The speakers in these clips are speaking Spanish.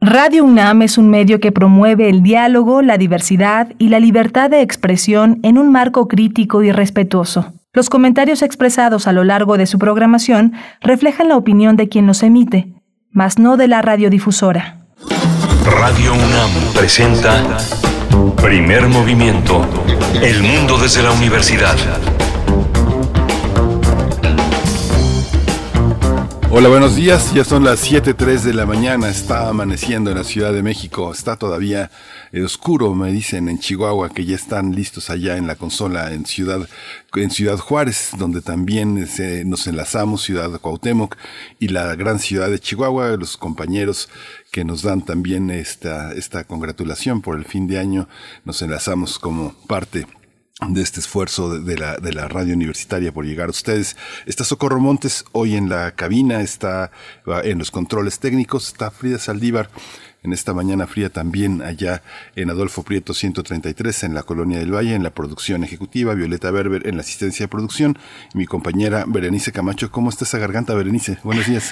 Radio UNAM es un medio que promueve el diálogo, la diversidad y la libertad de expresión en un marco crítico y respetuoso. Los comentarios expresados a lo largo de su programación reflejan la opinión de quien los emite, mas no de la radiodifusora. Radio UNAM presenta Primer Movimiento, El mundo desde la universidad. Hola, buenos días. Ya son las 7:03 de la mañana. Está amaneciendo en la Ciudad de México. Está todavía oscuro, me dicen en Chihuahua, que ya están listos allá en la consola en Ciudad Juárez, donde también nos enlazamos, Ciudad Cuauhtémoc y la gran ciudad de Chihuahua, los compañeros que nos dan también esta congratulación por el fin de año. Nos enlazamos como parte de este esfuerzo de la radio universitaria por llegar a ustedes. Está Socorro Montes hoy en la cabina, está en los controles técnicos, está Frida Saldívar en esta mañana fría también allá en Adolfo Prieto 133 en la Colonia del Valle, en la producción ejecutiva, Violeta Berber en la asistencia de producción y mi compañera Berenice Camacho. ¿Cómo está esa garganta, Berenice? Buenos días.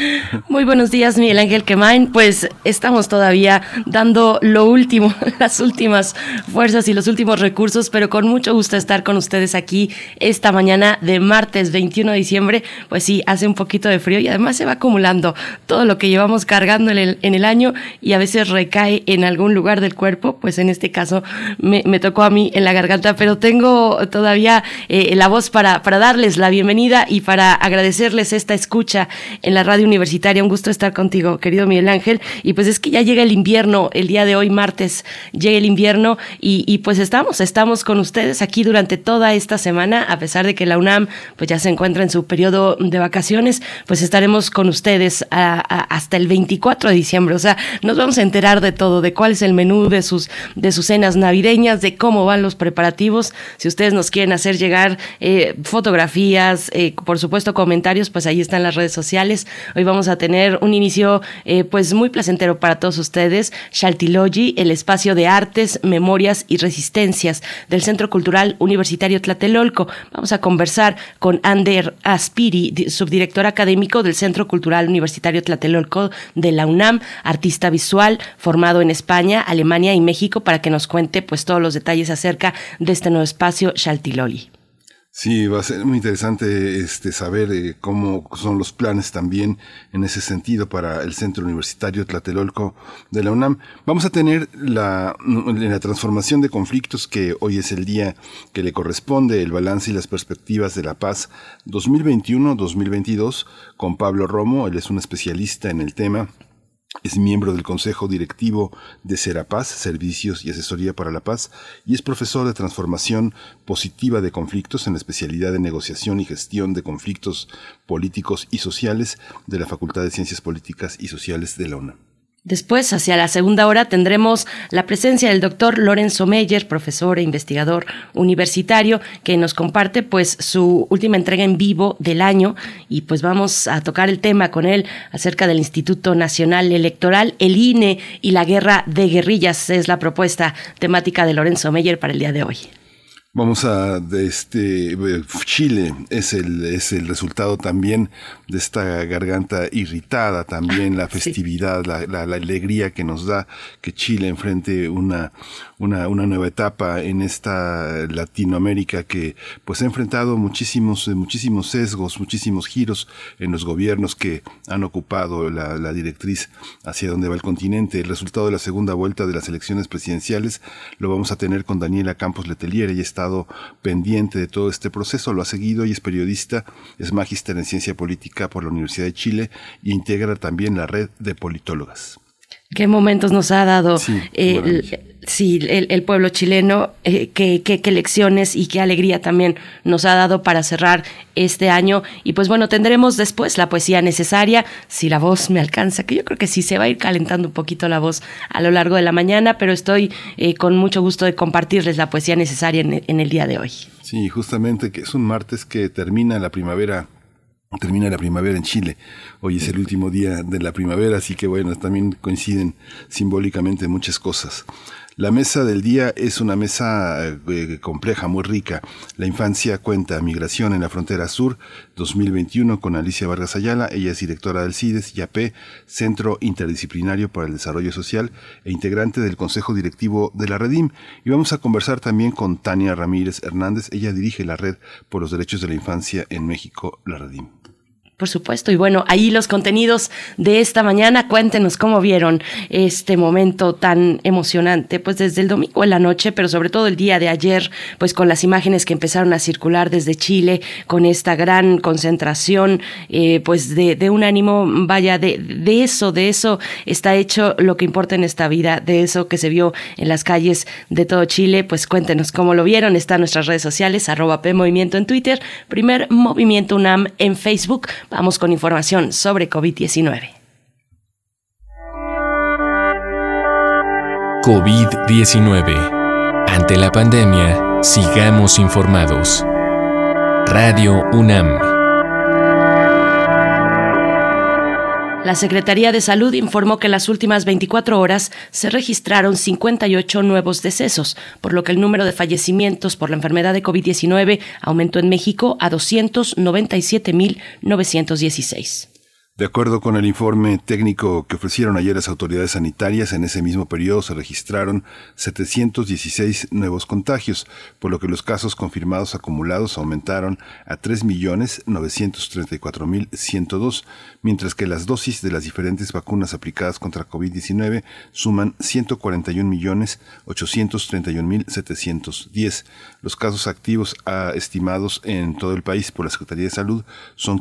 Muy buenos días, Miguel Ángel Quemain. Pues estamos todavía dando lo último, las últimas fuerzas y los últimos recursos, pero con mucho gusto estar con ustedes aquí esta mañana de martes 21 de diciembre. Pues sí, hace un poquito de frío y además se va acumulando todo lo que llevamos cargando en el año y a veces recae en algún lugar del cuerpo. Pues en este caso me tocó a mí en la garganta, pero tengo todavía la voz para darles la bienvenida y para agradecerles esta escucha en la radio universitaria. Un gusto estar contigo, querido Miguel Ángel. Y pues es que ya llega el invierno, el día de hoy, martes, llega el invierno y pues estamos con ustedes aquí durante toda esta semana, a pesar de que la UNAM pues ya se encuentra en su periodo de vacaciones, pues estaremos con ustedes hasta el 24 de diciembre. O sea, nos vamos a enterar de todo, de cuál es el menú de sus cenas navideñas, de cómo van los preparativos. Si ustedes nos quieren hacer llegar fotografías, por supuesto comentarios, pues ahí están las redes sociales. Hoy vamos a tener un inicio pues muy placentero para todos ustedes. Xaltilogy, el espacio de artes, memorias y resistencias del Centro Cultural Universitario Tlatelolco. Vamos a conversar con Ander Aspiri, subdirector académico del Centro Cultural Universitario Tlatelolco de la UNAM, artista visual formado en España, Alemania y México, para que nos cuente pues todos los detalles acerca de este nuevo espacio Xaltilogy. Sí, va a ser muy interesante saber cómo son los planes también en ese sentido para el Centro Universitario Tlatelolco de la UNAM. Vamos a tener la transformación de conflictos, que hoy es el día que le corresponde, el balance y las perspectivas de la paz 2021-2022 con Pablo Romo. Él es un especialista en el tema. Es miembro del Consejo Directivo de Serapaz, Servicios y Asesoría para la Paz, y es profesor de Transformación Positiva de Conflictos en la especialidad de Negociación y Gestión de Conflictos Políticos y Sociales de la Facultad de Ciencias Políticas y Sociales de la UNAM. Después, hacia la segunda hora, tendremos la presencia del doctor Lorenzo Meyer, profesor e investigador universitario, que nos comparte pues su última entrega en vivo del año, y pues vamos a tocar el tema con él acerca del Instituto Nacional Electoral, el INE y la guerra de guerrillas. Es la propuesta temática de Lorenzo Meyer para el día de hoy. Vamos a Chile es el resultado también de esta garganta irritada, también la festividad, sí. la alegría que nos da que Chile enfrente una nueva etapa en esta Latinoamérica que pues ha enfrentado muchísimos sesgos, muchísimos giros en los gobiernos que han ocupado la directriz hacia donde va el continente. El resultado de la segunda vuelta de las elecciones presidenciales lo vamos a tener con Daniela Campos Letelier. Ella está pendiente de todo este proceso, lo ha seguido y es periodista, es magíster en ciencia política por la Universidad de Chile y integra también la red de politólogas. Qué momentos nos ha dado sí, el pueblo chileno, qué lecciones y qué alegría también nos ha dado para cerrar este año. Y pues bueno, tendremos después la poesía necesaria, si la voz me alcanza, que yo creo que sí se va a ir calentando un poquito la voz a lo largo de la mañana, pero estoy con mucho gusto de compartirles la poesía necesaria en el día de hoy. Sí, justamente que es un martes que termina la primavera en Chile. Hoy es el último día de la primavera, así que bueno, también coinciden simbólicamente muchas cosas. La mesa del día es una mesa compleja, muy rica. La infancia cuenta Migración en la Frontera Sur 2021 con Alicia Vargas Ayala. Ella es directora del CIDES YAPE, Centro Interdisciplinario para el Desarrollo Social, e integrante del Consejo Directivo de la Redim. Y vamos a conversar también con Tania Ramírez Hernández. Ella dirige la Red por los Derechos de la Infancia en México, la Redim. Por supuesto, y bueno, ahí los contenidos de esta mañana, cuéntenos cómo vieron este momento tan emocionante, pues desde el domingo en la noche, pero sobre todo el día de ayer, pues con las imágenes que empezaron a circular desde Chile, con esta gran concentración, pues de un ánimo, vaya, de eso está hecho lo que importa en esta vida, de eso que se vio en las calles de todo Chile. Pues cuéntenos cómo lo vieron. Está en nuestras redes sociales, @PMovimiento en Twitter, Primer Movimiento UNAM en Facebook. Vamos con información sobre COVID-19. COVID-19. Ante la pandemia, sigamos informados. Radio UNAM. La Secretaría de Salud informó que en las últimas 24 horas se registraron 58 nuevos decesos, por lo que el número de fallecimientos por la enfermedad de COVID-19 aumentó en México a 297,916. De acuerdo con el informe técnico que ofrecieron ayer las autoridades sanitarias, en ese mismo periodo se registraron 716 nuevos contagios, por lo que los casos confirmados acumulados aumentaron a 3,934,102, mientras que las dosis de las diferentes vacunas aplicadas contra COVID-19 suman 141,831,710. Los casos activos estimados en todo el país por la Secretaría de Salud son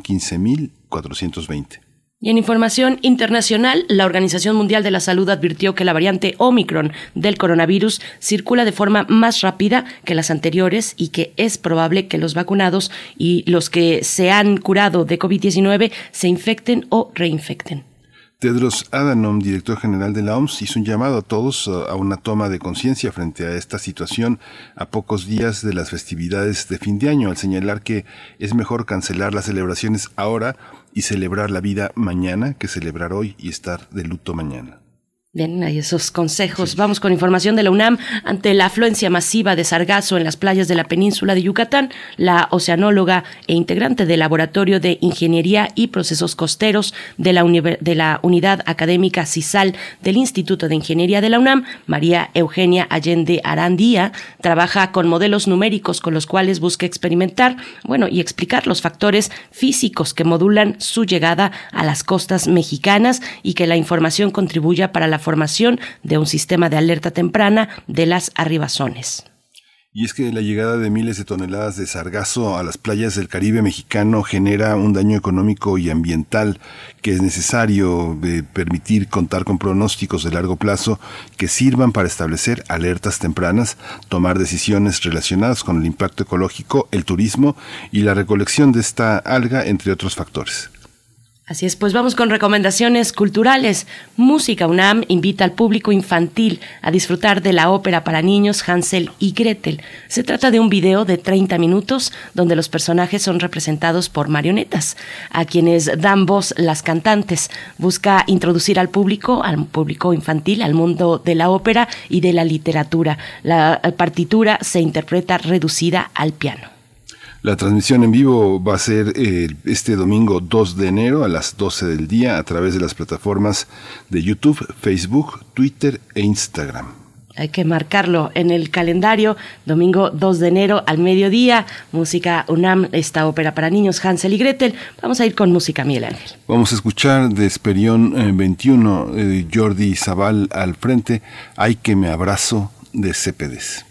15,420. Y en información internacional, la Organización Mundial de la Salud advirtió que la variante Omicron del coronavirus circula de forma más rápida que las anteriores y que es probable que los vacunados y los que se han curado de COVID-19 se infecten o reinfecten. Tedros Adhanom, director general de la OMS, hizo un llamado a todos a una toma de conciencia frente a esta situación a pocos días de las festividades de fin de año, al señalar que es mejor cancelar las celebraciones ahora y celebrar la vida mañana que celebrar hoy y estar de luto mañana. Bien, hay esos consejos. Sí. Vamos con información de la UNAM. Ante la afluencia masiva de sargazo en las playas de la península de Yucatán, la oceanóloga e integrante del Laboratorio de Ingeniería y Procesos Costeros de la Unidad Académica CISAL del Instituto de Ingeniería de la UNAM, María Eugenia Allende Arandía, trabaja con modelos numéricos con los cuales busca experimentar, y explicar los factores físicos que modulan su llegada a las costas mexicanas y que la información contribuya para la formación de un sistema de alerta temprana de las arribazones. Y es que la llegada de miles de toneladas de sargazo a las playas del Caribe mexicano genera un daño económico y ambiental que es necesario permitir contar con pronósticos de largo plazo que sirvan para establecer alertas tempranas, tomar decisiones relacionadas con el impacto ecológico, el turismo y la recolección de esta alga, entre otros factores. Así es, pues vamos con recomendaciones culturales. Música UNAM invita al público infantil a disfrutar de la ópera para niños Hansel y Gretel. Se trata de un video de 30 minutos donde los personajes son representados por marionetas, a quienes dan voz las cantantes. Busca introducir al público infantil, al mundo de la ópera y de la literatura. La partitura se interpreta reducida al piano. La transmisión en vivo va a ser este domingo 2 de enero a las 12 del día a través de las plataformas de YouTube, Facebook, Twitter e Instagram. Hay que marcarlo en el calendario, domingo 2 de enero al mediodía, música UNAM, esta ópera para niños Hansel y Gretel. Vamos a ir con música, Miguel Ángel. Vamos a escuchar de Esperión 21, Jordi Zabal al frente, Ay que me abrazo, de Cépedes.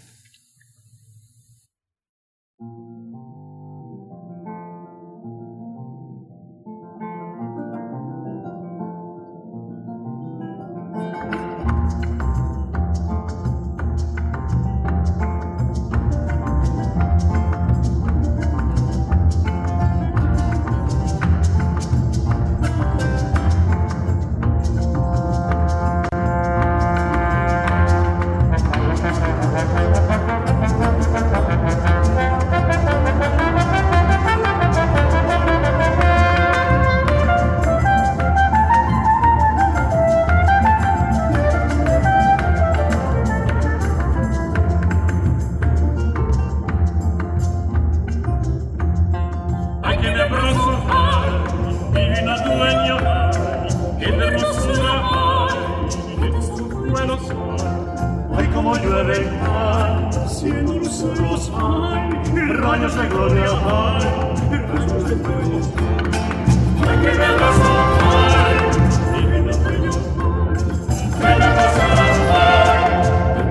suelos hay como llueve, cien luceros hay, rayos de gloria hay, rayos de fuego. Hay que me abrazar, y que me sueño, que me abrazar,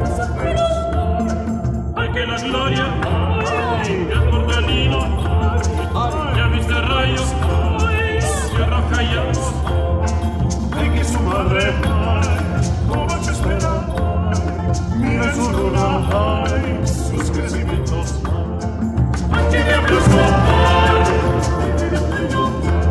hay que la gloria hay, que el mordelino hay, ya viste rayos hay, tierra callados, hay que su madre hay, como que espera. Mira su luna, ay, sus crecimientos, ay, que me abrazó, ay, que me apoyó,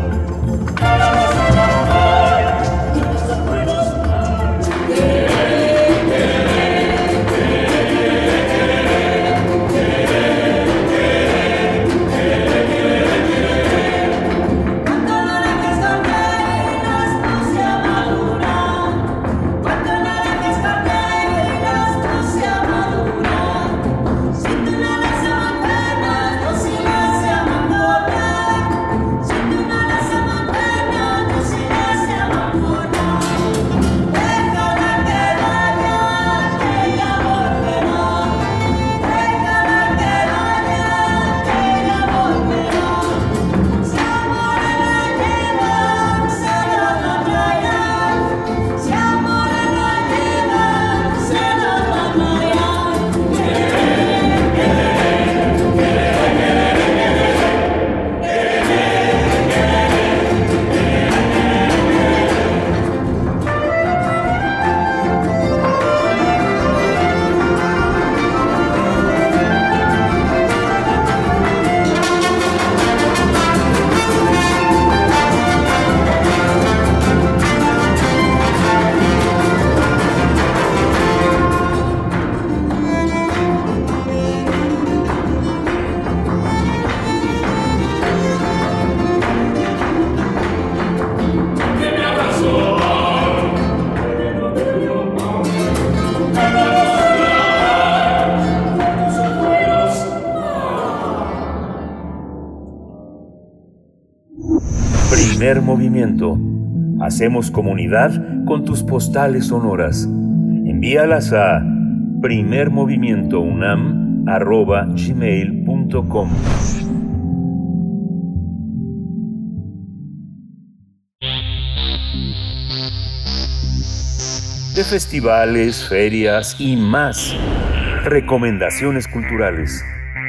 Primer movimiento. Hacemos comunidad con tus postales sonoras. Envíalas a primermovimientounam@gmail.com. De festivales, ferias y más. Recomendaciones culturales.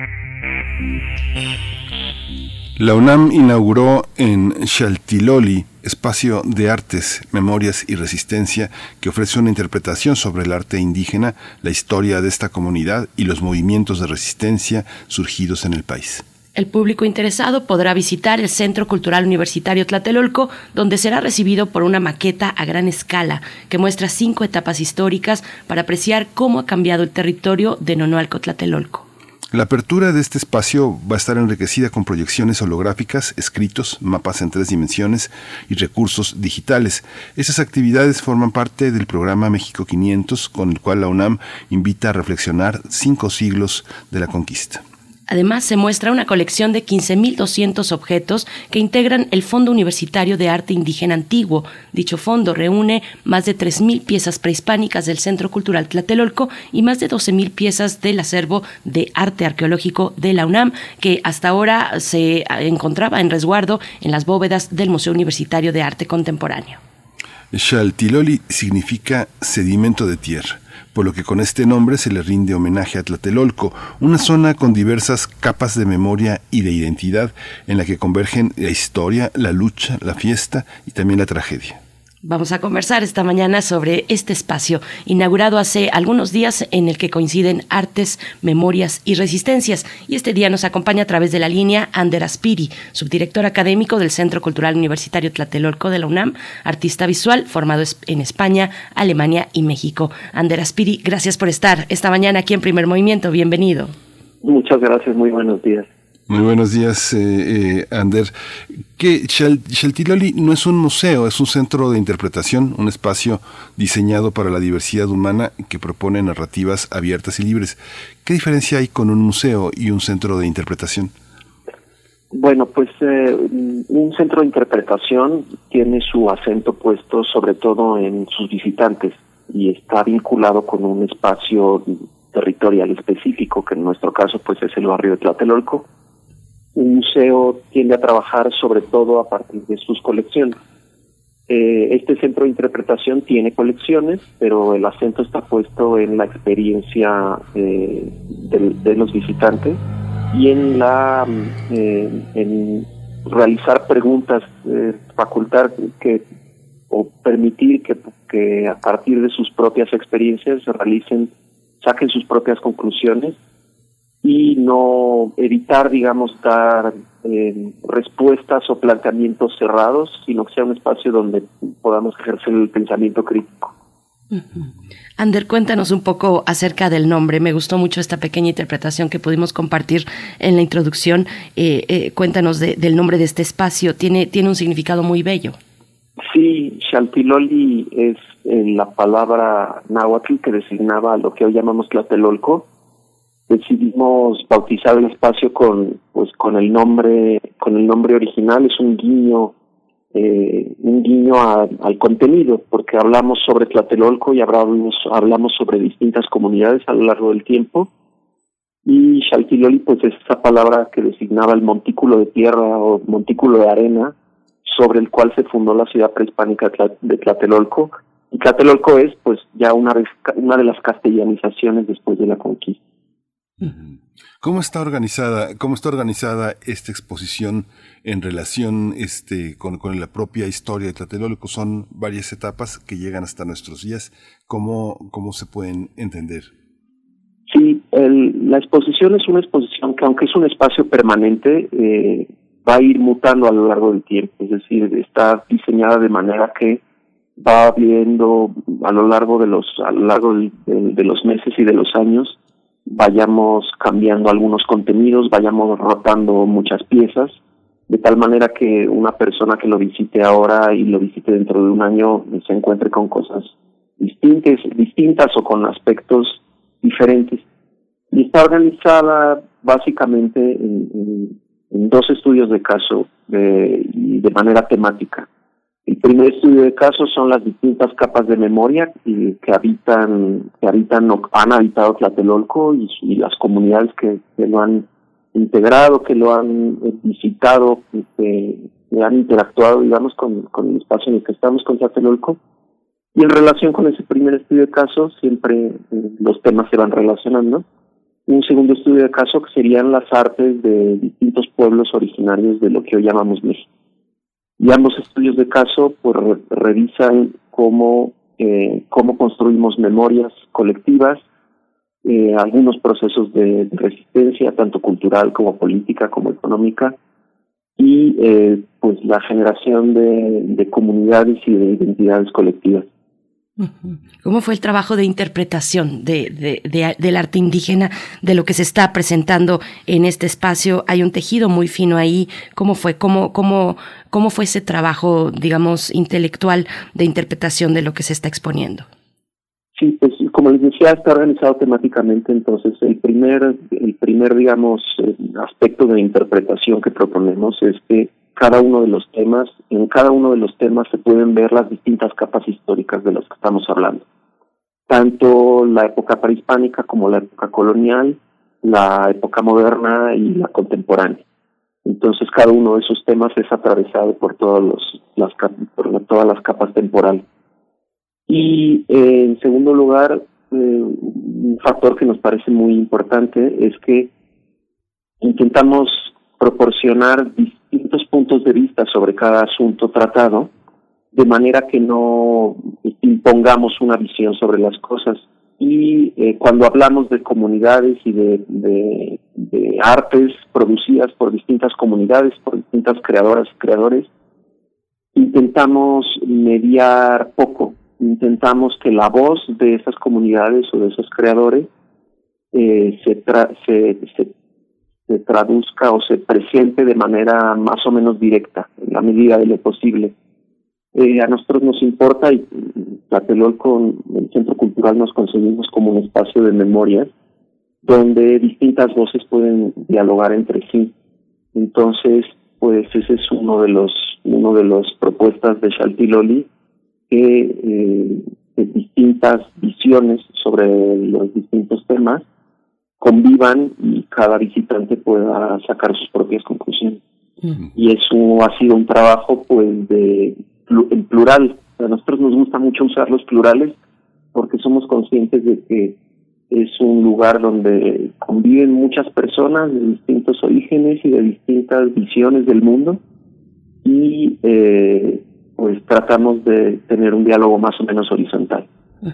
La UNAM inauguró en Xaltiloli, espacio de artes, memorias y resistencia, que ofrece una interpretación sobre el arte indígena, la historia de esta comunidad y los movimientos de resistencia surgidos en el país. El público interesado podrá visitar el Centro Cultural Universitario Tlatelolco, donde será recibido por una maqueta a gran escala que muestra 5 etapas históricas para apreciar cómo ha cambiado el territorio de Nonoalco Tlatelolco. La apertura de este espacio va a estar enriquecida con proyecciones holográficas, escritos, mapas en 3 dimensiones y recursos digitales. Esas actividades forman parte del programa México 500, con el cual la UNAM invita a reflexionar 5 siglos de la conquista. Además, se muestra una colección de 15.200 objetos que integran el Fondo Universitario de Arte Indígena Antiguo. Dicho fondo reúne más de 3.000 piezas prehispánicas del Centro Cultural Tlatelolco y más de 12.000 piezas del acervo de arte arqueológico de la UNAM, que hasta ahora se encontraba en resguardo en las bóvedas del Museo Universitario de Arte Contemporáneo. Xaltiloli significa sedimento de tierra, por lo que con este nombre se le rinde homenaje a Tlatelolco, una zona con diversas capas de memoria y de identidad en la que convergen la historia, la lucha, la fiesta y también la tragedia. Vamos a conversar esta mañana sobre este espacio, inaugurado hace algunos días, en el que coinciden artes, memorias y resistencias. Y este día nos acompaña a través de la línea Ander Aspiri, subdirector académico del Centro Cultural Universitario Tlatelolco de la UNAM, artista visual formado en España, Alemania y México. Ander Aspiri, gracias por estar esta mañana aquí en Primer Movimiento. Bienvenido. Muchas gracias, muy buenos días. Muy buenos días, Ander. Que Xaltiloli no es un museo, es un centro de interpretación, un espacio diseñado para la diversidad humana que propone narrativas abiertas y libres. ¿Qué diferencia hay con un museo y un centro de interpretación? Bueno, pues un centro de interpretación tiene su acento puesto sobre todo en sus visitantes. y está vinculado con un espacio territorial específico, que en nuestro caso pues es el barrio de Tlatelolco. Un museo tiende a trabajar sobre todo a partir de sus colecciones. Este centro de interpretación tiene colecciones, pero el acento está puesto en la experiencia de los visitantes y en realizar preguntas, facultar o permitir que a partir de sus propias experiencias saquen sus propias conclusiones y no evitar, digamos, dar respuestas o planteamientos cerrados, sino que sea un espacio donde podamos ejercer el pensamiento crítico. Ander, cuéntanos un poco acerca del nombre. Me gustó mucho esta pequeña interpretación que pudimos compartir en la introducción. Cuéntanos del nombre de este espacio. Tiene un significado muy bello. Sí, Xaltiloli es la palabra náhuatl que designaba lo que hoy llamamos Tlatelolco. Decidimos bautizar el espacio con el nombre original. Es un guiño al contenido, porque hablamos sobre Tlatelolco y hablamos sobre distintas comunidades a lo largo del tiempo. Y Xaltiloli pues es esa palabra que designaba el montículo de tierra o montículo de arena sobre el cual se fundó la ciudad prehispánica de Tlatelolco. Y Tlatelolco es pues ya una de las castellanizaciones después de la conquista. ¿Cómo está organizada esta exposición en relación con la propia historia de Tlatelolco? Son varias etapas que llegan hasta nuestros días. ¿Cómo se pueden entender? Sí, la exposición es una exposición que, aunque es un espacio permanente, va a ir mutando a lo largo del tiempo. Es decir, está diseñada de manera que va viendo a lo largo de los meses y de los años, vayamos cambiando algunos contenidos, vayamos rotando muchas piezas, de tal manera que una persona que lo visite ahora y lo visite dentro de un año se encuentre con cosas distintas o con aspectos diferentes. Y está organizada básicamente en dos estudios de caso y de manera temática. El primer estudio de caso son las distintas capas de memoria que han habitado Tlatelolco y las comunidades que lo han integrado, que lo han visitado, que han interactuado, digamos, con el espacio en el que estamos, con Tlatelolco. Y en relación con ese primer estudio de caso, siempre los temas se van relacionando. Un segundo estudio de caso que serían las artes de distintos pueblos originarios de lo que hoy llamamos México. Y ambos estudios de caso pues revisan cómo construimos memorias colectivas, algunos procesos de resistencia, tanto cultural como política, como económica, y pues la generación de comunidades y de identidades colectivas. ¿Cómo fue el trabajo de interpretación del arte indígena, de lo que se está presentando en este espacio? Hay un tejido muy fino ahí. ¿Cómo fue? ¿Cómo fue ese trabajo, digamos, intelectual de interpretación de lo que se está exponiendo? Sí, pues como les decía, está organizado temáticamente. Entonces, el primer digamos, aspecto de interpretación que proponemos es que en cada uno de los temas se pueden ver las distintas capas históricas de las que estamos hablando. Tanto la época prehispánica como la época colonial, la época moderna y la contemporánea. Entonces, cada uno de esos temas es atravesado por todas las capas temporales. Y en segundo lugar, un factor que nos parece muy importante es que intentamos proporcionar distintos puntos de vista sobre cada asunto tratado, de manera que no impongamos una visión sobre las cosas. Y cuando hablamos de comunidades y de artes producidas por distintas comunidades, por distintas creadoras y creadores, intentamos mediar poco. Intentamos que la voz de esas comunidades o de esos creadores se traduzca o se presente de manera más o menos directa, en la medida de lo posible. A nosotros nos importa, y Tlatelolco, el Centro Cultural, nos concebimos como un espacio de memorias donde distintas voces pueden dialogar entre sí. Entonces, pues ese es uno de los propuestas de Xaltiloli, que distintas visiones sobre los distintos temas convivan y cada visitante pueda sacar sus propias conclusiones. Y eso ha sido un trabajo pues en plural. A nosotros nos gusta mucho usar los plurales porque somos conscientes de que es un lugar donde conviven muchas personas de distintos orígenes y de distintas visiones del mundo y pues tratamos de tener un diálogo más o menos horizontal.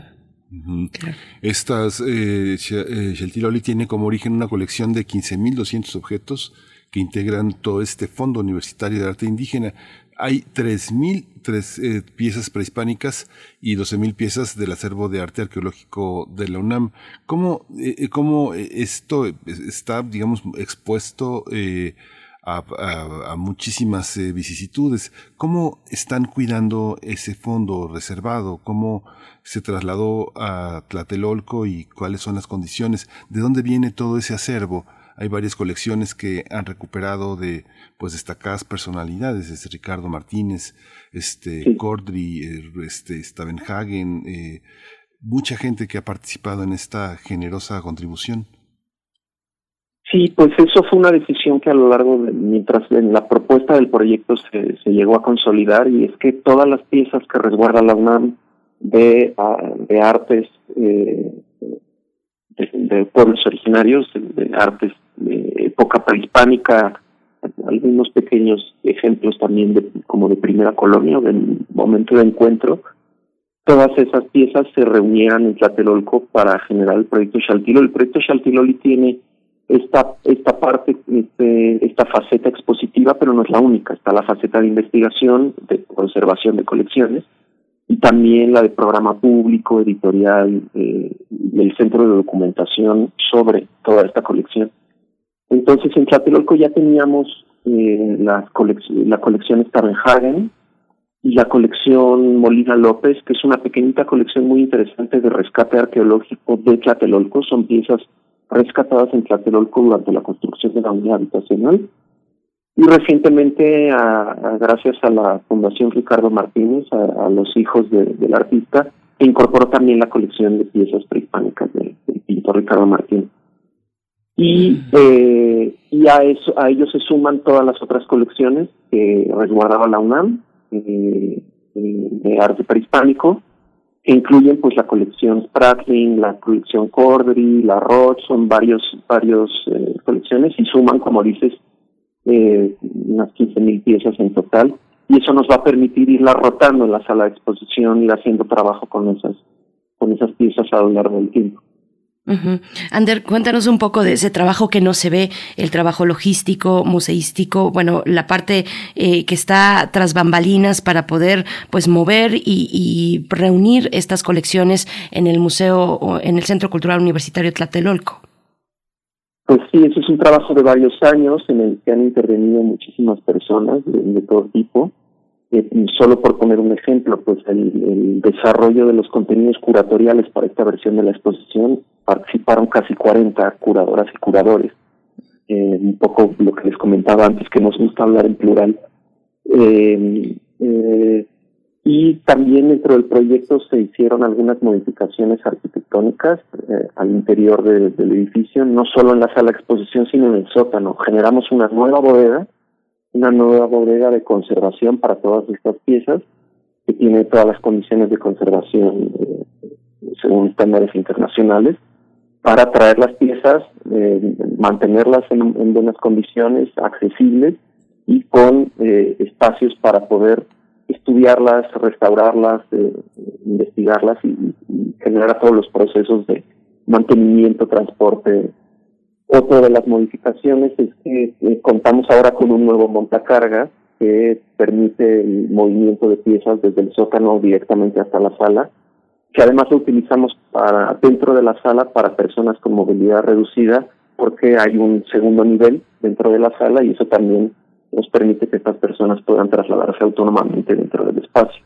Estas, Xaltiloli tiene como origen una colección de 15.200 objetos que integran todo este Fondo Universitario de Arte Indígena. Hay 3.000 piezas prehispánicas y 12.000 piezas del acervo de arte arqueológico de la UNAM. ¿Cómo esto está, digamos, expuesto a muchísimas vicisitudes? ¿Cómo están cuidando ese fondo reservado? ¿Cómo se trasladó a Tlatelolco y cuáles son las condiciones? ¿De dónde viene todo ese acervo? Hay varias colecciones que han recuperado de pues destacadas personalidades, Ricardo Martínez, Cordry, Stavenhagen, mucha gente que ha participado en esta generosa contribución. Sí, pues eso fue una decisión que a lo largo mientras en la propuesta del proyecto se llegó a consolidar, y es que todas las piezas que resguarda la UNAM de artes de pueblos originarios, de artes de época prehispánica, algunos pequeños ejemplos también como de primera colonia, del momento de encuentro, todas esas piezas se reunieran en Tlatelolco para generar el proyecto Xaltiloli. El proyecto Xaltiloli tiene esta parte, esta faceta expositiva, pero no es la única. Está la faceta de investigación, de conservación de colecciones, y también la de programa público, editorial, y el centro de documentación sobre toda esta colección. Entonces, en Tlatelolco ya teníamos la colección Stavenhagen y la colección Molina López, que es una pequeñita colección muy interesante de rescate arqueológico de Tlatelolco. Son piezas rescatadas en Tlatelolco durante la construcción de la unidad habitacional. Y recientemente, gracias a la Fundación Ricardo Martínez, a los hijos del artista, se incorporó también la colección de piezas prehispánicas del pintor Ricardo Martínez. Y a ellos se suman todas las otras colecciones que resguardaba la UNAM de arte prehispánico, que incluyen pues la colección Spratlin, la colección Cordry, la Roth, son varios colecciones, y suman, como dices, unas 15.000 piezas en total, y eso nos va a permitir irla rotando en la sala de exposición, ir haciendo trabajo con esas piezas a lo largo del tiempo. Uh-huh. Ander, cuéntanos un poco de ese trabajo que no se ve, el trabajo logístico, museístico, bueno, la parte que está tras bambalinas para poder pues mover y reunir estas colecciones en el museo o en el Centro Cultural Universitario Tlatelolco. Pues sí, eso es un trabajo de varios años en el que han intervenido muchísimas personas de todo tipo. Solo por poner un ejemplo, pues el desarrollo de los contenidos curatoriales para esta versión de la exposición participaron casi 40 curadoras y curadores. Un poco lo que les comentaba antes, que nos gusta hablar en plural. Y también dentro del proyecto se hicieron algunas modificaciones arquitectónicas al interior del edificio, no solo en la sala de exposición, sino en el sótano. Generamos una nueva bodega de conservación para todas estas piezas, que tiene todas las condiciones de conservación según estándares internacionales, para traer las piezas, mantenerlas en buenas condiciones, accesibles, y con espacios para poder estudiarlas, restaurarlas, investigarlas y generar todos los procesos de mantenimiento, transporte. Otra de las modificaciones es que contamos ahora con un nuevo montacargas que permite el movimiento de piezas desde el sótano directamente hasta la sala, que además lo utilizamos dentro de la sala para personas con movilidad reducida, porque hay un segundo nivel dentro de la sala y eso también nos permite que estas personas puedan trasladarse autónomamente dentro del espacio.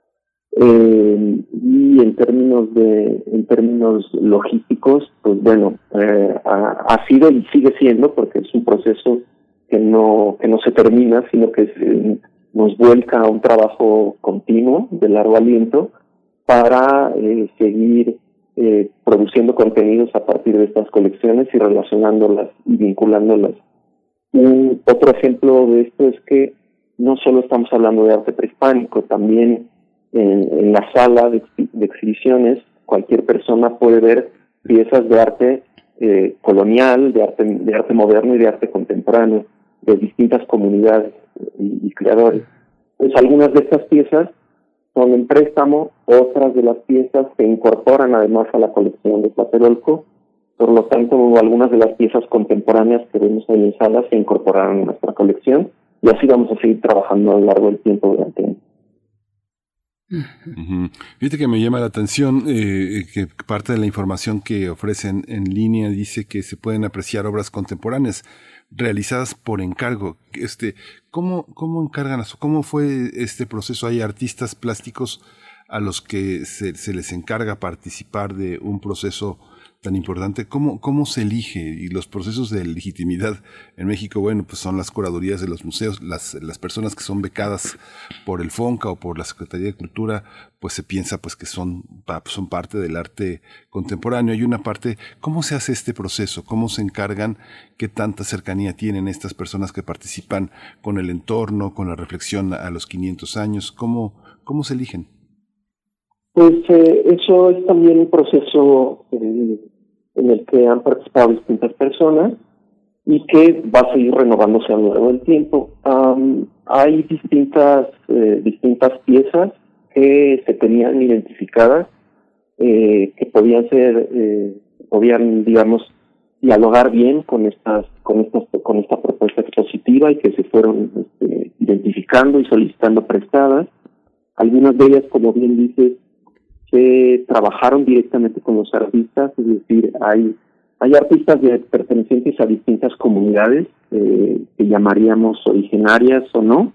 Y en términos logísticos, pues bueno, ha sido y sigue siendo, porque es un proceso que no se termina, sino que nos vuelca a un trabajo continuo de largo aliento para seguir produciendo contenidos a partir de estas colecciones y relacionándolas y vinculándolas. Otro ejemplo de esto es que no solo estamos hablando de arte prehispánico, también en la sala de exhibiciones cualquier persona puede ver piezas de arte colonial, de arte moderno y de arte contemporáneo, de distintas comunidades y creadores. Pues algunas de estas piezas son en préstamo, otras de las piezas se incorporan además a la colección de Tlatelolco, por lo tanto algunas de las piezas contemporáneas que vemos ahí en sala se incorporaron a nuestra colección y así vamos a seguir trabajando a lo largo del tiempo durante años. Fíjate que me llama la atención que parte de la información que ofrecen en línea dice que se pueden apreciar obras contemporáneas realizadas por encargo. ¿Cómo encargan eso? ¿Cómo fue este proceso? ¿Hay artistas plásticos a los que se les encarga participar de un proceso tan importante? ¿Cómo se elige? Y los procesos de legitimidad en México, bueno, pues son las curadurías de los museos, las personas que son becadas por el FONCA o por la Secretaría de Cultura, pues se piensa pues que son parte del arte contemporáneo. Hay una parte, ¿cómo se hace este proceso? ¿Cómo se encargan? ¿Qué tanta cercanía tienen estas personas que participan con el entorno, con la reflexión a los 500 años? ¿Cómo se eligen? Pues eso es también un proceso en el que han participado distintas personas y que va a seguir renovándose a lo largo del tiempo. Hay distintas piezas que se tenían identificadas, que podían, digamos, dialogar bien con esta propuesta expositiva y que se fueron identificando y solicitando prestadas. Algunas de ellas, como bien dices, que trabajaron directamente con los artistas, es decir, hay artistas pertenecientes a distintas comunidades que llamaríamos originarias o no,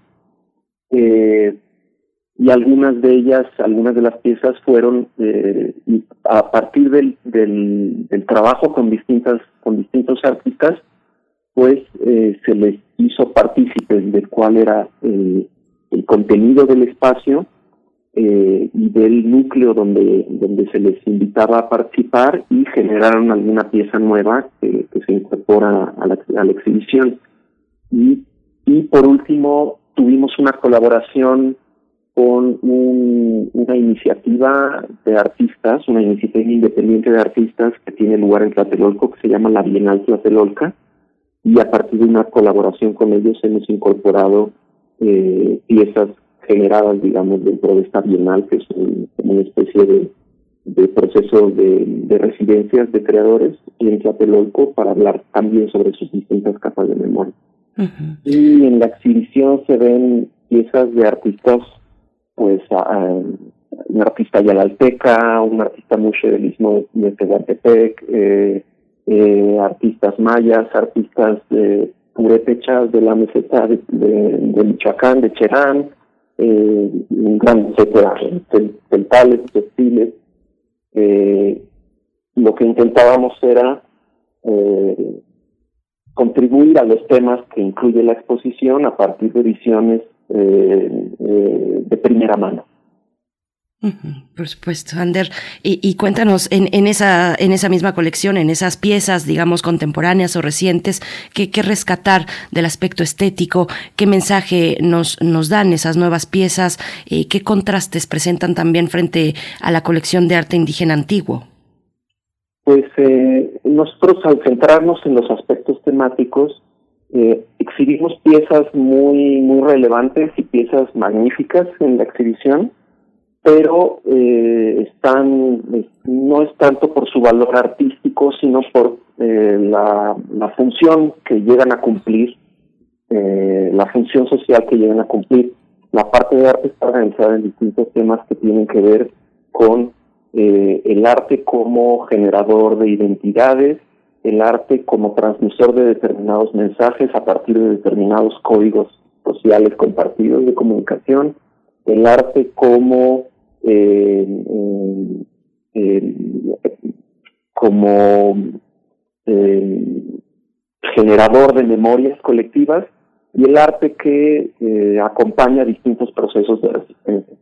y algunas de las piezas fueron a partir del trabajo con distintos artistas, pues se les hizo partícipes de cuál era el contenido del espacio y del núcleo donde se les invitaba a participar y generaron alguna pieza nueva que se incorpora a la exhibición. Y por último, tuvimos una colaboración con una iniciativa de artistas, una iniciativa independiente de artistas que tiene lugar en Tlatelolco, que se llama la Bienal Tlatelolca, y a partir de una colaboración con ellos hemos incorporado piezas generadas, digamos, dentro de esta bienal, que es una especie de proceso de residencias de creadores en Tlatelolco para hablar también sobre sus distintas capas de memoria. Uh-huh. Y en la exhibición se ven piezas de artistas, pues un artista yalalteca, un artista muxe del istmo de Tehuantepec, artistas mayas, artistas purépechas de la meseta de Michoacán, de Cherán, un gran etcétera, celtales, textiles. Lo que intentábamos era contribuir a los temas que incluye la exposición a partir de visiones de primera mano. Por supuesto, Ander, y cuéntanos en esa misma colección, en esas piezas, digamos, contemporáneas o recientes, ¿qué rescatar del aspecto estético? ¿Qué mensaje nos dan esas nuevas piezas? ¿Qué contrastes presentan también frente a la colección de arte indígena antiguo? Pues nosotros, al centrarnos en los aspectos temáticos, exhibimos piezas muy, muy relevantes y piezas magníficas en la exhibición, pero no es tanto por su valor artístico, sino por la función que llegan a cumplir, la función social que llegan a cumplir. La parte de arte está organizada en distintos temas que tienen que ver con el arte como generador de identidades, el arte como transmisor de determinados mensajes a partir de determinados códigos sociales compartidos de comunicación, el arte como generador de memorias colectivas, y el arte que acompaña distintos procesos de resistencia.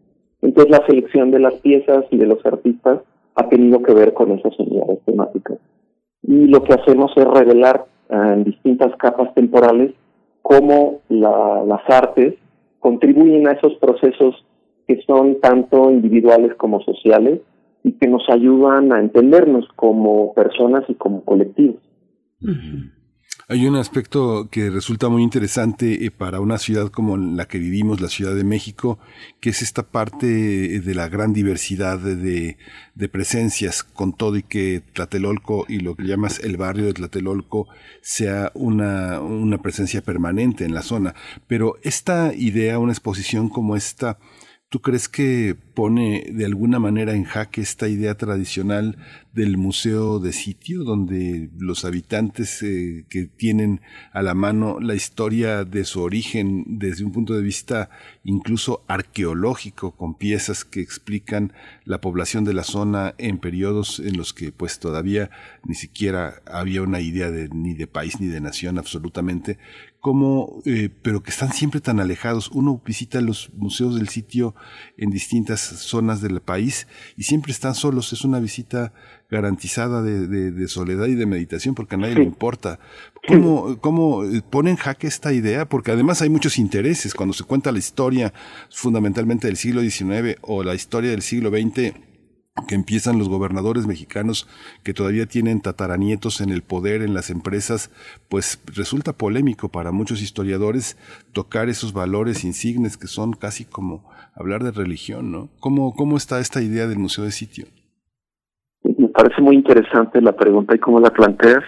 Entonces la selección de las piezas y de los artistas ha tenido que ver con esas unidades temáticas. Y lo que hacemos es revelar en distintas capas temporales cómo las artes contribuyen a esos procesos que son tanto individuales como sociales y que nos ayudan a entendernos como personas y como colectivos. Uh-huh. Hay un aspecto que resulta muy interesante para una ciudad como la que vivimos, la Ciudad de México, que es esta parte de la gran diversidad de presencias, con todo y que Tlatelolco y lo que llamas el barrio de Tlatelolco sea una presencia permanente en la zona. Pero esta idea, una exposición como esta, ¿tú crees que pone de alguna manera en jaque esta idea tradicional del museo de sitio, donde los habitantes que tienen a la mano la historia de su origen desde un punto de vista incluso arqueológico, con piezas que explican la población de la zona en periodos en los que pues todavía ni siquiera había una idea ni de país ni de nación absolutamente, pero que están siempre tan alejados? Uno visita los museos del sitio en distintas zonas del país y siempre están solos. Es una visita garantizada de soledad y de meditación porque a nadie le importa. ¿Cómo pone en jaque esta idea? Porque además hay muchos intereses. Cuando se cuenta la historia fundamentalmente del siglo XIX o la historia del siglo XX, que empiezan los gobernadores mexicanos que todavía tienen tataranietos en el poder en las empresas, pues resulta polémico para muchos historiadores tocar esos valores insignes que son casi como hablar de religión, ¿no? ¿Cómo está esta idea del museo de sitio? Me parece muy interesante la pregunta y cómo la planteas.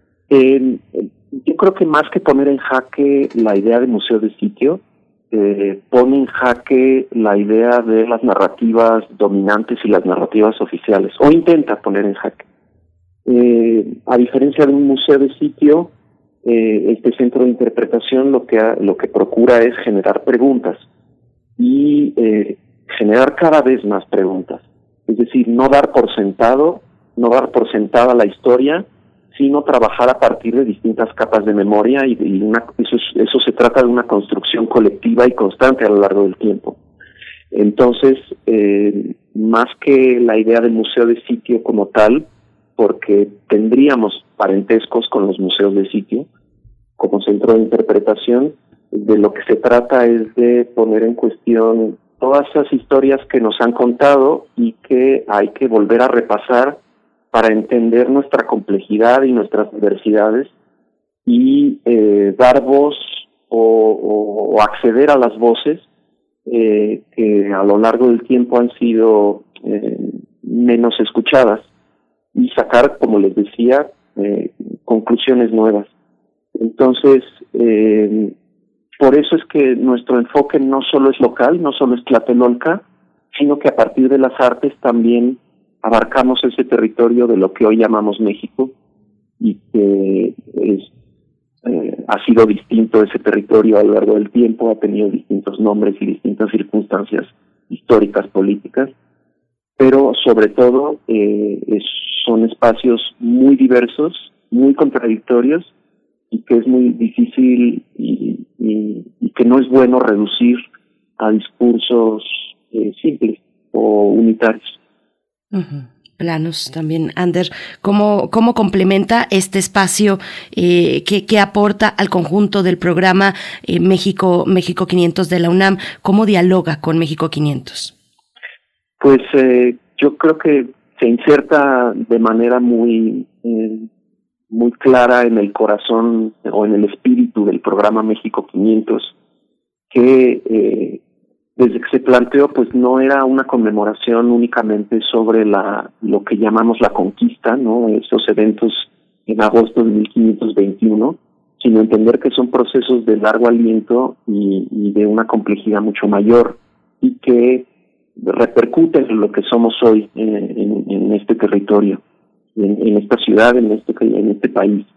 Yo creo que más que poner en jaque la idea de museo de sitio, pone en jaque la idea de las narrativas dominantes y las narrativas oficiales, o intenta poner en jaque. A diferencia de un museo de sitio, este centro de interpretación lo que procura es generar preguntas y generar cada vez más preguntas. Es decir, no dar por sentada la historia, sino trabajar a partir de distintas capas de memoria y eso se trata de una construcción colectiva y constante a lo largo del tiempo. Entonces, más que la idea del museo de sitio como tal, porque tendríamos parentescos con los museos de sitio como centro de interpretación, de lo que se trata es de poner en cuestión todas esas historias que nos han contado y que hay que volver a repasar para entender nuestra complejidad y nuestras diversidades y dar voz o acceder a las voces que a lo largo del tiempo han sido menos escuchadas y sacar, como les decía, conclusiones nuevas. Entonces, por eso es que nuestro enfoque no solo es local, no solo es Tlatelolca, sino que a partir de las artes también abarcamos ese territorio de lo que hoy llamamos México y que ha sido distinto ese territorio a lo largo del tiempo, ha tenido distintos nombres y distintas circunstancias históricas, políticas, pero sobre todo son espacios muy diversos, muy contradictorios y que es muy difícil y que no es bueno reducir a discursos simples o unitarios. Uh-huh. Planos también, Ander, ¿cómo complementa este espacio que aporta al conjunto del programa México 500 de la UNAM? ¿Cómo dialoga con México 500? Pues yo creo que se inserta de manera muy clara en el corazón o en el espíritu del programa México 500, que desde que se planteó, pues no era una conmemoración únicamente sobre lo que llamamos la conquista, ¿no? Esos eventos en agosto de 1521, sino entender que son procesos de largo aliento y de una complejidad mucho mayor y que repercuten en lo que somos hoy en este territorio, en esta ciudad, en este país.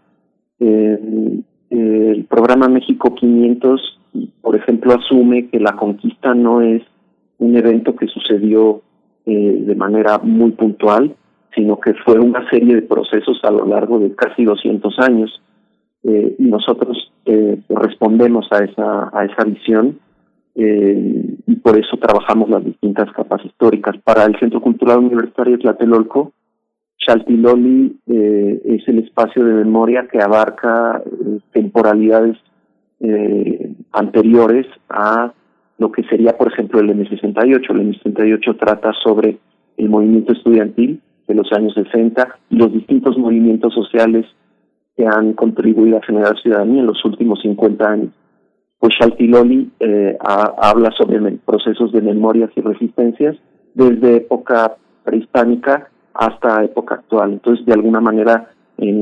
El programa México 500, por ejemplo, asume que la conquista no es un evento que sucedió de manera muy puntual, sino que fue una serie de procesos a lo largo de casi 200 años. Y nosotros respondemos a esa visión y por eso trabajamos las distintas capas históricas. Para el Centro Cultural Universitario de Tlatelolco, Xaltiloli es el espacio de memoria que abarca temporalidades anteriores a lo que sería, por ejemplo, el M68. El M68 trata sobre el movimiento estudiantil de los años 60 y los distintos movimientos sociales que han contribuido a generar ciudadanía en los últimos 50 años. Pues Xaltiloli habla sobre procesos de memorias y resistencias desde época prehispánica hasta época actual. Entonces, de alguna manera,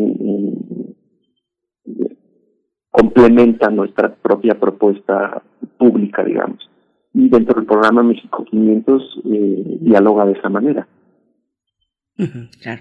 complementa nuestra propia propuesta pública, digamos. Y dentro del programa México 500 dialoga de esa manera. Claro.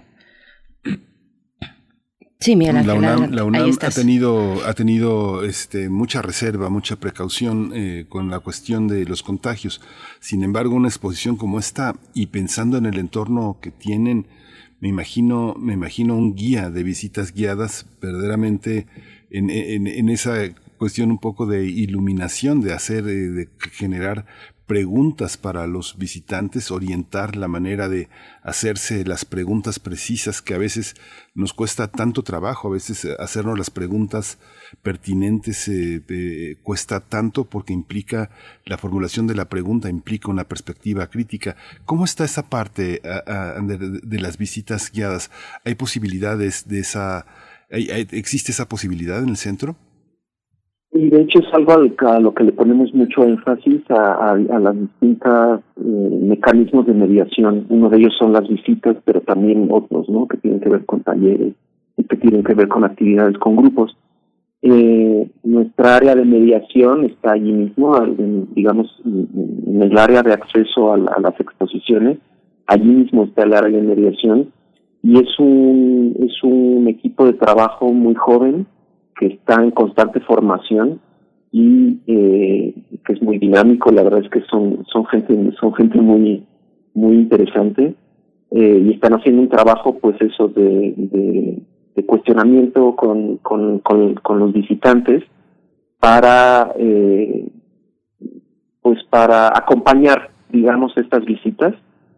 Sí, Miguel Ángel, la UNAM ha tenido mucha reserva, mucha precaución con la cuestión de los contagios. Sin embargo, una exposición como esta, y pensando en el entorno que tienen, me imagino un guía de visitas guiadas verdaderamente en esa cuestión un poco de iluminación, de generar preguntas para los visitantes, orientar la manera de hacerse las preguntas precisas que a veces nos cuesta tanto trabajo, a veces hacernos las preguntas pertinentes cuesta tanto porque implica la formulación de la pregunta, implica una perspectiva crítica. ¿Cómo está esa parte de las visitas guiadas? ¿Hay posibilidades de existe esa posibilidad en el centro? Y de hecho es algo a lo que le ponemos mucho énfasis a las distintas mecanismos de mediación. Uno de ellos son las visitas, pero también otros, ¿no?, que tienen que ver con talleres y que tienen que ver con actividades con grupos. Nuestra área de mediación está allí mismo, digamos, en el área de acceso a las exposiciones. Allí mismo está el área de mediación y es un equipo de trabajo muy joven que está en constante formación y que es muy dinámico. La verdad es que son gente muy interesante y están haciendo un trabajo, pues eso, de cuestionamiento con los visitantes para acompañar, digamos, estas visitas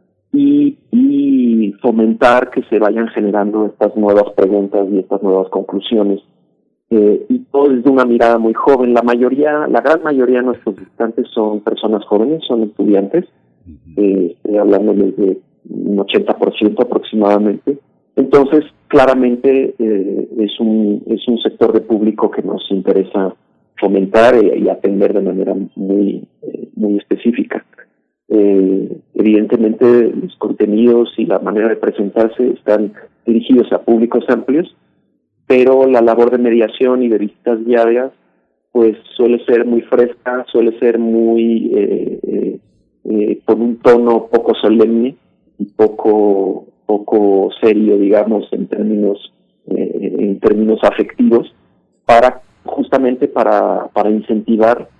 y fomentar que se vayan generando estas nuevas preguntas y estas nuevas conclusiones. Y todo desde una mirada muy joven. La gran mayoría de nuestros visitantes son personas jóvenes, son estudiantes, estoy hablando de un 80% aproximadamente. Entonces, claramente es un sector de público que nos interesa fomentar y atender de manera muy específica. Evidentemente, los contenidos y la manera de presentarse están dirigidos a públicos amplios, pero la labor de mediación y de visitas guiadas pues suele ser muy fresca, suele ser muy con un tono poco solemne y poco serio, digamos, en términos afectivos, justamente para incentivar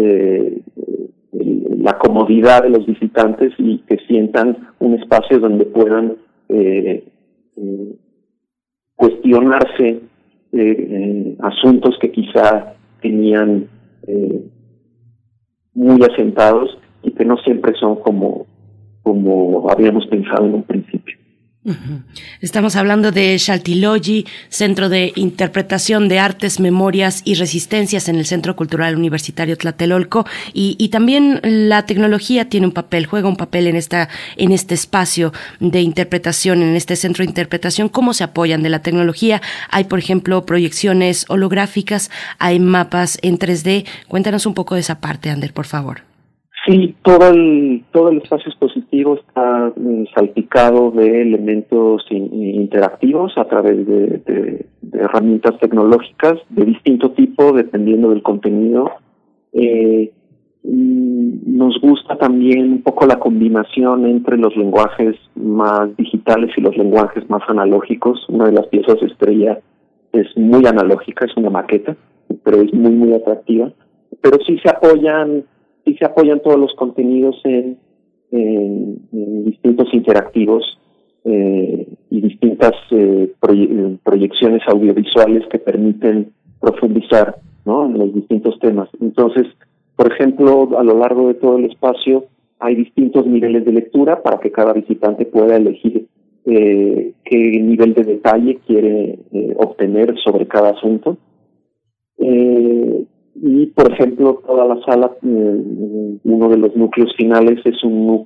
la comodidad de los visitantes y que sientan un espacio donde puedan cuestionarse asuntos que quizá tenían muy asentados y que no siempre son como habíamos pensado en un principio. Estamos hablando de Xaltiloli, Centro de Interpretación de Artes, Memorias y Resistencias en el Centro Cultural Universitario Tlatelolco, y también la tecnología juega un papel en este espacio de interpretación, en este centro de interpretación. ¿Cómo se apoyan de la tecnología? Hay, por ejemplo, proyecciones holográficas, hay mapas en 3D. Cuéntanos un poco de esa parte, Ander, por favor. Sí, todo el espacio expositivo está salpicado de elementos interactivos a través de herramientas tecnológicas de distinto tipo, dependiendo del contenido. Nos gusta también un poco la combinación entre los lenguajes más digitales y los lenguajes más analógicos. Una de las piezas estrella es muy analógica, es una maqueta, pero es muy atractiva. Pero sí se apoyan todos los contenidos en distintos interactivos y distintas proyecciones audiovisuales que permiten profundizar, ¿no?, en los distintos temas. Entonces, Por ejemplo, a lo largo de todo el espacio hay distintos niveles de lectura para que cada visitante pueda elegir qué nivel de detalle quiere obtener sobre cada asunto. Y, por ejemplo, toda la sala, uno de los núcleos finales es un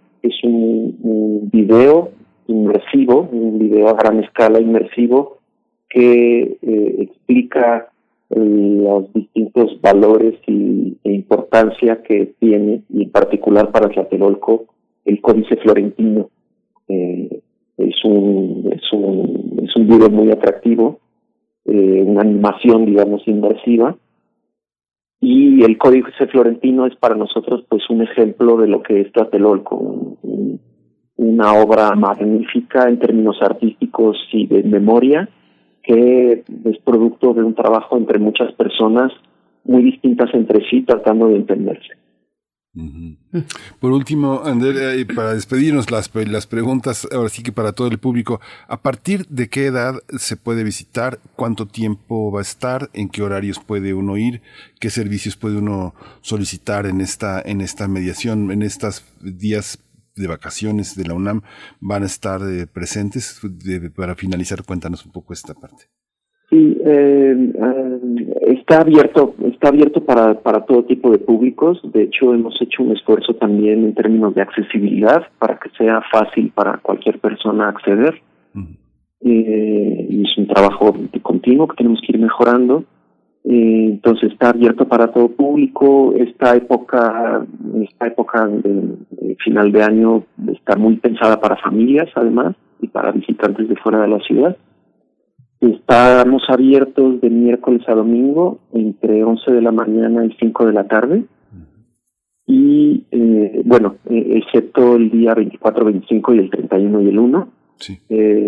video inmersivo, un video a gran escala inmersivo que explica los distintos valores e importancia que tiene, y en particular para Tlatelolco, el Códice Florentino. Es un video muy atractivo, una animación, digamos, inmersiva, y el Códice Florentino es para nosotros pues un ejemplo de lo que es Tlatelolco, una obra magnífica en términos artísticos y de memoria, que es producto de un trabajo entre muchas personas muy distintas entre sí, tratando de entenderse. Uh-huh. Por último, Ander, para despedirnos, las preguntas, ahora sí que para todo el público, ¿a partir de qué edad se puede visitar? ¿Cuánto tiempo va a estar? ¿En qué horarios puede uno ir? ¿Qué servicios puede uno solicitar en esta mediación, en estos días de vacaciones de la UNAM? ¿Van a estar presentes? Para finalizar, cuéntanos un poco esta parte. Sí, está abierto para todo tipo de públicos. De hecho, hemos hecho un esfuerzo también en términos de accesibilidad para que sea fácil para cualquier persona acceder. Uh-huh. Es un trabajo continuo que tenemos que ir mejorando. Entonces está abierto para todo público. Esta época de final de año está muy pensada para familias, además, y para visitantes de fuera de la ciudad. Estamos abiertos de miércoles a domingo entre 11 de la mañana y 5 de la tarde. Y, excepto el día 24, 25 y el 31 y el 1. Sí.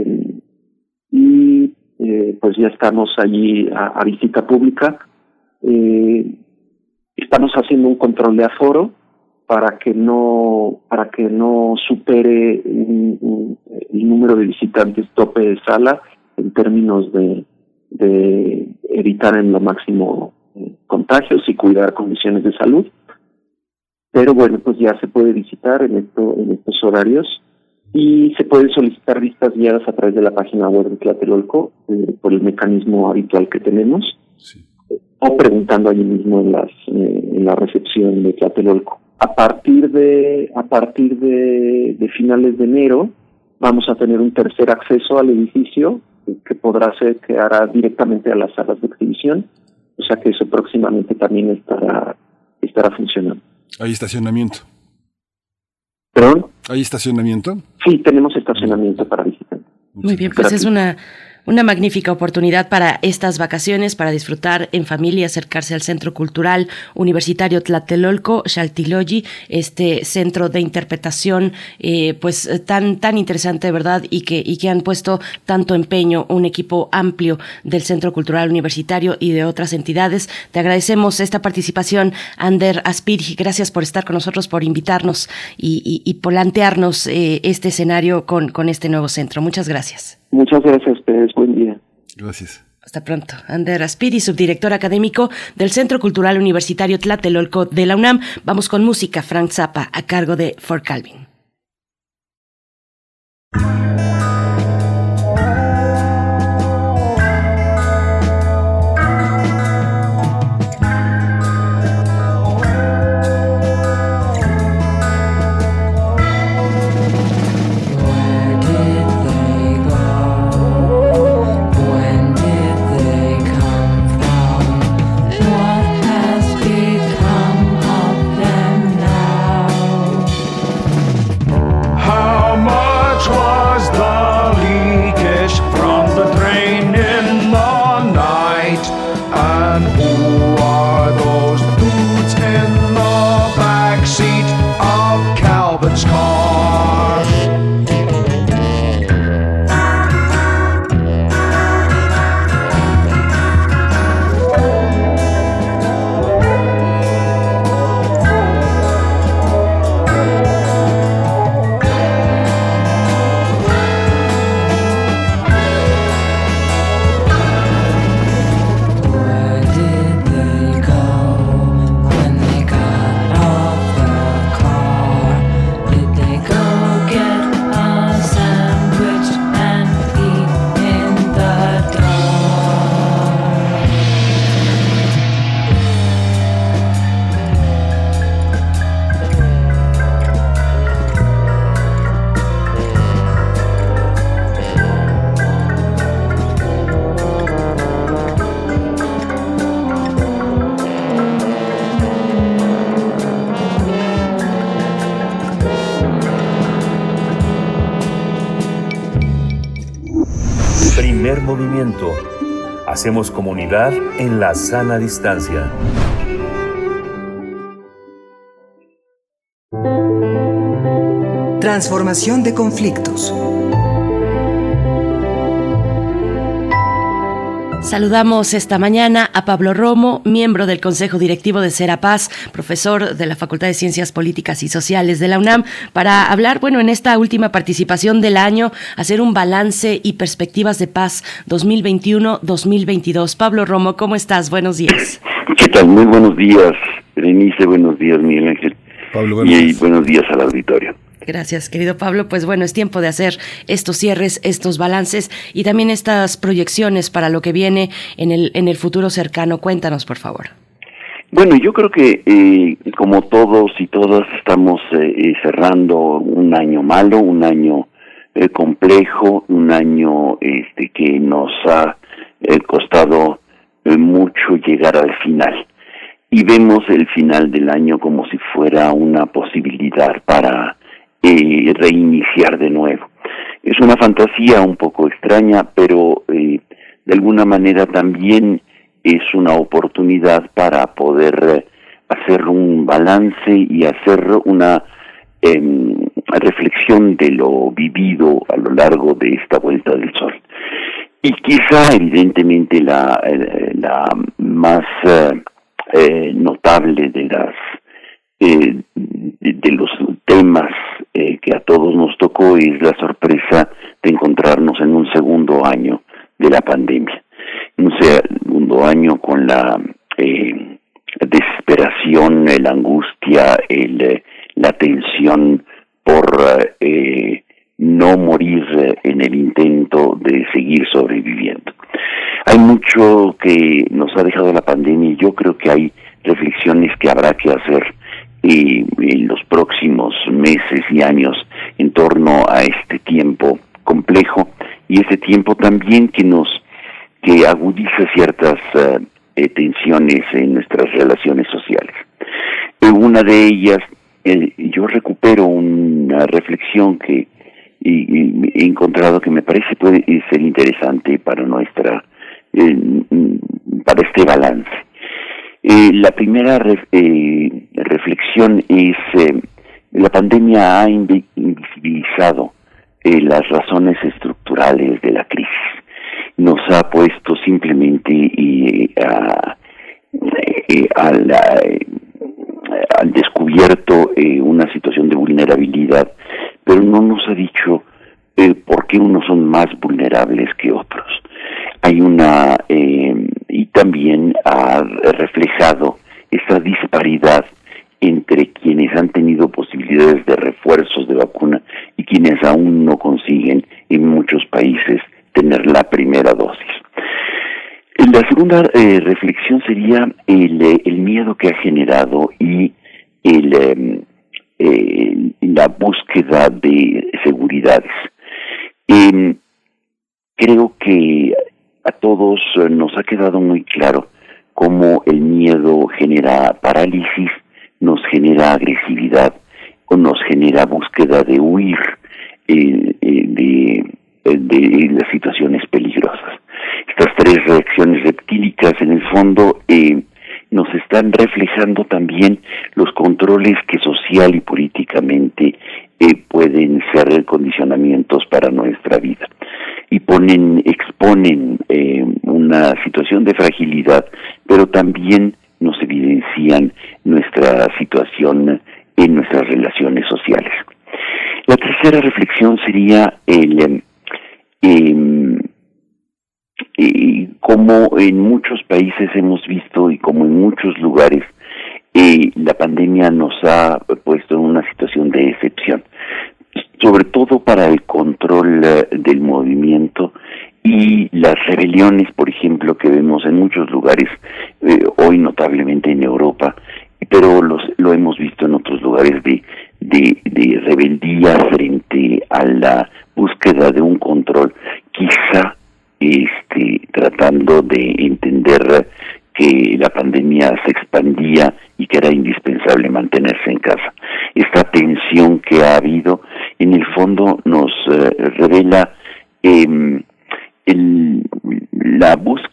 Pues ya estamos allí a visita pública. Estamos haciendo un control de aforo para que no supere el número de visitantes tope de sala, en términos de evitar en lo máximo contagios y cuidar condiciones de salud. Pero bueno, pues ya se puede visitar en estos horarios, y se pueden solicitar vistas guiadas a través de la página web de Tlatelolco por el mecanismo habitual que tenemos, sí, o preguntando allí mismo en la recepción de Tlatelolco. A partir de finales de enero vamos a tener un tercer acceso al edificio que hará directamente a las salas de exhibición, o sea que eso próximamente también estará funcionando. ¿Hay estacionamiento? ¿Perdón? ¿Hay estacionamiento? Sí, tenemos estacionamiento para visitantes. Muy bien, pues es una magnífica oportunidad para estas vacaciones, para disfrutar en familia, acercarse al Centro Cultural Universitario Tlatelolco, Xaltiloyi, este centro de interpretación pues tan interesante, ¿verdad? Y que han puesto tanto empeño, un equipo amplio del Centro Cultural Universitario y de otras entidades. Te agradecemos esta participación, Ander Aspiri. Gracias por estar con nosotros, por invitarnos y plantearnos este escenario con este nuevo centro. Muchas gracias. Muchas gracias a ustedes. Buen día. Gracias. Hasta pronto. Ander Aspiri, subdirector académico del Centro Cultural Universitario Tlatelolco de la UNAM. Vamos con música. Frank Zappa a cargo de For Calvin. How much was Primer movimiento. Hacemos comunidad en la sana distancia. Transformación de conflictos. Saludamos esta mañana a Pablo Romo, miembro del Consejo Directivo de Serapaz, profesor de la Facultad de Ciencias Políticas y Sociales de la UNAM, para hablar, en esta última participación del año, hacer un balance y perspectivas de paz 2021-2022. Pablo Romo, ¿cómo estás? Buenos días. ¿Qué tal? Muy buenos días, Berenice. Buenos días, Miguel Ángel. Pablo, buenos días. Buenos días al auditorio. Gracias, querido Pablo. Pues es tiempo de hacer estos cierres, estos balances y también estas proyecciones para lo que viene en el futuro cercano. Cuéntanos, por favor. Bueno, yo creo que como todos y todas estamos cerrando un año malo, un año complejo, un año que nos ha costado mucho llegar al final. Y vemos el final del año como si fuera una posibilidad para reiniciar de nuevo. Es una fantasía un poco extraña, pero de alguna manera también es una oportunidad para poder hacer un balance y hacer una reflexión de lo vivido a lo largo de esta vuelta del sol. Y quizá evidentemente la más notable de los temas que a todos nos tocó es la sorpresa de encontrarnos en un segundo año de la pandemia. Un segundo año con la desesperación, la angustia, la tensión por no morir en el intento de seguir sobreviviendo. Hay mucho que nos ha dejado la pandemia y yo creo que hay reflexiones que habrá que hacer en los próximos meses y años en torno a este tiempo complejo y este tiempo también que agudiza ciertas tensiones en nuestras relaciones sociales. Una de ellas, yo recupero una reflexión que he encontrado que me parece puede ser interesante para para este balance. La primera reflexión es la pandemia ha invisibilizado las razones estructurales de la crisis. Nos ha puesto simplemente al descubierto una situación de vulnerabilidad, pero no nos ha dicho por qué unos son más vulnerables que otros. Hay y también ha reflejado esa disparidad entre quienes han tenido posibilidades de refuerzos de vacuna y quienes aún no consiguen en muchos países tener la primera dosis. La segunda reflexión sería el miedo que ha generado y la búsqueda de seguridades. Creo que a todos nos ha quedado muy claro cómo el miedo genera parálisis, nos genera agresividad o nos genera búsqueda de huir de las situaciones peligrosas. Estas tres reacciones reptílicas en el fondo nos están reflejando también los controles que social y políticamente pueden ser condicionamientos para nuestra vida y exponen una situación de fragilidad, pero también nos evidencian nuestra situación en nuestras relaciones sociales. La tercera reflexión sería como en muchos países hemos visto y como en muchos lugares la pandemia nos ha puesto en una situación de excepción, sobre todo para el control del movimiento y las rebeliones, por ejemplo, que vemos en muchos lugares, hoy notablemente en Europa, pero lo hemos visto en otros lugares de rebeldía frente a la búsqueda de un control, quizá tratando de entender que la pandemia se expandía y que era indispensable mantenerse en casa. Esta tensión que ha habido, en el fondo, nos revela el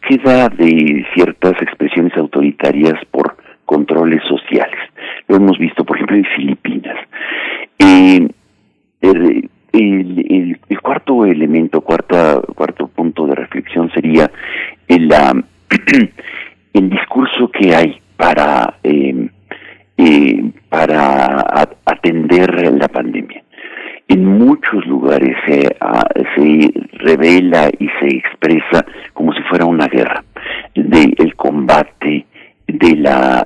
búsqueda de ciertas expresiones autoritarias por controles sociales. Lo hemos visto, por ejemplo, en Filipinas. El cuarto elemento, cuarto punto de reflexión sería el discurso que hay para atender la pandemia. En muchos lugares se revela y se expresa como si fuera una guerra, del combate, del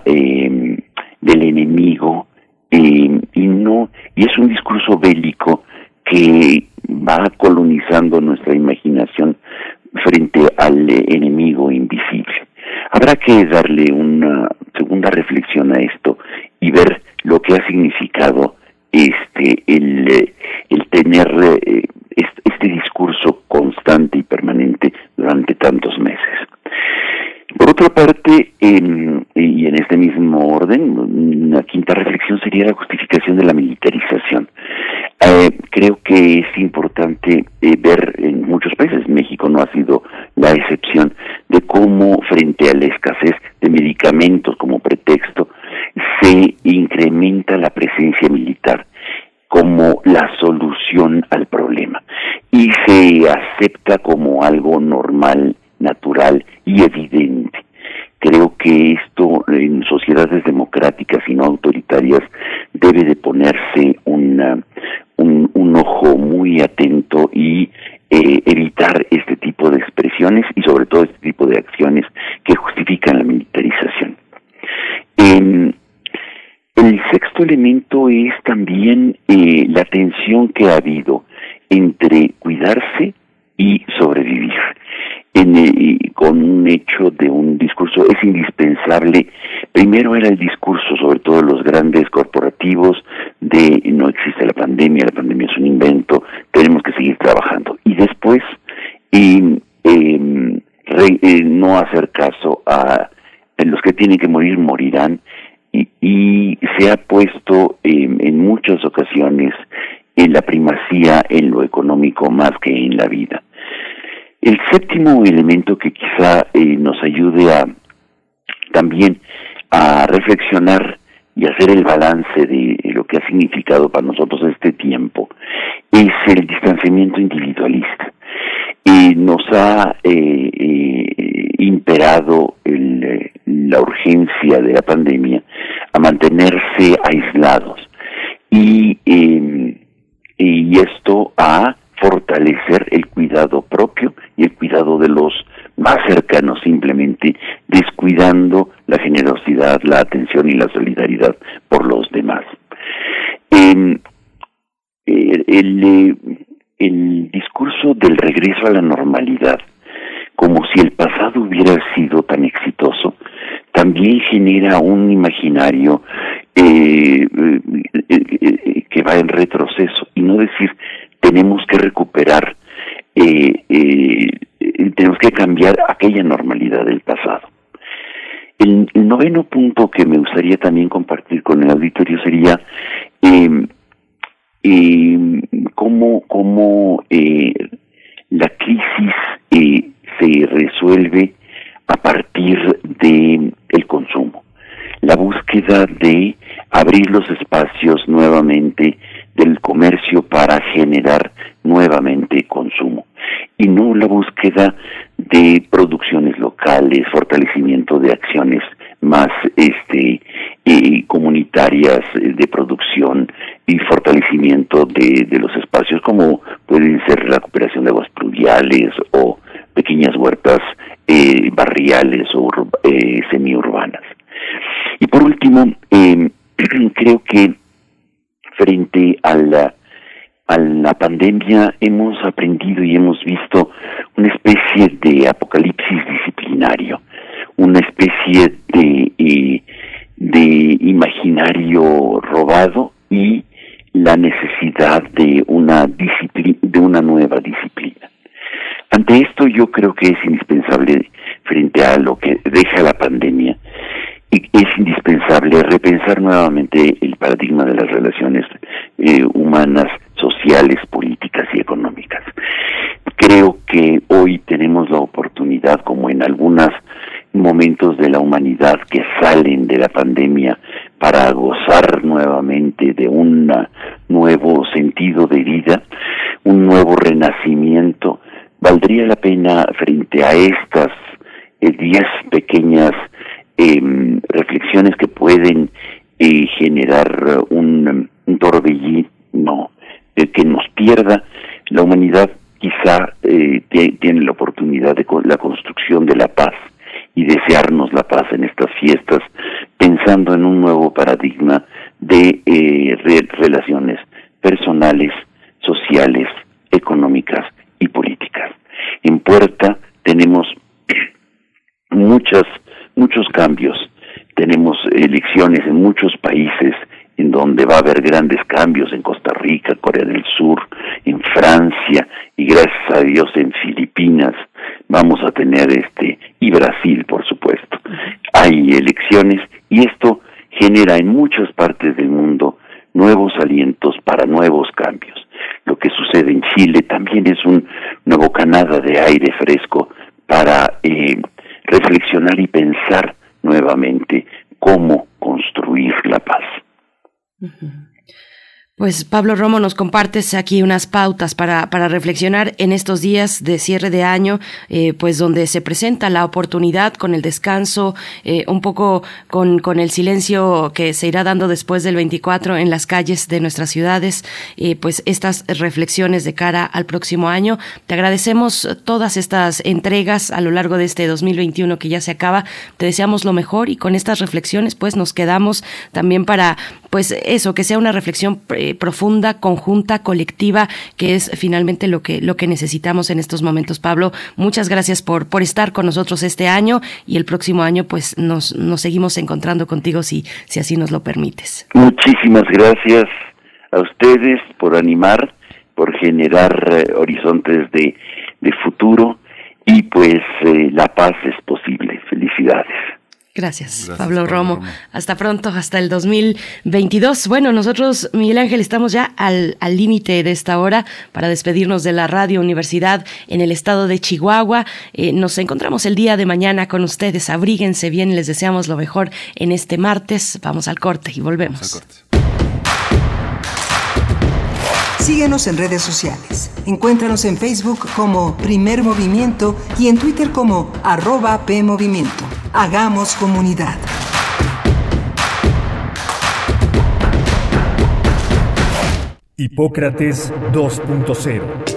enemigo, y es un discurso bélico que va colonizando nuestra imaginación frente al enemigo invisible. Habrá que darle una segunda reflexión a esto y ver lo que ha significado el tener este discurso constante y permanente durante tantos meses. Por otra parte, y en este mismo orden, la quinta reflexión sería la justificación de la militarización. Creo que es importante ver en muchos países, México no ha sido la excepción, de cómo frente a la escasez de medicamentos como pretexto, se incrementa la presencia militar como la solución al problema y se acepta como algo normal, natural y evidente. Creo que esto en sociedades democráticas y no autoritarias debe de ponerse un ojo muy atento y evitar este tipo de expresiones y sobre todo este tipo de acciones que justifican la militarización. El sexto elemento es también la tensión que ha habido entre cuidarse y sobrevivir. Con un hecho de un discurso es indispensable. Primero era el discurso, sobre todo de los grandes corporativos, de no existe la pandemia es un invento, tenemos que seguir trabajando. Y después no hacer caso a los que tienen que morir, morirán, y se ha puesto en muchas ocasiones en la primacía en lo económico más que en la vida. El séptimo elemento que quizá nos ayude también a reflexionar y hacer el balance de lo que ha significado para nosotros este tiempo es el distanciamiento individualista. Nos ha imperado la urgencia de la pandemia a mantenerse aislados y esto a fortalecer el cuidado propio y el cuidado de los más cercanos, simplemente descuidando la generosidad, la atención y la solidaridad por los demás. El discurso del regreso a la normalidad, como si el pasado hubiera sido tan exitoso, también genera un imaginario que va en retroceso, y no decir tenemos que recuperar, tenemos que cambiar aquella normalidad del pasado. El noveno punto que me gustaría también compartir con el auditorio sería cómo la crisis se resuelve a partir de el consumo, la búsqueda de abrir los espacios nuevamente del comercio para generar nuevamente consumo y no la búsqueda de producciones locales, fortalecimiento de acciones más comunitarias de producción y fortalecimiento de los espacios como pueden ser la cooperación de aguas pluviales o pequeñas huertas barriales o semiurbanas. Y por último, creo que frente a la pandemia hemos aprendido y hemos visto una especie de apocalipsis disciplinario, una especie de imaginario robado y la necesidad de una nueva disciplina. Ante esto yo creo que es indispensable, frente a lo que deja la pandemia, es indispensable repensar nuevamente el paradigma de las relaciones humanas, sociales, políticas y económicas. Creo que hoy tenemos la oportunidad, como en algún momentos de la humanidad que salen de la pandemia para gozar nuevamente de un nuevo sentido de vida, un nuevo renacimiento. Valdría la pena, frente a estas 10 pequeñas reflexiones que pueden generar un torbellino que nos pierda, la humanidad quizá tiene la oportunidad de la construcción de la paz y desearnos la paz en estas fiestas, pensando en un nuevo paradigma de relaciones personales, sociales, económicas y políticas. En puerta tenemos muchos cambios. Tenemos elecciones en muchos países en donde va a haber grandes cambios, en Costa Rica, Corea del Sur, en Francia y gracias a Dios en Filipinas vamos a tener y Brasil, por supuesto. Hay elecciones y esto genera en muchas partes del mundo nuevos alientos para nuevos cambios. Lo que sucede en Chile también es una bocanada de aire fresco para reflexionar y pensar nuevamente cómo construir la paz. Pues Pablo Romo, nos compartes aquí unas pautas para reflexionar en estos días de cierre de año, pues donde se presenta la oportunidad con el descanso, un poco con el silencio que se irá dando después del 24 en las calles de nuestras ciudades, pues estas reflexiones de cara al próximo año. Te agradecemos todas estas entregas a lo largo de este 2021 que ya se acaba. Te deseamos lo mejor y con estas reflexiones pues nos quedamos también para pues eso, que sea una reflexión profunda, conjunta, colectiva, que es finalmente lo que necesitamos en estos momentos. Pablo, muchas gracias por estar con nosotros este año y el próximo año pues nos seguimos encontrando contigo si así nos lo permites. Muchísimas gracias a ustedes por animar, por generar horizontes de futuro y pues la paz es posible. Felicidades. Gracias, Pablo Romo. Hasta pronto, hasta el 2022. Bueno, nosotros, Miguel Ángel, estamos ya al límite de esta hora para despedirnos de la Radio Universidad en el estado de Chihuahua. Nos encontramos el día de mañana con ustedes. Abríguense bien, les deseamos lo mejor en este martes. Vamos al corte y volvemos. Síguenos en redes sociales. Encuéntranos en Facebook como Primer Movimiento y en Twitter como @PMovimiento. Hagamos comunidad. Hipócrates 2.0.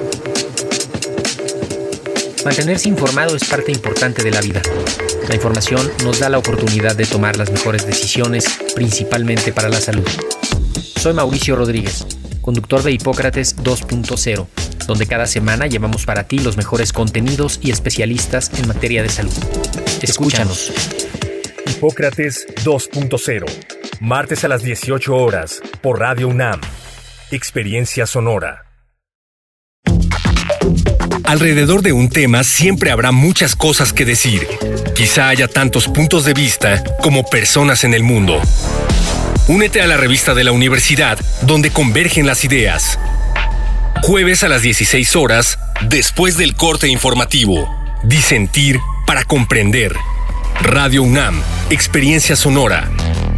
Mantenerse informado es parte importante de la vida. La información nos da la oportunidad de tomar las mejores decisiones, principalmente para la salud. Soy Mauricio Rodríguez, conductor de Hipócrates 2.0, donde cada semana llevamos para ti los mejores contenidos y especialistas en materia de salud. Escúchanos. Hipócrates 2.0, martes a las 18 horas, por Radio UNAM. Experiencia sonora. Alrededor de un tema siempre habrá muchas cosas que decir. Quizá haya tantos puntos de vista como personas en el mundo. Únete a la revista de la universidad, donde convergen las ideas. Jueves a las 16 horas, después del corte informativo. Disentir para comprender. Radio UNAM, Experiencia sonora.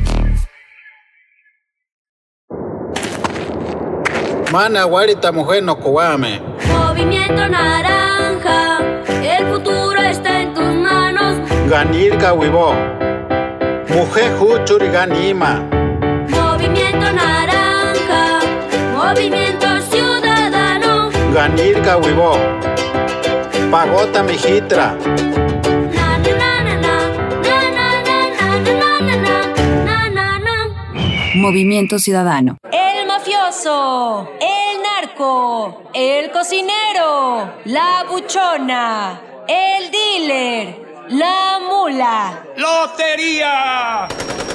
Mana guarita mujer no cobame. Movimiento naranja, el futuro está en tus manos. Ganirka huivo, mujer huchuri ganima. Movimiento naranja, movimiento ciudadano. Ganirka huivo, pagota mijitra. Movimiento Ciudadano. El mafioso, el narco, el cocinero, la buchona, el dealer, la mula. ¡Lotería!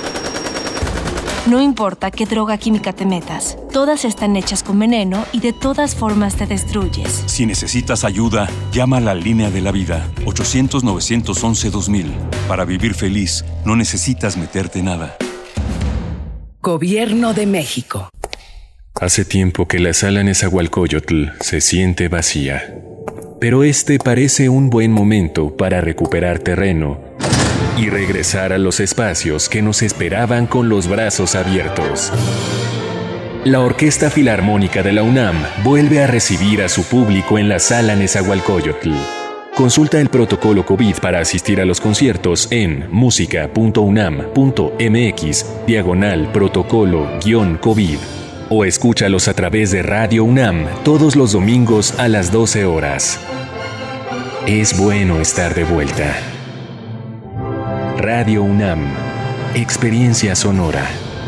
No importa qué droga química te metas, todas están hechas con veneno y de todas formas te destruyes. Si necesitas ayuda, llama a la línea de la vida, 800-911-2000. Para vivir feliz, no necesitas meterte nada. Gobierno de México. Hace tiempo que la sala Nezahualcóyotl se siente vacía, pero este parece un buen momento para recuperar terreno y regresar a los espacios que nos esperaban con los brazos abiertos. La Orquesta Filarmónica de la UNAM vuelve a recibir a su público en la Sala Nezahualcóyotl. Consulta el protocolo COVID para asistir a los conciertos en musica.unam.mx/protocolo-COVID o escúchalos a través de Radio UNAM todos los domingos a las 12 horas. Es bueno estar de vuelta. Radio UNAM, experiencia sonora.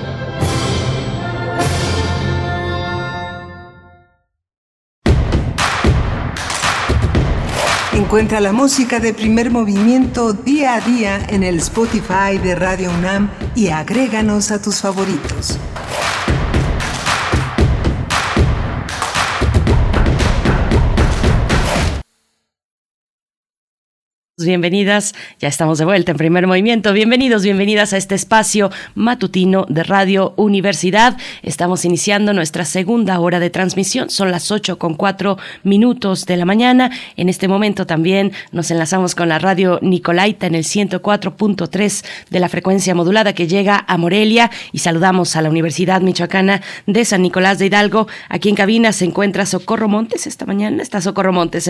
Encuentra la música de Primer Movimiento día a día en el Spotify de Radio UNAM y agréganos a tus favoritos. Bienvenidas, ya estamos de vuelta en Primer Movimiento. Bienvenidos, bienvenidas a este espacio matutino de Radio Universidad. Estamos iniciando nuestra segunda hora de transmisión. Son las 8:04 de la mañana. En este momento también nos enlazamos con la Radio Nicolaita en el 104.3 de la frecuencia modulada que llega a Morelia, y saludamos a la Universidad Michoacana de San Nicolás de Hidalgo. Aquí en cabina se encuentra Socorro Montes. Esta mañana está Socorro Montes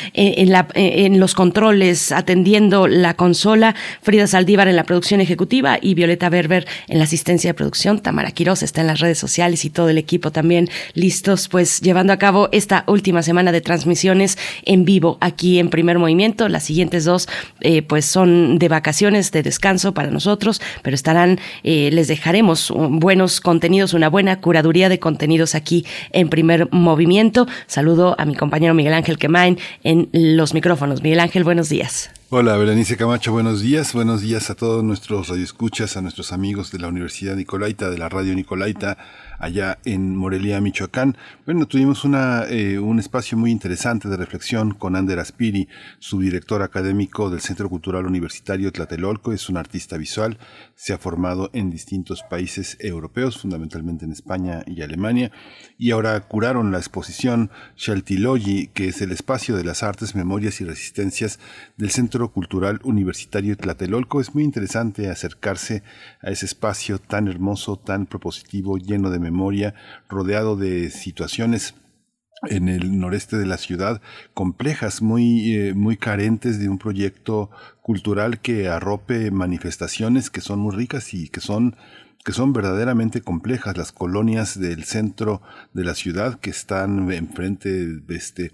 en los controles, atendiendo la consola, Frida Saldívar en la producción ejecutiva y Violeta Berber en la asistencia de producción. Tamara Quirós está en las redes sociales y todo el equipo también listos, pues llevando a cabo esta última semana de transmisiones en vivo aquí en Primer Movimiento. Las siguientes dos pues son de vacaciones, de descanso para nosotros, pero estarán, les dejaremos buenos contenidos, una buena curaduría de contenidos aquí en Primer Movimiento. Saludo a mi compañero Miguel Ángel Quemain en los micrófonos. Miguel Ángel, buenos días. Hola, Berenice Camacho, buenos días a todos nuestros radioescuchas, a nuestros amigos de la Universidad Nicolaita, de la Radio Nicolaita, allá en Morelia, Michoacán. Bueno, tuvimos un espacio muy interesante de reflexión con Ander Aspiri, subdirector académico del Centro Cultural Universitario Tlatelolco. Es un artista visual, se ha formado en distintos países europeos, fundamentalmente en España y Alemania, y ahora curaron la exposición Xaltiloyi, que es el espacio de las artes, memorias y resistencias del Centro Cultural Universitario Tlatelolco. Es muy interesante acercarse a ese espacio tan hermoso, tan propositivo, lleno de memoria, rodeado de situaciones en el noreste de la ciudad complejas, muy carentes de un proyecto cultural que arrope manifestaciones que son muy ricas y que son verdaderamente complejas. Las colonias del centro de la ciudad que están enfrente de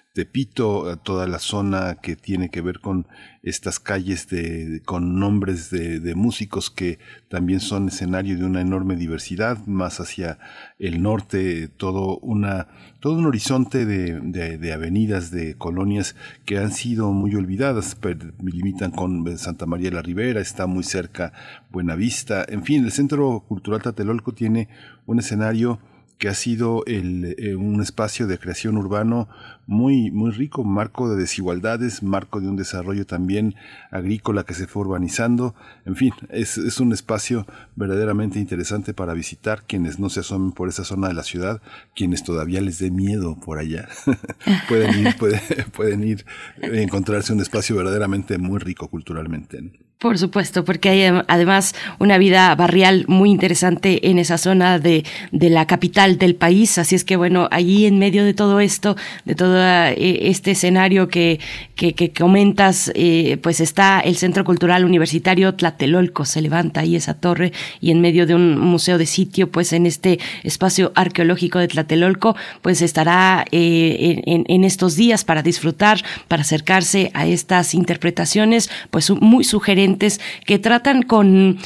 Tepito, toda la zona que tiene que ver con estas calles con nombres de músicos que también son escenario de una enorme diversidad, más hacia el norte, todo un horizonte de avenidas, de colonias que han sido muy olvidadas, limitan con Santa María de la Ribera, está muy cerca Buenavista. En fin, el Centro Cultural Tlatelolco tiene un escenario que ha sido un espacio de creación urbano muy, muy rico, marco de desigualdades, marco de un desarrollo también agrícola que se fue urbanizando. En fin, es un espacio verdaderamente interesante para visitar. Quienes no se asomen por esa zona de la ciudad, quienes todavía les dé miedo por allá, pueden ir a encontrarse un espacio verdaderamente muy rico culturalmente, ¿no? Por supuesto, porque hay además una vida barrial muy interesante en esa zona de la capital del país. Así es que bueno, allí en medio de todo esto, de todo este escenario que comentas, pues está el Centro Cultural Universitario Tlatelolco. Se levanta ahí esa torre y en medio de un museo de sitio, pues en este espacio arqueológico de Tlatelolco, pues estará en estos días para disfrutar, para acercarse a estas interpretaciones, pues muy sugerentes, que tratan con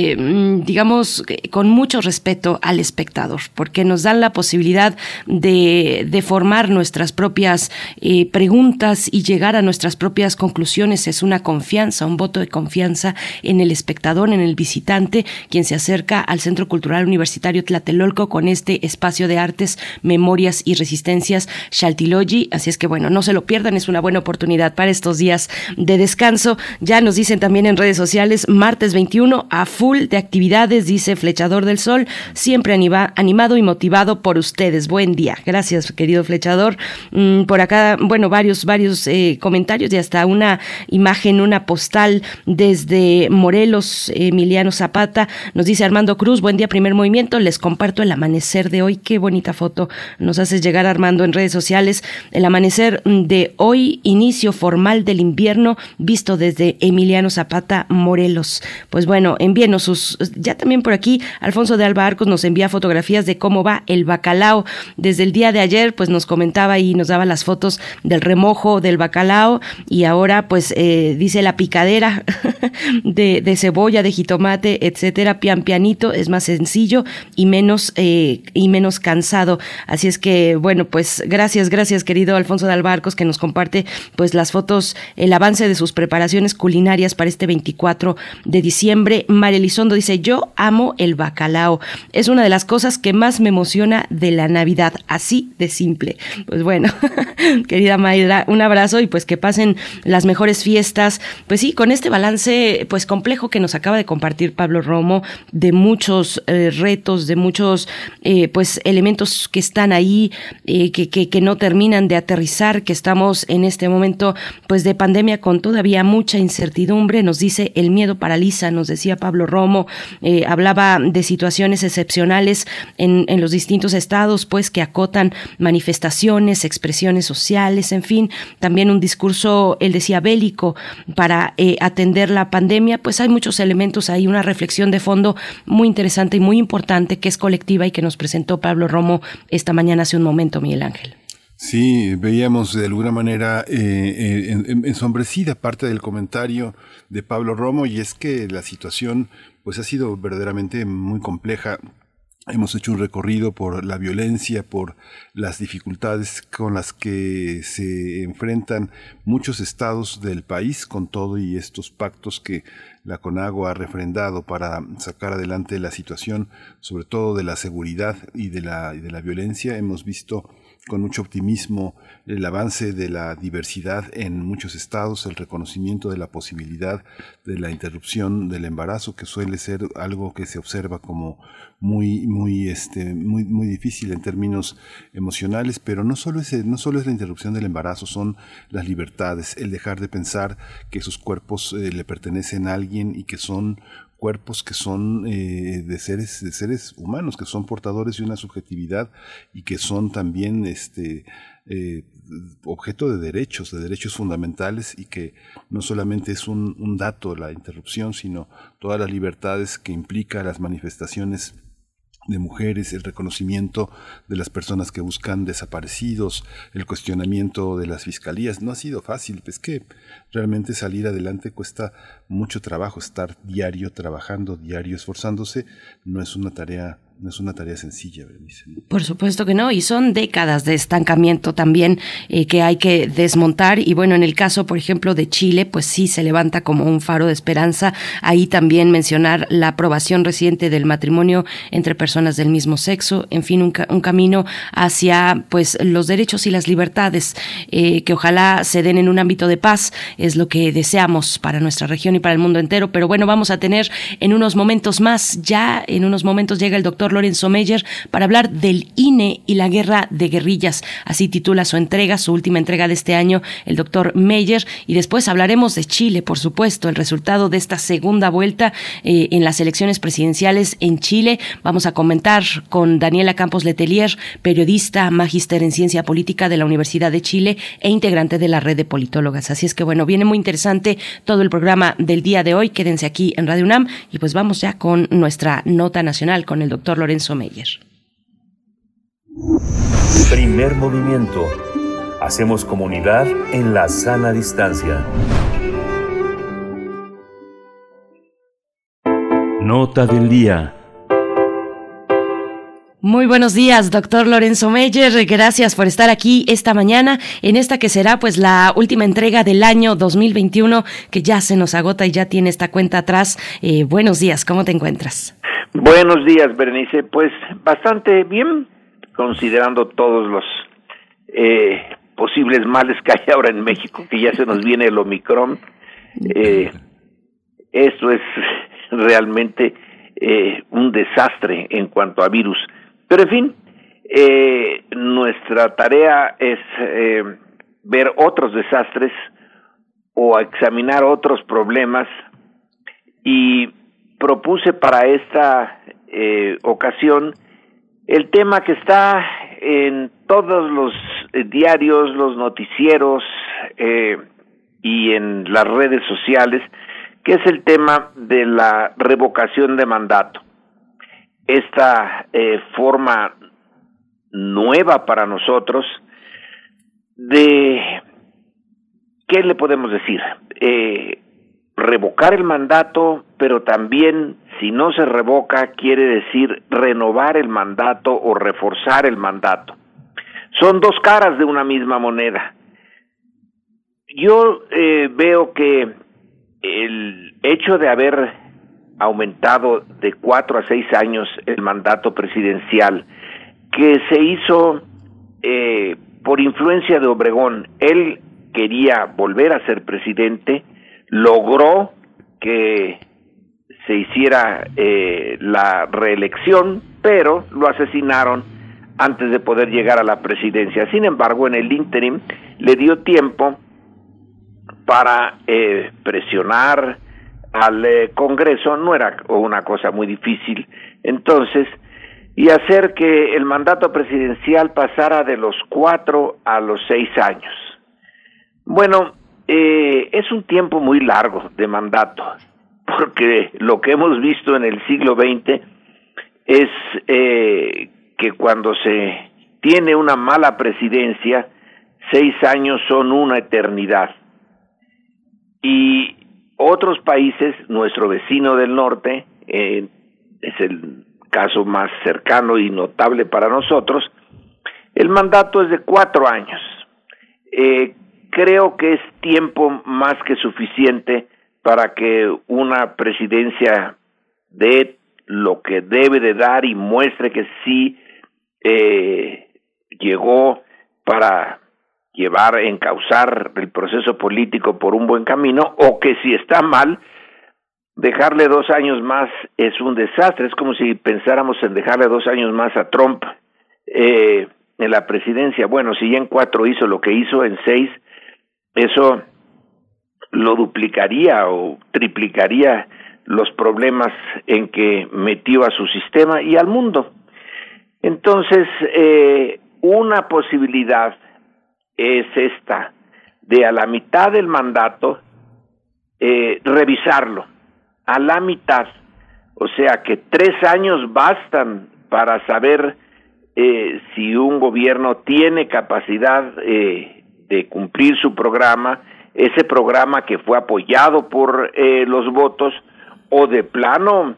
mucho respeto al espectador, porque nos dan la posibilidad de formar nuestras propias preguntas y llegar a nuestras propias conclusiones. Es una confianza, un voto de confianza en el espectador, en el visitante, quien se acerca al Centro Cultural Universitario Tlatelolco con este espacio de artes, memorias y resistencias Xaltiloyi. Así es que bueno, no se lo pierdan, es una buena oportunidad para estos días de descanso. Ya nos dicen también en redes sociales, martes 21, a full de actividades, dice Flechador del Sol, siempre animado y motivado por ustedes. Buen día. Gracias, querido Flechador. Por acá, bueno, varios comentarios y hasta una imagen, una postal desde Morelos, Emiliano Zapata. Nos dice Armando Cruz, buen día, Primer Movimiento, les comparto el amanecer de hoy. Qué bonita foto nos haces llegar, Armando, en redes sociales. El amanecer de hoy, inicio formal del invierno, visto desde Emiliano Zapata, Morelos. Pues bueno, envíenos ya también por aquí, Alfonso de Alba Arcos nos envía fotografías de cómo va el bacalao. Desde el día de ayer, pues nos comentaba y nos daba las fotos del remojo del bacalao, y ahora pues dice la picadera de cebolla, de jitomate, etcétera, pianito, es más sencillo y menos cansado. Así es que, bueno, pues gracias, querido Alfonso de Alba Arcos, que nos comparte pues las fotos, el avance de sus preparaciones culinarias para este 24 de diciembre. María Elizondo dice, yo amo el bacalao, es una de las cosas que más me emociona de la Navidad, así de simple. Pues bueno, querida Mayra, un abrazo y pues que pasen las mejores fiestas. Pues sí, con este balance pues complejo que nos acaba de compartir Pablo Romo, de muchos retos, de muchos pues elementos que están ahí, que no terminan de aterrizar, que estamos en este momento pues de pandemia con todavía mucha incertidumbre. Nos dice, el miedo paraliza, nos decía Pablo Romo. Hablaba de situaciones excepcionales en los distintos estados, pues que acotan manifestaciones, expresiones sociales, en fin, también un discurso, él decía, bélico para atender la pandemia. Pues hay muchos elementos ahí, una reflexión de fondo muy interesante y muy importante que es colectiva y que nos presentó Pablo Romo esta mañana hace un momento, Miguel Ángel. Sí, veíamos de alguna manera ensombrecida parte del comentario de Pablo Romo, y es que la situación pues ha sido verdaderamente muy compleja. Hemos hecho un recorrido por la violencia, por las dificultades con las que se enfrentan muchos estados del país, con todo y estos pactos que la CONAGUA ha refrendado para sacar adelante la situación, sobre todo de la seguridad y de la violencia. Hemos visto con mucho optimismo el avance de la diversidad en muchos estados, el reconocimiento de la posibilidad de la interrupción del embarazo, que suele ser algo que se observa como muy difícil en términos emocionales, pero no solo es la interrupción del embarazo, son las libertades, el dejar de pensar que sus cuerpos le pertenecen a alguien y que son cuerpos que son de seres humanos, que son portadores de una subjetividad y que son también objeto de derechos fundamentales, y que no solamente es un dato la interrupción, sino todas las libertades que implica las manifestaciones de mujeres, el reconocimiento de las personas que buscan desaparecidos, el cuestionamiento de las fiscalías. No ha sido fácil, es que realmente salir adelante cuesta mucho trabajo, estar diario trabajando, diario esforzándose, no es una tarea sencilla, Berenice, ¿no? Por supuesto que no, y son décadas de estancamiento también que hay que desmontar. Y bueno, en el caso, por ejemplo, de Chile, pues sí se levanta como un faro de esperanza. Ahí también mencionar la aprobación reciente del matrimonio entre personas del mismo sexo, en fin, un camino hacia pues los derechos y las libertades que ojalá se den en un ámbito de paz, es lo que deseamos para nuestra región y para el mundo entero. Pero bueno, vamos a tener en unos momentos más, ya en unos momentos llega el doctor Lorenzo Meyer para hablar del INE y la guerra de guerrillas. Así titula su última entrega de este año, el doctor Meyer. Y después hablaremos de Chile, por supuesto, el resultado de esta segunda vuelta en las elecciones presidenciales en Chile. Vamos a comentar con Daniela Campos Letelier, periodista, magíster en ciencia política de la Universidad de Chile e integrante de la red de politólogas. Así es que bueno, viene muy interesante todo el programa del día de hoy. Quédense aquí en Radio UNAM y pues vamos ya con nuestra nota nacional con el doctor Lorenzo Meyer. Primer movimiento. Hacemos comunidad en la sana distancia. Nota del día. Muy buenos días, doctor Lorenzo Meyer. Gracias por estar aquí esta mañana en esta que será pues la última entrega del año 2021, que ya se nos agota y ya tiene esta cuenta atrás. Buenos días, ¿cómo te encuentras? Buenos días, Berenice. Pues bastante bien, considerando todos los posibles males que hay ahora en México, que ya se nos viene el Omicron. esto es realmente un desastre en cuanto a virus. Pero en fin, nuestra tarea es ver otros desastres o examinar otros problemas, y propuse para esta ocasión el tema que está en todos los diarios, los noticieros y en las redes sociales, que es el tema de la revocación de mandato. Esta forma nueva para nosotros de, ¿qué le podemos decir? Revocar el mandato, pero también, si no se revoca, quiere decir renovar el mandato o reforzar el mandato. Son dos caras de una misma moneda. Yo veo que el hecho de haber aumentado de 4 a 6 años el mandato presidencial, que se hizo por influencia de Obregón, él quería volver a ser presidente, logró que se hiciera la reelección, pero lo asesinaron antes de poder llegar a la presidencia. Sin embargo, en el ínterim le dio tiempo para presionar al Congreso, no era una cosa muy difícil, entonces, y hacer que el mandato presidencial pasara de los 4 a los 6 años. Bueno, es un tiempo muy largo de mandato, porque lo que hemos visto en el siglo XX es que cuando se tiene una mala presidencia, 6 años son una eternidad. Y otros países, nuestro vecino del norte, es el caso más cercano y notable para nosotros, el mandato es de 4 años. Creo que es tiempo más que suficiente para que una presidencia dé lo que debe de dar y muestre que sí llegó para encauzar el proceso político por un buen camino, o que si está mal, dejarle 2 años más es un desastre. Es como si pensáramos en dejarle 2 años más a Trump en la presidencia. Bueno, si ya en 4 hizo lo que hizo, en 6, eso lo duplicaría o triplicaría los problemas en que metió a su sistema y al mundo. Entonces, una posibilidad es esta, de a la mitad del mandato revisarlo, a la mitad, o sea que 3 años bastan para saber si un gobierno tiene capacidad de cumplir su programa, ese programa que fue apoyado por los votos, o de plano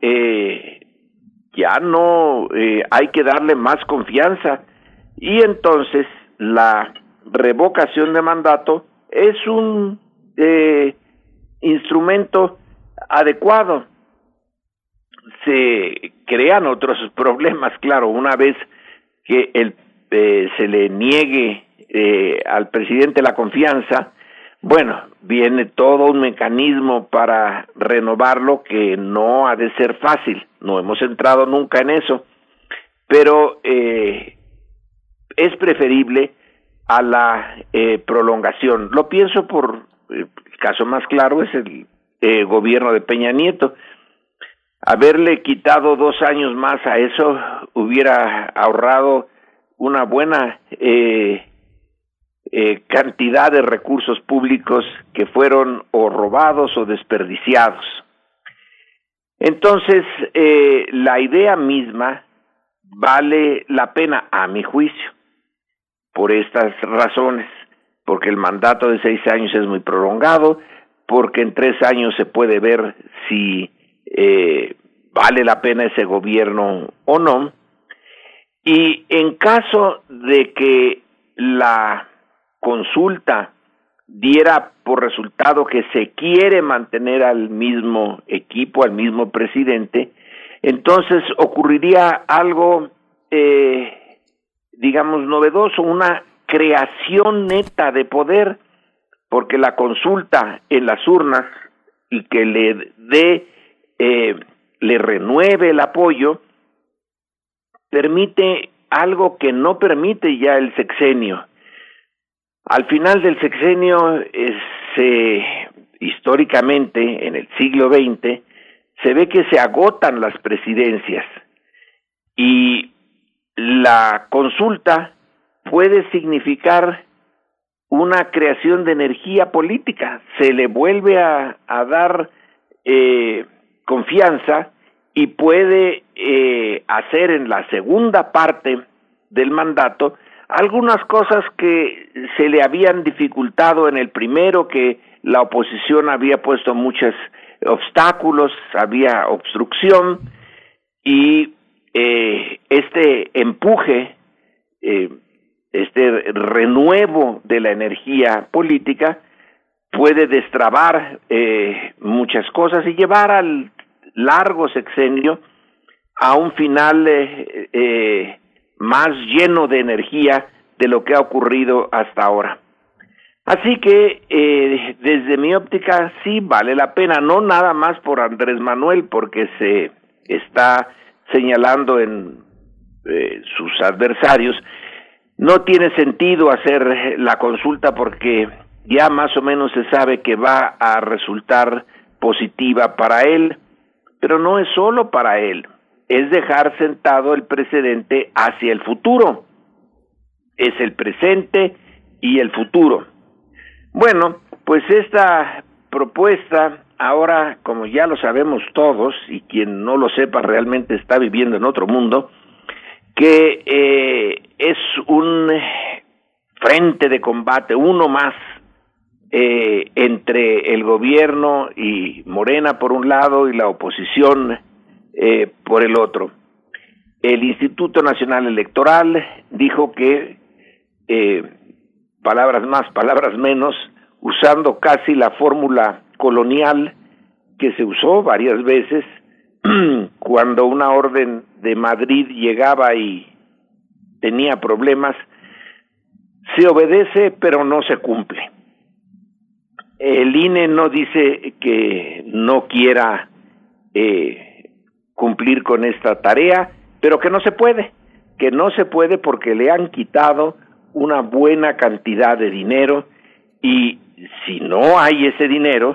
ya no hay que darle más confianza, y entonces la revocación de mandato es un instrumento adecuado. Se crean otros problemas, claro, una vez que se le niegue al presidente la confianza, bueno, viene todo un mecanismo para renovarlo que no ha de ser fácil. No hemos entrado nunca en eso, pero es preferible a la prolongación. Lo pienso por el caso más claro es el gobierno de Peña Nieto. Haberle quitado 2 años más a eso hubiera ahorrado una buena cantidad de recursos públicos que fueron o robados o desperdiciados. Entonces, la idea misma vale la pena, a mi juicio, por estas razones, porque el mandato de 6 años es muy prolongado, porque en 3 años se puede ver si vale la pena ese gobierno o no, y en caso de que la consulta diera por resultado que se quiere mantener al mismo equipo, al mismo presidente, entonces ocurriría algo, digamos, novedoso, una creación neta de poder, porque la consulta en las urnas y que le renueve el apoyo, permite algo que no permite ya el sexenio. Al final del sexenio, históricamente, en el siglo XX, se ve que se agotan las presidencias y la consulta puede significar una creación de energía política. Se le vuelve a dar confianza y puede hacer en la segunda parte del mandato algunas cosas que se le habían dificultado en el primero, que la oposición había puesto muchos obstáculos, había obstrucción, y este empuje, este renuevo de la energía política puede destrabar muchas cosas y llevar al largo sexenio a un final más lleno de energía de lo que ha ocurrido hasta ahora. Así que desde mi óptica sí vale la pena, no nada más por Andrés Manuel, porque se está señalando en sus adversarios. No tiene sentido hacer la consulta porque ya más o menos se sabe que va a resultar positiva para él, pero no es solo para él, es dejar sentado el precedente hacia el futuro. Es el presente y el futuro. Bueno, pues esta propuesta ahora, como ya lo sabemos todos, y quien no lo sepa realmente está viviendo en otro mundo, que es un frente de combate, uno más, entre el gobierno y Morena por un lado y la oposición por el otro. El Instituto Nacional Electoral dijo que, palabras más, palabras menos, usando casi la fórmula colonial que se usó varias veces cuando una orden de Madrid llegaba y tenía problemas, se obedece pero no se cumple. El INE no dice que no quiera cumplir con esta tarea, pero que no se puede porque le han quitado una buena cantidad de dinero, y si no hay ese dinero,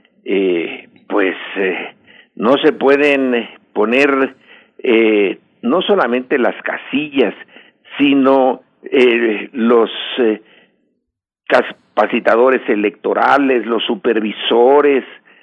no se pueden poner no solamente las casillas, sino los capacitadores electorales, los supervisores,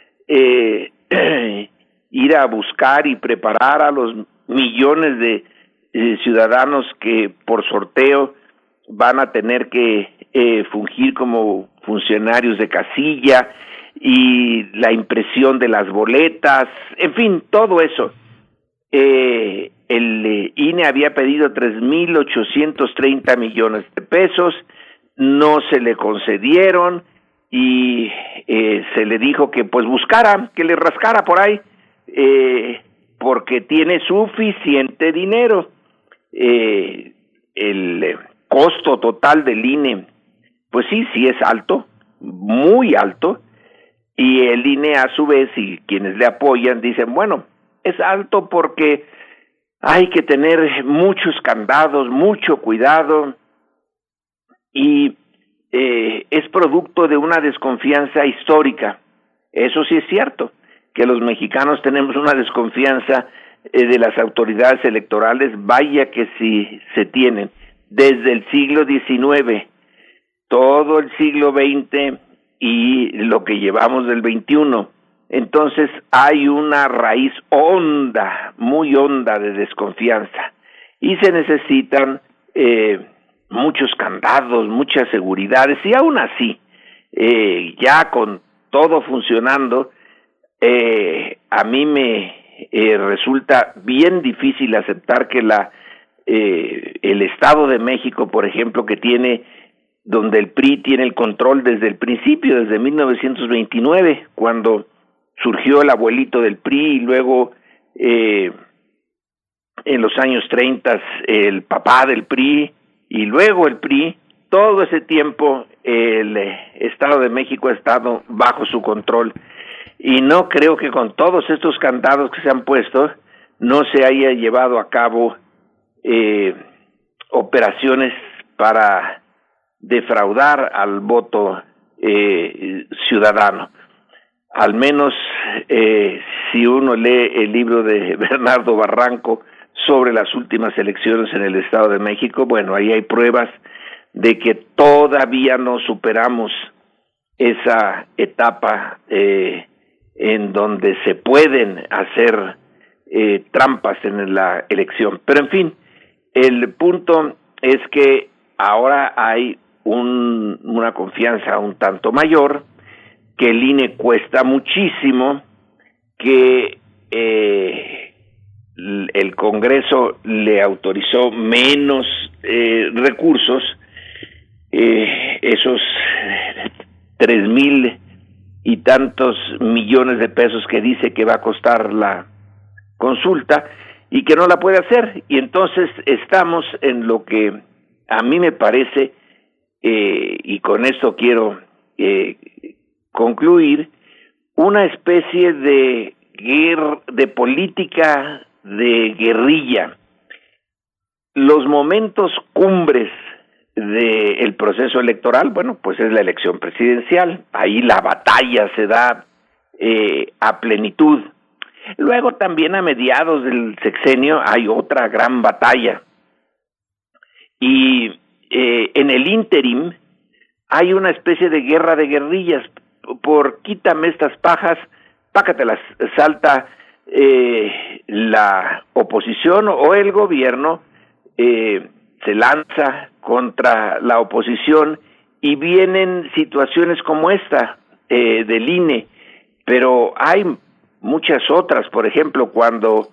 ir a buscar y preparar a los millones de ciudadanos que por sorteo van a tener que fungir como funcionarios de casilla, y la impresión de las boletas, en fin, todo eso. El INE había pedido 3,830 millones de pesos, no se le concedieron, y se le dijo que pues buscara, que le rascara por ahí, porque tiene suficiente dinero. El costo total del INE, pues sí es alto, muy alto, y el INE a su vez, y quienes le apoyan dicen, bueno, es alto porque hay que tener muchos candados, mucho cuidado, y es producto de una desconfianza histórica. Eso sí es cierto, que los mexicanos tenemos una desconfianza de las autoridades electorales, vaya que sí se tienen, desde el siglo XIX, todo el siglo XX y lo que llevamos del XXI. Entonces hay una raíz honda, muy honda de desconfianza, y se necesitan muchos candados, muchas seguridades, y aún así, ya con todo funcionando, a mí me resulta bien difícil aceptar que el Estado de México, por ejemplo, que tiene, donde el PRI tiene el control desde el principio, desde 1929, cuando surgió el abuelito del PRI, y luego en los años 30 el papá del PRI, y luego el PRI, todo ese tiempo el Estado de México ha estado bajo su control. y no creo que con todos estos candados que se han puesto no se haya llevado a cabo operaciones para defraudar al voto ciudadano. Al menos si uno lee el libro de Bernardo Barranco sobre las últimas elecciones en el Estado de México, bueno, ahí hay pruebas de que todavía no superamos esa etapa en donde se pueden hacer trampas en la elección. Pero en fin, el punto es que ahora hay una confianza un tanto mayor, que el INE cuesta muchísimo, que el Congreso le autorizó menos recursos, esos 3,000 y tantos millones de pesos que dice que va a costar la consulta, y que no la puede hacer. Y entonces estamos en lo que a mí me parece, y con esto quiero concluir, una especie de política de guerrilla. Los momentos cumbres del proceso electoral, bueno, pues es la elección presidencial, ahí la batalla se da a plenitud. Luego también a mediados del sexenio hay otra gran batalla, y en el ínterim hay una especie de guerra de guerrillas. Por quítame estas pajas, pácatelas, salta la oposición o el gobierno, se lanza contra la oposición, y vienen situaciones como esta del INE, pero hay muchas otras. Por ejemplo, cuando